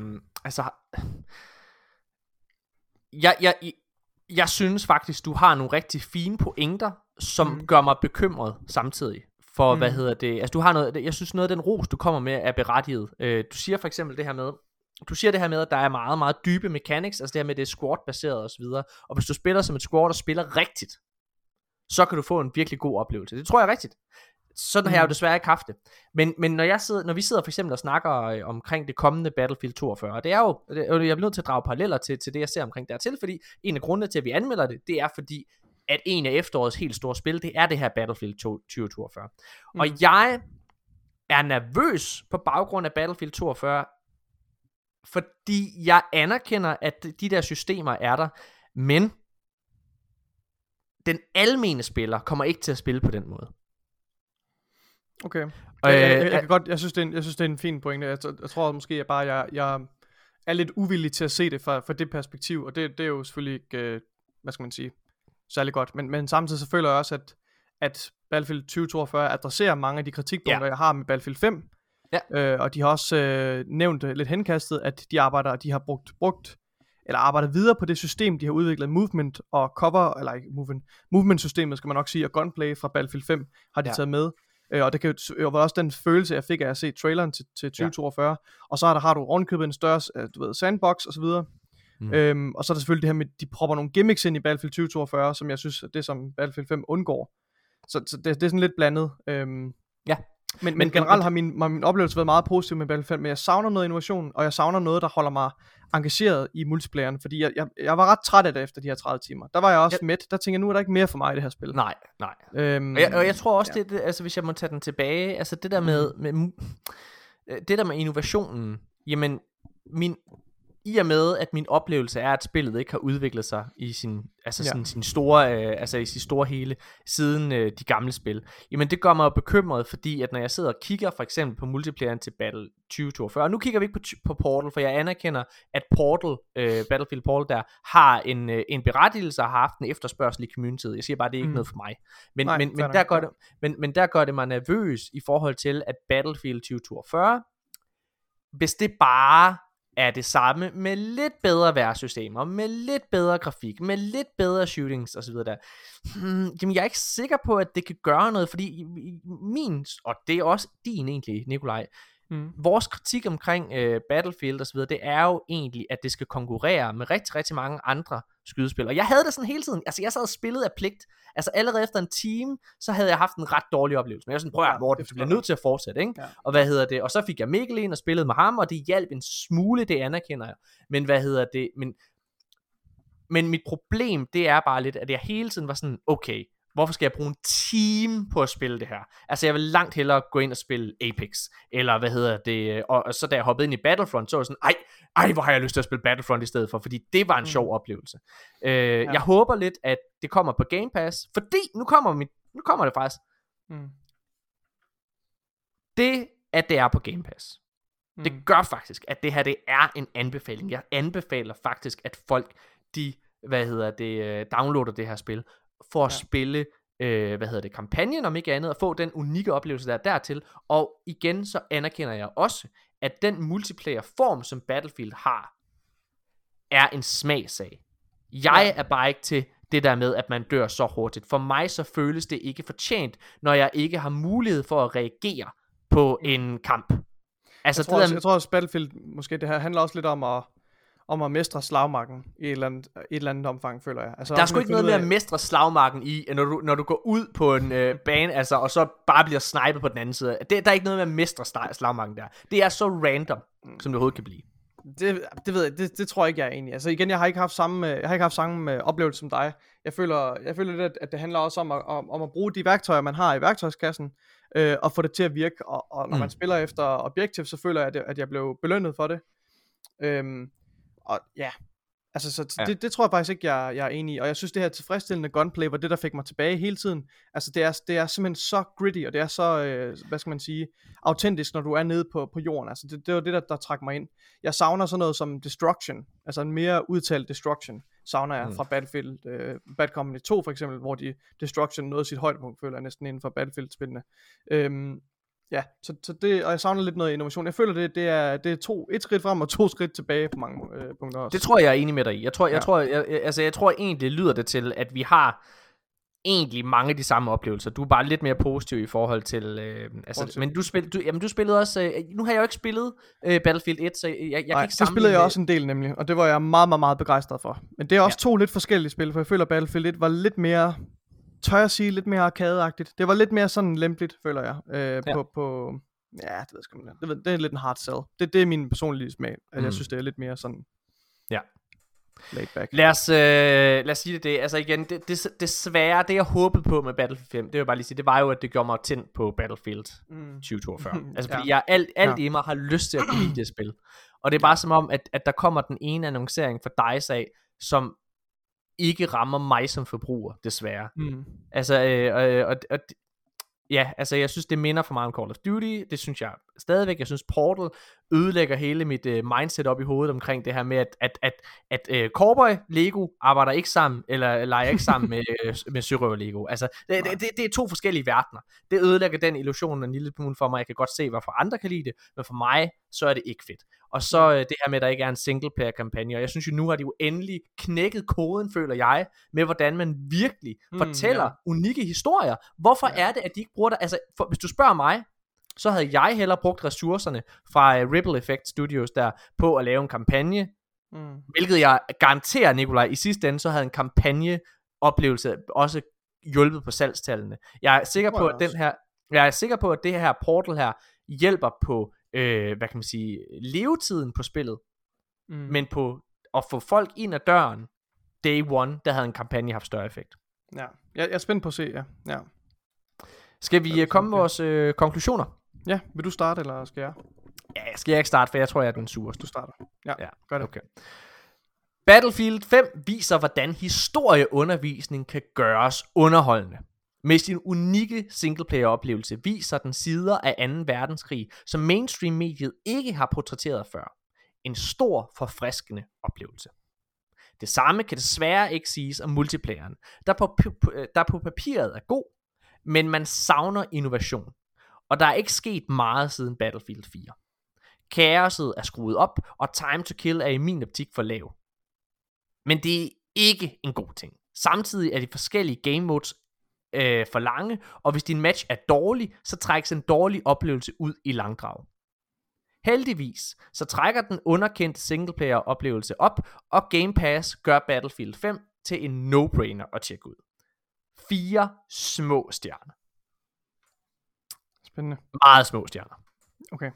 Jeg synes faktisk, du har nogle rigtig fine pointer, som gør mig bekymret samtidig. For, altså du har noget, jeg synes noget af den ros, du kommer med, er berettiget. Du siger for eksempel det her med, at der er meget, meget dybe mechanics, altså det her med, det er squad-baseret og så videre. Og hvis du spiller som et squad og spiller rigtigt, så kan du få en virkelig god oplevelse. Det tror jeg er rigtigt. Sådan har jeg jo desværre ikke haft det. Men når vi sidder for eksempel og snakker omkring det kommende Battlefield 42, og det er jo, jeg bliver nødt til at drage paralleller til det, jeg ser omkring dertil, fordi en af grundene til, at vi anmelder det er fordi, at en af efterårets helt store spil, det er det her Battlefield 2042. Og jeg er nervøs på baggrund af Battlefield 42, fordi jeg anerkender, at de der systemer er der, men den almene spiller kommer ikke til at spille på den måde. Okay. Jeg synes det er en fin pointe. Jeg tror måske at jeg er lidt uvillig til at se det fra det perspektiv, og det er jo selvfølgelig ikke, hvad skal man sige, særlig godt. Men samtidig så føler jeg også, at Battlefield 2042 adresserer mange af de kritikpunkter, jeg har med Battlefield 5. Ja. Og de har også nævnt lidt henkastet, at de har brugt eller arbejder videre på det system, de har udviklet, movement og cover, eller ikke movement systemet skal man nok sige, og gunplay fra Battlefield 5 har de taget med. Og det kan jo være også den følelse, jeg fik af at se traileren til 2042. Og så har du ovenkøbet en større sandbox og så videre. Og så er der selvfølgelig det her med, de propper nogle gimmicks ind i Battlefield 2042, som jeg synes, det som Battlefield 5 undgår. Så det er sådan lidt blandet. Men generelt har min oplevelse været meget positiv med Battlefield 5, men jeg savner noget innovation, og jeg savner noget, der holder mig engageret i multiplayeren, fordi jeg var ret træt af det efter de her 30 timer. Der var jeg også mæt, der tænker jeg, nu er der ikke mere for mig i det her spil. Nej. Og jeg tror også, det altså hvis jeg må tage den tilbage, altså det der med innovationen, jamen i og med at min oplevelse er, at spillet ikke har udviklet sig i sin store hele siden de gamle spil. Jamen det gør mig jo bekymret, fordi at når jeg sidder og kigger for eksempel på multiplayeren til Battle 2042, og nu kigger vi ikke på Portal, for jeg anerkender at Battlefield Portal der har en berettigelse og har haft en efterspørgsel i communityet. Jeg siger bare, det er ikke noget for mig. Men der gør det mig nervøs i forhold til at Battlefield 2042, hvis det bare er det samme med lidt bedre værsystemer, med lidt bedre grafik, med lidt bedre shootings osv. Jamen jeg er ikke sikker på, at det kan gøre noget, fordi og det er også din egentlig, Nikolaj, vores kritik omkring Battlefield osv., det er jo egentlig, at det skal konkurrere med rigtig, rigtig mange andre skydespil. Og jeg havde det sådan hele tiden, altså jeg sad og spillede af pligt, altså allerede efter en time, så havde jeg haft en ret dårlig oplevelse. Men jeg var sådan, prøv at Morten, du bliver nødt til at fortsætte, ikke? Ja. Og så fik jeg Mikkel ind og spillede med ham, og det hjalp en smule, det anerkender jeg. Men mit problem, det er bare lidt, at jeg hele tiden var sådan, okay, hvorfor skal jeg bruge en time på at spille det her? Altså jeg vil langt hellere gå ind og spille Apex, eller og så da jeg hoppede ind i Battlefront, så var jeg sådan, ej, hvor har jeg lyst til at spille Battlefront i stedet for, fordi det var en sjov oplevelse. Jeg håber lidt, at det kommer på Game Pass, fordi nu kommer det faktisk. Det, at det er på Game Pass, det gør faktisk, at det her, det er en anbefaling. Jeg anbefaler faktisk, at folk, de, downloader det her spil, for at spille kampagnen om ikke andet, og få den unikke oplevelse dertil. Og igen så anerkender jeg også, at den multiplayer-form, som Battlefield har, er en smagsag. Jeg er bare ikke til det der med, at man dør så hurtigt. For mig så føles det ikke fortjent, når jeg ikke har mulighed for at reagere på en kamp. Altså, jeg tror også Battlefield, måske det her, handler også lidt om at mestre slagmarken i et eller andet omfang, føler jeg. Altså, der er sgu ikke noget med at mestre slagmarken i, når du går ud på en bane, altså, og så bare bliver snipet på den anden side. Der er ikke noget med at mestre slagmarken der. Det er så random, som det overhovedet kan blive. Det ved jeg, det tror jeg ikke, jeg er enig. Altså igen, jeg har ikke haft samme oplevelse som dig. Jeg føler lidt, at det handler også om at bruge de værktøjer, man har i værktøjskassen, og få det til at virke. Og når man spiller efter objektiv, så føler jeg, at jeg blev belønnet for det. Og ja, altså så det tror jeg faktisk ikke, jeg er enig i. Og jeg synes, det her tilfredsstillende gunplay var det, der fik mig tilbage hele tiden. Altså det er simpelthen så gritty, og det er så, hvad skal man sige, autentisk, når du er nede på jorden. Altså det var det, der trak mig ind. Jeg savner sådan noget som Destruction, altså en mere udtalt Destruction, savner jeg fra Battlefield, Bad Company 2 for eksempel, hvor Destruction nåede sit højdepunkt, føler jeg næsten inden for Battlefield-spillene. Ja, så det, og jeg savner lidt noget innovation. Jeg føler, det er et skridt frem og 2 skridt tilbage på mange punkter også. Det tror jeg er enig med dig i. Jeg tror egentlig lyder det til, at vi har egentlig mange af de samme oplevelser. Du er bare lidt mere positiv i forhold til... men du spillede også... nu har jeg jo ikke spillet Battlefield 1, så jeg kan ikke sammenligne... det spillede jeg også en del nemlig, og det var jeg meget, meget, meget begejstret for. Men det er også 2 lidt forskellige spil, for jeg føler, Battlefield 1 var lidt mere... tør jeg sige, lidt mere arcade-agtigt. Det var lidt mere sådan lempeligt, føler jeg. På ja, det ved jeg ikke. Det er lidt en hard sell. Det er min personlige smag, at jeg synes, det er lidt mere sådan... Ja. Laid back. Lad os sige det. Altså igen, det svære, det jeg håbede på med Battlefield 5, det vil jeg bare lige sige, det var jo, at det gjorde mig tændt på Battlefield 2042. Altså fordi jeg alt i mig har lyst til at kunne lide det spil. Og det er bare som om, at der kommer den ene annoncering for DICE af, som ikke rammer mig som forbruger, desværre. Altså, ja, altså jeg synes, det minder for meget om Call of Duty. Det synes jeg stadigvæk. Jeg synes, Portal ødelægger hele mit mindset op i hovedet omkring det her med, at Cowboy Lego arbejder ikke sammen, eller leger ikke sammen med Sørøver Lego. Altså, det er 2 forskellige verdener. Det ødelægger den illusion en lille smule for mig. Jeg kan godt se, hvorfor andre kan lide det, men for mig, så er det ikke fedt. Og så det her med, at der ikke er en single-player kampagne, og jeg synes jo, nu har de jo endelig knækket koden, føler jeg, med hvordan man virkelig fortæller unikke historier. Hvorfor er det, at de ikke bruger det? Altså, hvis du spørger mig, så havde jeg hellere brugt ressourcerne fra Ripple Effect Studios der, på at lave en kampagne, hvilket jeg garanterer, Nikolaj, i sidste ende, så havde en kampagneoplevelse også hjulpet på salgstallene. Jeg er sikker på, at det her Portal her hjælper på hvad kan man sige, levetiden på spillet, men på at få folk ind ad døren day one, der havde en kampagne haft større effekt. Ja, jeg er spændt på at se, ja. Skal vi komme med vores konklusioner? Ja, vil du starte, eller skal jeg? Ja, skal jeg ikke starte, for jeg tror, jeg er den sureste. Du starter. Ja, gør det. Okay. Battlefield 5 viser, hvordan historieundervisning kan gøres underholdende. Med sin unikke singleplayer-oplevelse viser den sider af 2. verdenskrig, som mainstream-mediet ikke har portrætteret før. En stor, forfriskende oplevelse. Det samme kan desværre ikke siges om multiplayeren, der på papiret er god, men man savner innovation. Og der er ikke sket meget siden Battlefield 4. Kaoset er skruet op, og time to kill er i min optik for lav. Men det er ikke en god ting. Samtidig er de forskellige game modes for lange, og hvis din match er dårlig, så trækkes en dårlig oplevelse ud i langdrag. Heldigvis, så trækker den underkendte singleplayer oplevelse op, og Game Pass gør Battlefield 5 til en no-brainer at tjekke ud. 4 små stjerner. Spændende. Meget små stjerner. Okay.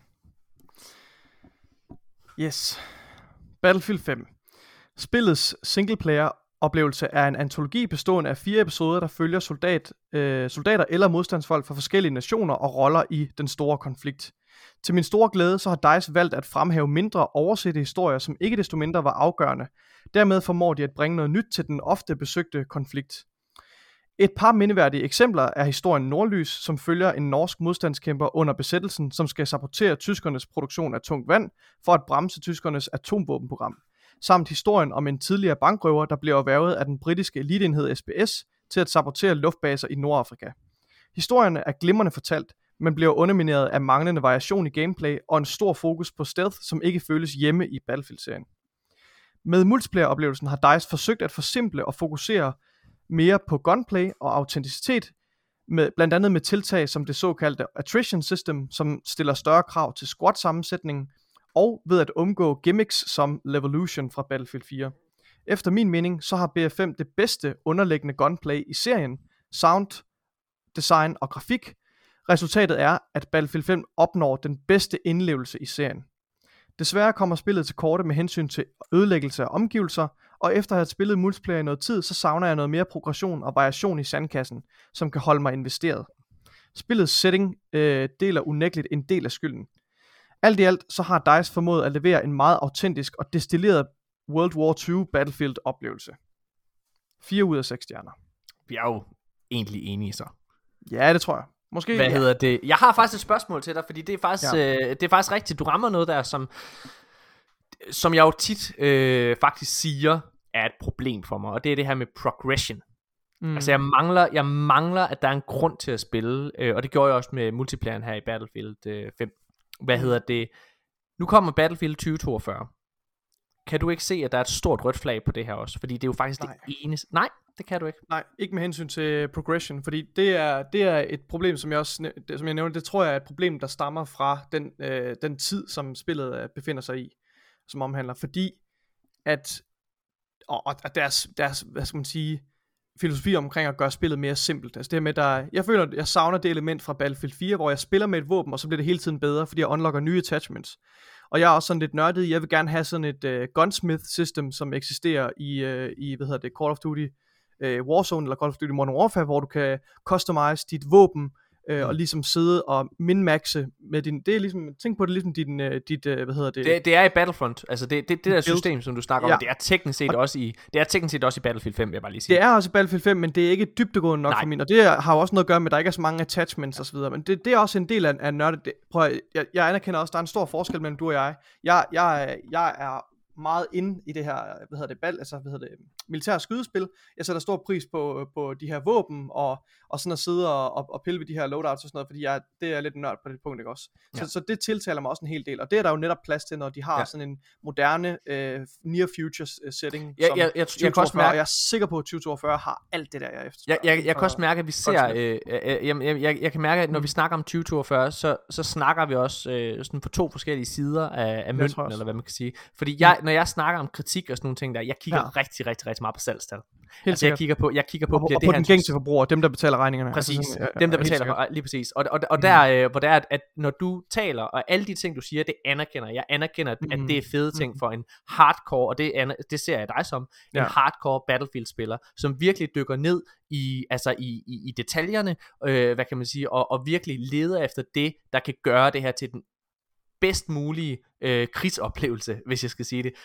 Yes. Battlefield 5. Spillets singleplayer oplevelse er en antologi bestående af 4 episoder, der følger soldater eller modstandsfolk fra forskellige nationer og roller i den store konflikt. Til min store glæde, så har DICE valgt at fremhæve mindre oversette historier, som ikke desto mindre var afgørende. Dermed formår de at bringe noget nyt til den ofte besøgte konflikt. Et par mindeværdige eksempler er historien Nordlys, som følger en norsk modstandskæmper under besættelsen, som skal sabotere tyskernes produktion af tungt vand for at bremse tyskernes atomvåbenprogram. Samt historien om en tidligere bankrøver, der blev erhvervet af den britiske eliteenhed SBS til at sabotere luftbaser i Nordafrika. Historierne er glimrende fortalt, men bliver undermineret af manglende variation i gameplay og en stor fokus på stealth, som ikke føles hjemme i Battlefield-serien. Med multiplayer-oplevelsen har DICE forsøgt at forsimple og fokusere mere på gunplay og autenticitet, blandt andet med tiltag som det såkaldte attrition system, som stiller større krav til squad-sammensætningen, og ved at undgå gimmicks som Levolution fra Battlefield 4. Efter min mening, så har BF5 det bedste underliggende gunplay i serien, sound, design og grafik. Resultatet er, at Battlefield 5 opnår den bedste indlevelse i serien. Desværre kommer spillet til korte med hensyn til ødelæggelse af omgivelser, og efter at have spillet multiplayer i noget tid, så savner jeg noget mere progression og variation i sandkassen, som kan holde mig investeret. Spillets setting deler unægteligt en del af skylden. Alt i alt så har DICE formået at levere en meget autentisk og destilleret World War II Battlefield oplevelse. 4 ud af 6 stjerner. Vi er jo egentlig enige så. Ja, det tror jeg. Måske. Hvad hedder det? Jeg har faktisk et spørgsmål til dig, fordi det er faktisk, det er faktisk rigtigt. Du rammer noget der, som jeg jo tit faktisk siger, er et problem for mig, og det er det her med progression. Altså jeg mangler, at der er en grund til at spille, og det gjorde jeg også med multiplayeren her i Battlefield 5. Hvad hedder det? Nu kommer Battlefield 2042. Kan du ikke se, at der er et stort rødt flag på det her også? Fordi det er jo faktisk det eneste... Nej, det kan du ikke. Nej, ikke med hensyn til progression, fordi det er et problem, som jeg nævnte, det tror jeg er et problem, der stammer fra den tid, som spillet befinder sig i, som omhandler, fordi at deres, hvad skal man sige, filosofi omkring at gøre spillet mere simpelt. Altså det med, jeg føler, at jeg savner det element fra Battlefield 4, hvor jeg spiller med et våben, og så bliver det hele tiden bedre, fordi jeg unlocker nye attachments. Og jeg er også sådan lidt nørdet. Jeg vil gerne have sådan et gunsmith system, som eksisterer i Call of Duty Warzone eller Call of Duty Modern Warfare, hvor du kan customize dit våben og ligesom sidde og minmaxe med din... Det er ligesom... Tænk på det ligesom dit Det er i Battlefront. Altså det der system, som du snakker om, det er teknisk set også i Battlefield 5, vil jeg bare lige sige. Det er også i Battlefield 5, men det er ikke dybdegående nok for min. Og det har jo også noget at gøre med, at der ikke er så mange attachments og så videre. Men det er også en del af nørdet. Prøv at, jeg anerkender også, at der er en stor forskel mellem du og jeg. Jeg er meget inde i det her, militære skydespil. Jeg sætter stor pris på de her våben, og sådan at sidde og pille ved de her loadouts og sådan noget, fordi det er lidt nørd på det punkt, ikke også? Så det tiltaler mig også en hel del, og det er der jo netop plads til, når de har sådan en moderne near future setting, jeg kan også mærke, og jeg er sikker på, at 2042 har alt det der, jeg efterspørger. Jeg kan også mærke, at vi ser, jeg kan mærke, at når vi snakker om 2042, så snakker vi også sådan på 2 forskellige sider af mønten, eller hvad man kan sige. Fordi når jeg snakker om kritik og sådan nogle ting der, jeg kigger rigtig, rigtig, rigtig meget på salgstal. Altså jeg kigger på og det på den gængse forbruger, dem der betaler regningerne. Præcis, altså dem der betaler lige præcis. Og der hvor det er at når du taler og alle de ting du siger, det anerkender jeg. anerkender at det er fede ting for en hardcore, og det ser jeg dig som en hardcore Battlefield spiller, som virkelig dykker ned i detaljerne, hvad kan man sige, og virkelig leder efter det der kan gøre det her til den bedst mulige krigsoplevelse, hvis jeg skal sige det,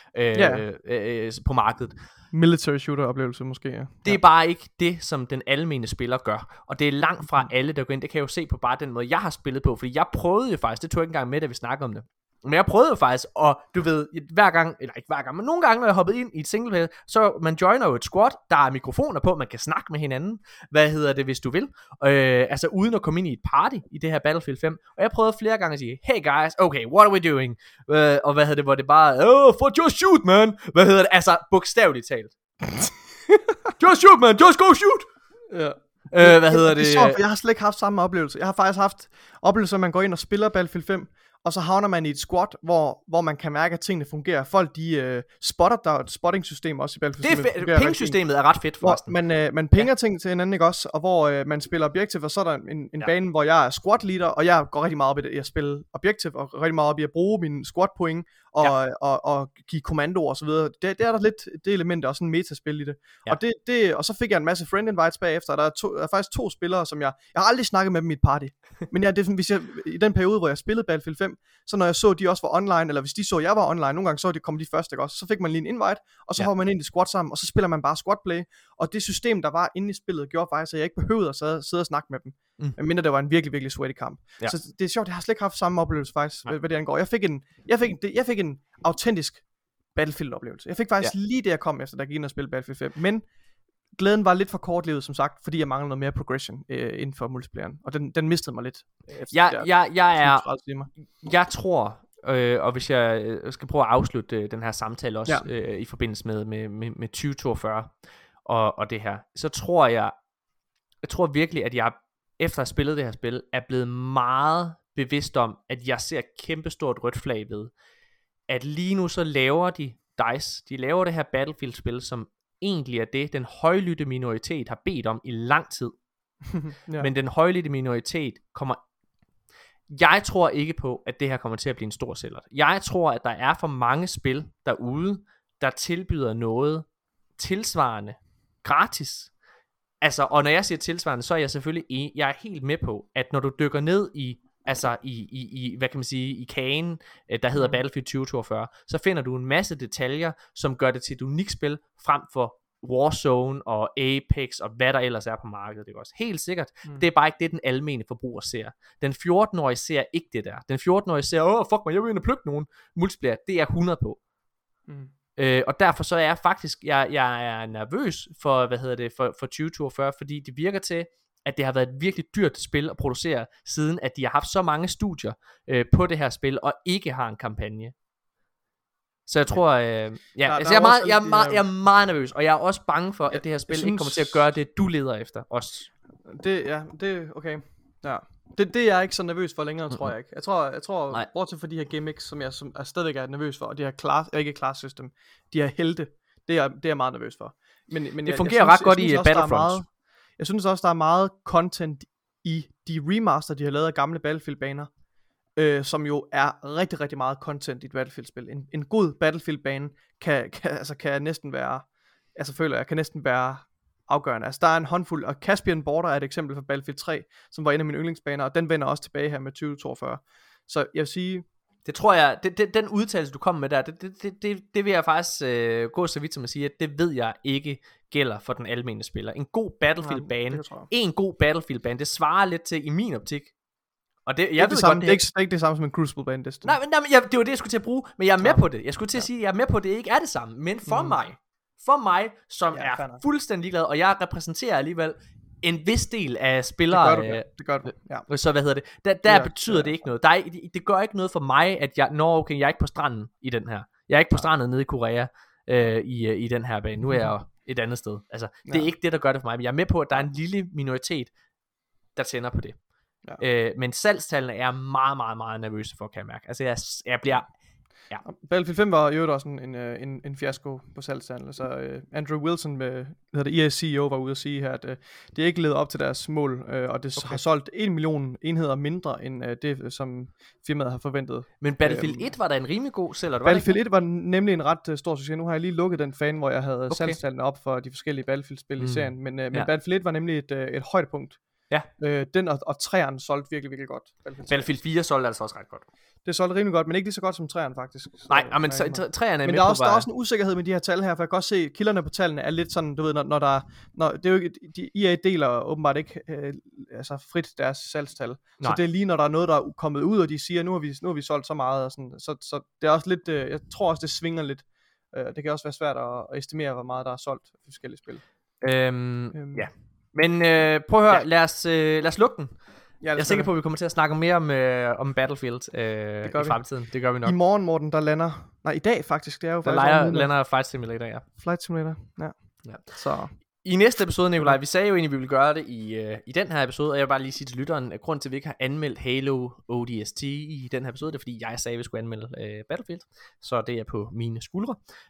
på markedet. Military shooter oplevelse måske, ja. Det er bare ikke det, som den almene spiller gør, og det er langt fra alle, der går ind. Det kan jeg jo se på bare den måde, jeg har spillet på, fordi jeg prøvede jo faktisk, det tog jeg ikke engang med, da vi snakkede om det, men jeg prøvede jo faktisk, og du ved, hver gang, eller ikke hver gang, men nogle gange, når jeg hoppede ind i et single player, så man joiner jo et squad, der er mikrofoner på, man kan snakke med hinanden, hvis du vil, altså uden at komme ind i et party i det her Battlefield 5, og jeg prøvede flere gange at sige, hey guys, okay, what are we doing? Og hvor det bare, for just shoot, man, altså bogstaveligt talt. Just shoot, man, just go shoot! Ja. Det er sjovt, for jeg har slet ikke haft samme oplevelse. Jeg har faktisk haft oplevelser, at man går ind og spiller Battlefield 5, og så havner man i et squad, hvor man kan mærke, at tingene fungerer. Folk, de spotter, der er et spotting-system også i Battlefield 5. Ping-systemet er ret fedt forresten. Man pinger ting til hinanden, ikke også? Og hvor man spiller Objective, og så er der en bane, hvor jeg er squad leader, og jeg går rigtig meget op i det. Jeg spiller Objective, og rigtig meget op i at bruge min squad point, og give kommandoer og så videre. Det er der lidt det element, der er også en metaspil i det. Og så fik jeg en masse friend invites bagefter, og der er faktisk 2 spillere, som jeg har aldrig snakket med dem i et party. Men hvis jeg, i den periode, hvor jeg spillede Battlefield 5, så når jeg så, de også var online, eller hvis de så, jeg var online, nogle gange så kom de først, ikke også? Så fik man lige en invite, og så hopper man ind i squad sammen, og så spiller man bare squad play, og det system, der var inde i spillet, gjorde faktisk, at jeg ikke behøvede at sidde og snakke med dem, mindre det var en virkelig, virkelig sweaty kamp. Så det er sjovt, jeg har slet ikke haft samme oplevelse faktisk, hvad det angår. Jeg fik en autentisk Battlefield-oplevelse. Jeg fik faktisk lige det, jeg kom efter, da jeg gik ind og spillede Battlefield 5, men glæden var lidt for kortlivet, som sagt, fordi jeg manglede noget mere progression inden for multiplayeren. Og den mistede mig lidt. Jeg tror, og hvis jeg skal prøve at afslutte den her samtale også i forbindelse med 2042 og det her, så tror jeg tror virkelig, at jeg efter at have spillet det her spil, er blevet meget bevidst om, at jeg ser kæmpestort rødt flag ved, at lige nu så laver de laver det her Battlefield-spil, som egentlig er det, den højlytte minoritet har bedt om i lang tid. Men den højlytte minoritet jeg tror ikke på, at det her kommer til at blive en stor sælger. Jeg tror, at der er for mange spil derude, der tilbyder noget tilsvarende gratis. Altså, og når jeg siger tilsvarende, så er jeg selvfølgelig jeg er helt med på, at når du dykker ned i hvad kan man sige, i kagen, der hedder Battlefield 2042, så finder du en masse detaljer, som gør det til et unikt spil, frem for Warzone og Apex og hvad der ellers er på markedet, ikke også? Helt sikkert. Det er bare ikke det, den almene forbruger ser. Den 14-årige ser ikke det der. Den 14-årige ser, fuck mig, jeg vil ind og plukke nogen multiplayer. Det er 100 på. Og derfor så er jeg faktisk, jeg er nervøs for, for 2042, fordi det virker til, at det har været et virkelig dyrt spil at producere, siden at de har haft så mange studier på det her spil, og ikke har en kampagne. Så jeg tror, jeg er meget nervøs, og jeg er også bange for, at det her spil ikke kommer til at gøre det, du leder efter også. Okay. Ja. Det er jeg ikke så nervøs for længere, tror jeg ikke. Jeg tror bortset for de her gimmicks, som jeg stadigvæk er nervøs for, og de her class system, de her helte, det er jeg meget nervøs for. Men det fungerer ret godt i Battlefront. Jeg synes også, der er meget content i de remaster, de har lavet af gamle Battlefield-baner, som jo er rigtig, rigtig meget content i et Battlefield-spil. En god Battlefield-bane kan næsten være, kan næsten være afgørende. Altså, der er en håndfuld, og Caspian Border er et eksempel for Battlefield 3, som var en af mine yndlingsbaner, og den vender også tilbage her med 2042. Så jeg vil sige... Det tror jeg, den udtalelse, du kom med der, det vil jeg faktisk gå så vidt som at sige, at det ved jeg ikke gælder for den almene spiller. En god Battlefield-bane, det svarer lidt til i min optik. Og det er ikke det samme som en Crucible-bane. Nej, men det var det, jeg skulle til at bruge, men jeg er med på det. Jeg skulle til at sige, at jeg er med på, at det ikke er det samme, men for mig, som er fuldstændig ligeglad, og jeg repræsenterer alligevel en vis del af spillere. Det gør du. Ja. Så der betyder det ikke noget. Det gør ikke noget for mig, at jeg er ikke på stranden i den her. Jeg er ikke på stranden nede i Korea i den her bane. Nu er jeg jo et andet sted. Altså, det er ikke det, der gør det for mig, men jeg er med på, at der er en lille minoritet, der tænder på det. Ja. Men salgstallene er meget, meget, meget nervøse for, kan jeg mærke. Altså, jeg bliver... Ja. Battlefield 5 var jo også en fiasko på salgshandel. Så Andrew Wilson, EA CEO, var ude at sige her, at det ikke levede op til deres mål, og det har solgt 1 million enheder mindre end det, som firmaet har forventet. Men Battlefield 1 var da en rimelig god sælger. Battlefield 1 var nemlig en ret stor succes. Nu har jeg lige lukket den fan, hvor jeg havde salgstallene op for de forskellige Battlefield-spil i serien. Men Battlefield 1 var nemlig et højdepunkt. Ja. Den og 3'eren solgte virkelig, virkelig godt. Battlefield 4 solgte altså også ret godt. Det solgte rimelig godt, men ikke lige så godt som 3'eren faktisk. Nej, men 3'eren er men der er også en usikkerhed med de her tal her, for jeg kan også se, at kilderne på tallene er lidt sådan, du ved, når det er jo ikke, EA deler åbenbart ikke frit deres salgstal. Så det er lige når der er noget, der er kommet ud, og de siger, nu har vi solgt så meget, og sådan, så det er også lidt, jeg tror også, det svinger lidt. Det kan også være svært at estimere, hvor meget der er solgt for forskellige spil. Ja. Men prøv at høre, lad os lukke den. Jeg er sikker på, at vi kommer til at snakke mere om Battlefield i fremtiden. Det gør vi nok. I morgen, Morten, der lander... Nej, i dag faktisk. Det er jo lander Flight Simulator, ja. Flight Simulator, ja. Så... I næste episode, Nikolaj, vi sagde jo egentlig, at vi ville gøre det i den her episode, og jeg vil bare lige sige til lytteren, at grunden til, at vi ikke har anmeldt Halo ODST i den her episode, det er, fordi jeg sagde, at vi skulle anmelde Battlefield, så det er på mine skuldre.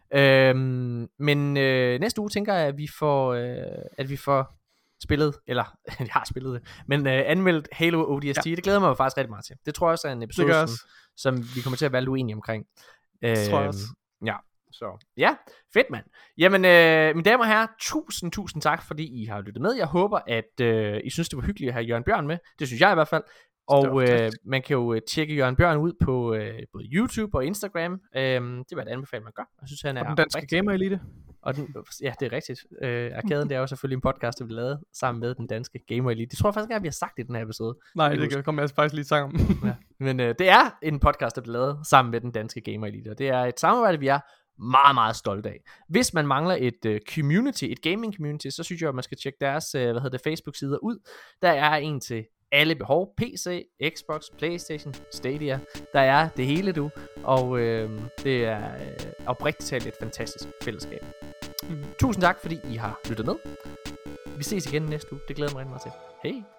Men næste uge tænker jeg, at vi får spillet, eller jeg har spillet det, men anmeldt Halo ODST, det glæder mig faktisk rigtig meget til. Det tror jeg også er en episode, som vi kommer til at være lidt uenige omkring. Det tror jeg også. Ja, så ja, fedt mand. Jamen, mine damer og herrer, tusind tak, fordi I har lyttet med. Jeg håber, at I synes, det var hyggeligt at have Jørgen Bjørn med. Det synes jeg i hvert fald. Og man kan jo tjekke Jørgen Bjørn ud på både YouTube og Instagram. Det var et anbefaling, man gør. Jeg synes, han er den danske Gamer Elite. Ja, det er rigtigt. Arkaden, det er jo selvfølgelig en podcast, der vi lavede sammen med den danske Gamer Elite. Det tror jeg faktisk ikke, at vi har sagt i den her episode. Nej, det kommer jeg faktisk lige sang om. Ja. Men det er en podcast, der bliver lavet sammen med den danske Gamer Elite. Og det er et samarbejde, vi er meget, meget stolte af. Hvis man mangler et community, et gaming community, så synes jeg, at man skal tjekke deres Facebook-sider ud. Der er en til alle behov. PC, Xbox, Playstation, Stadia. Der er det hele, du. Og det er oprigtigt talt et fantastisk fællesskab. Tusind tak, fordi I har lyttet med. Vi ses igen næste uge. Det glæder mig rigtig meget til. Hej.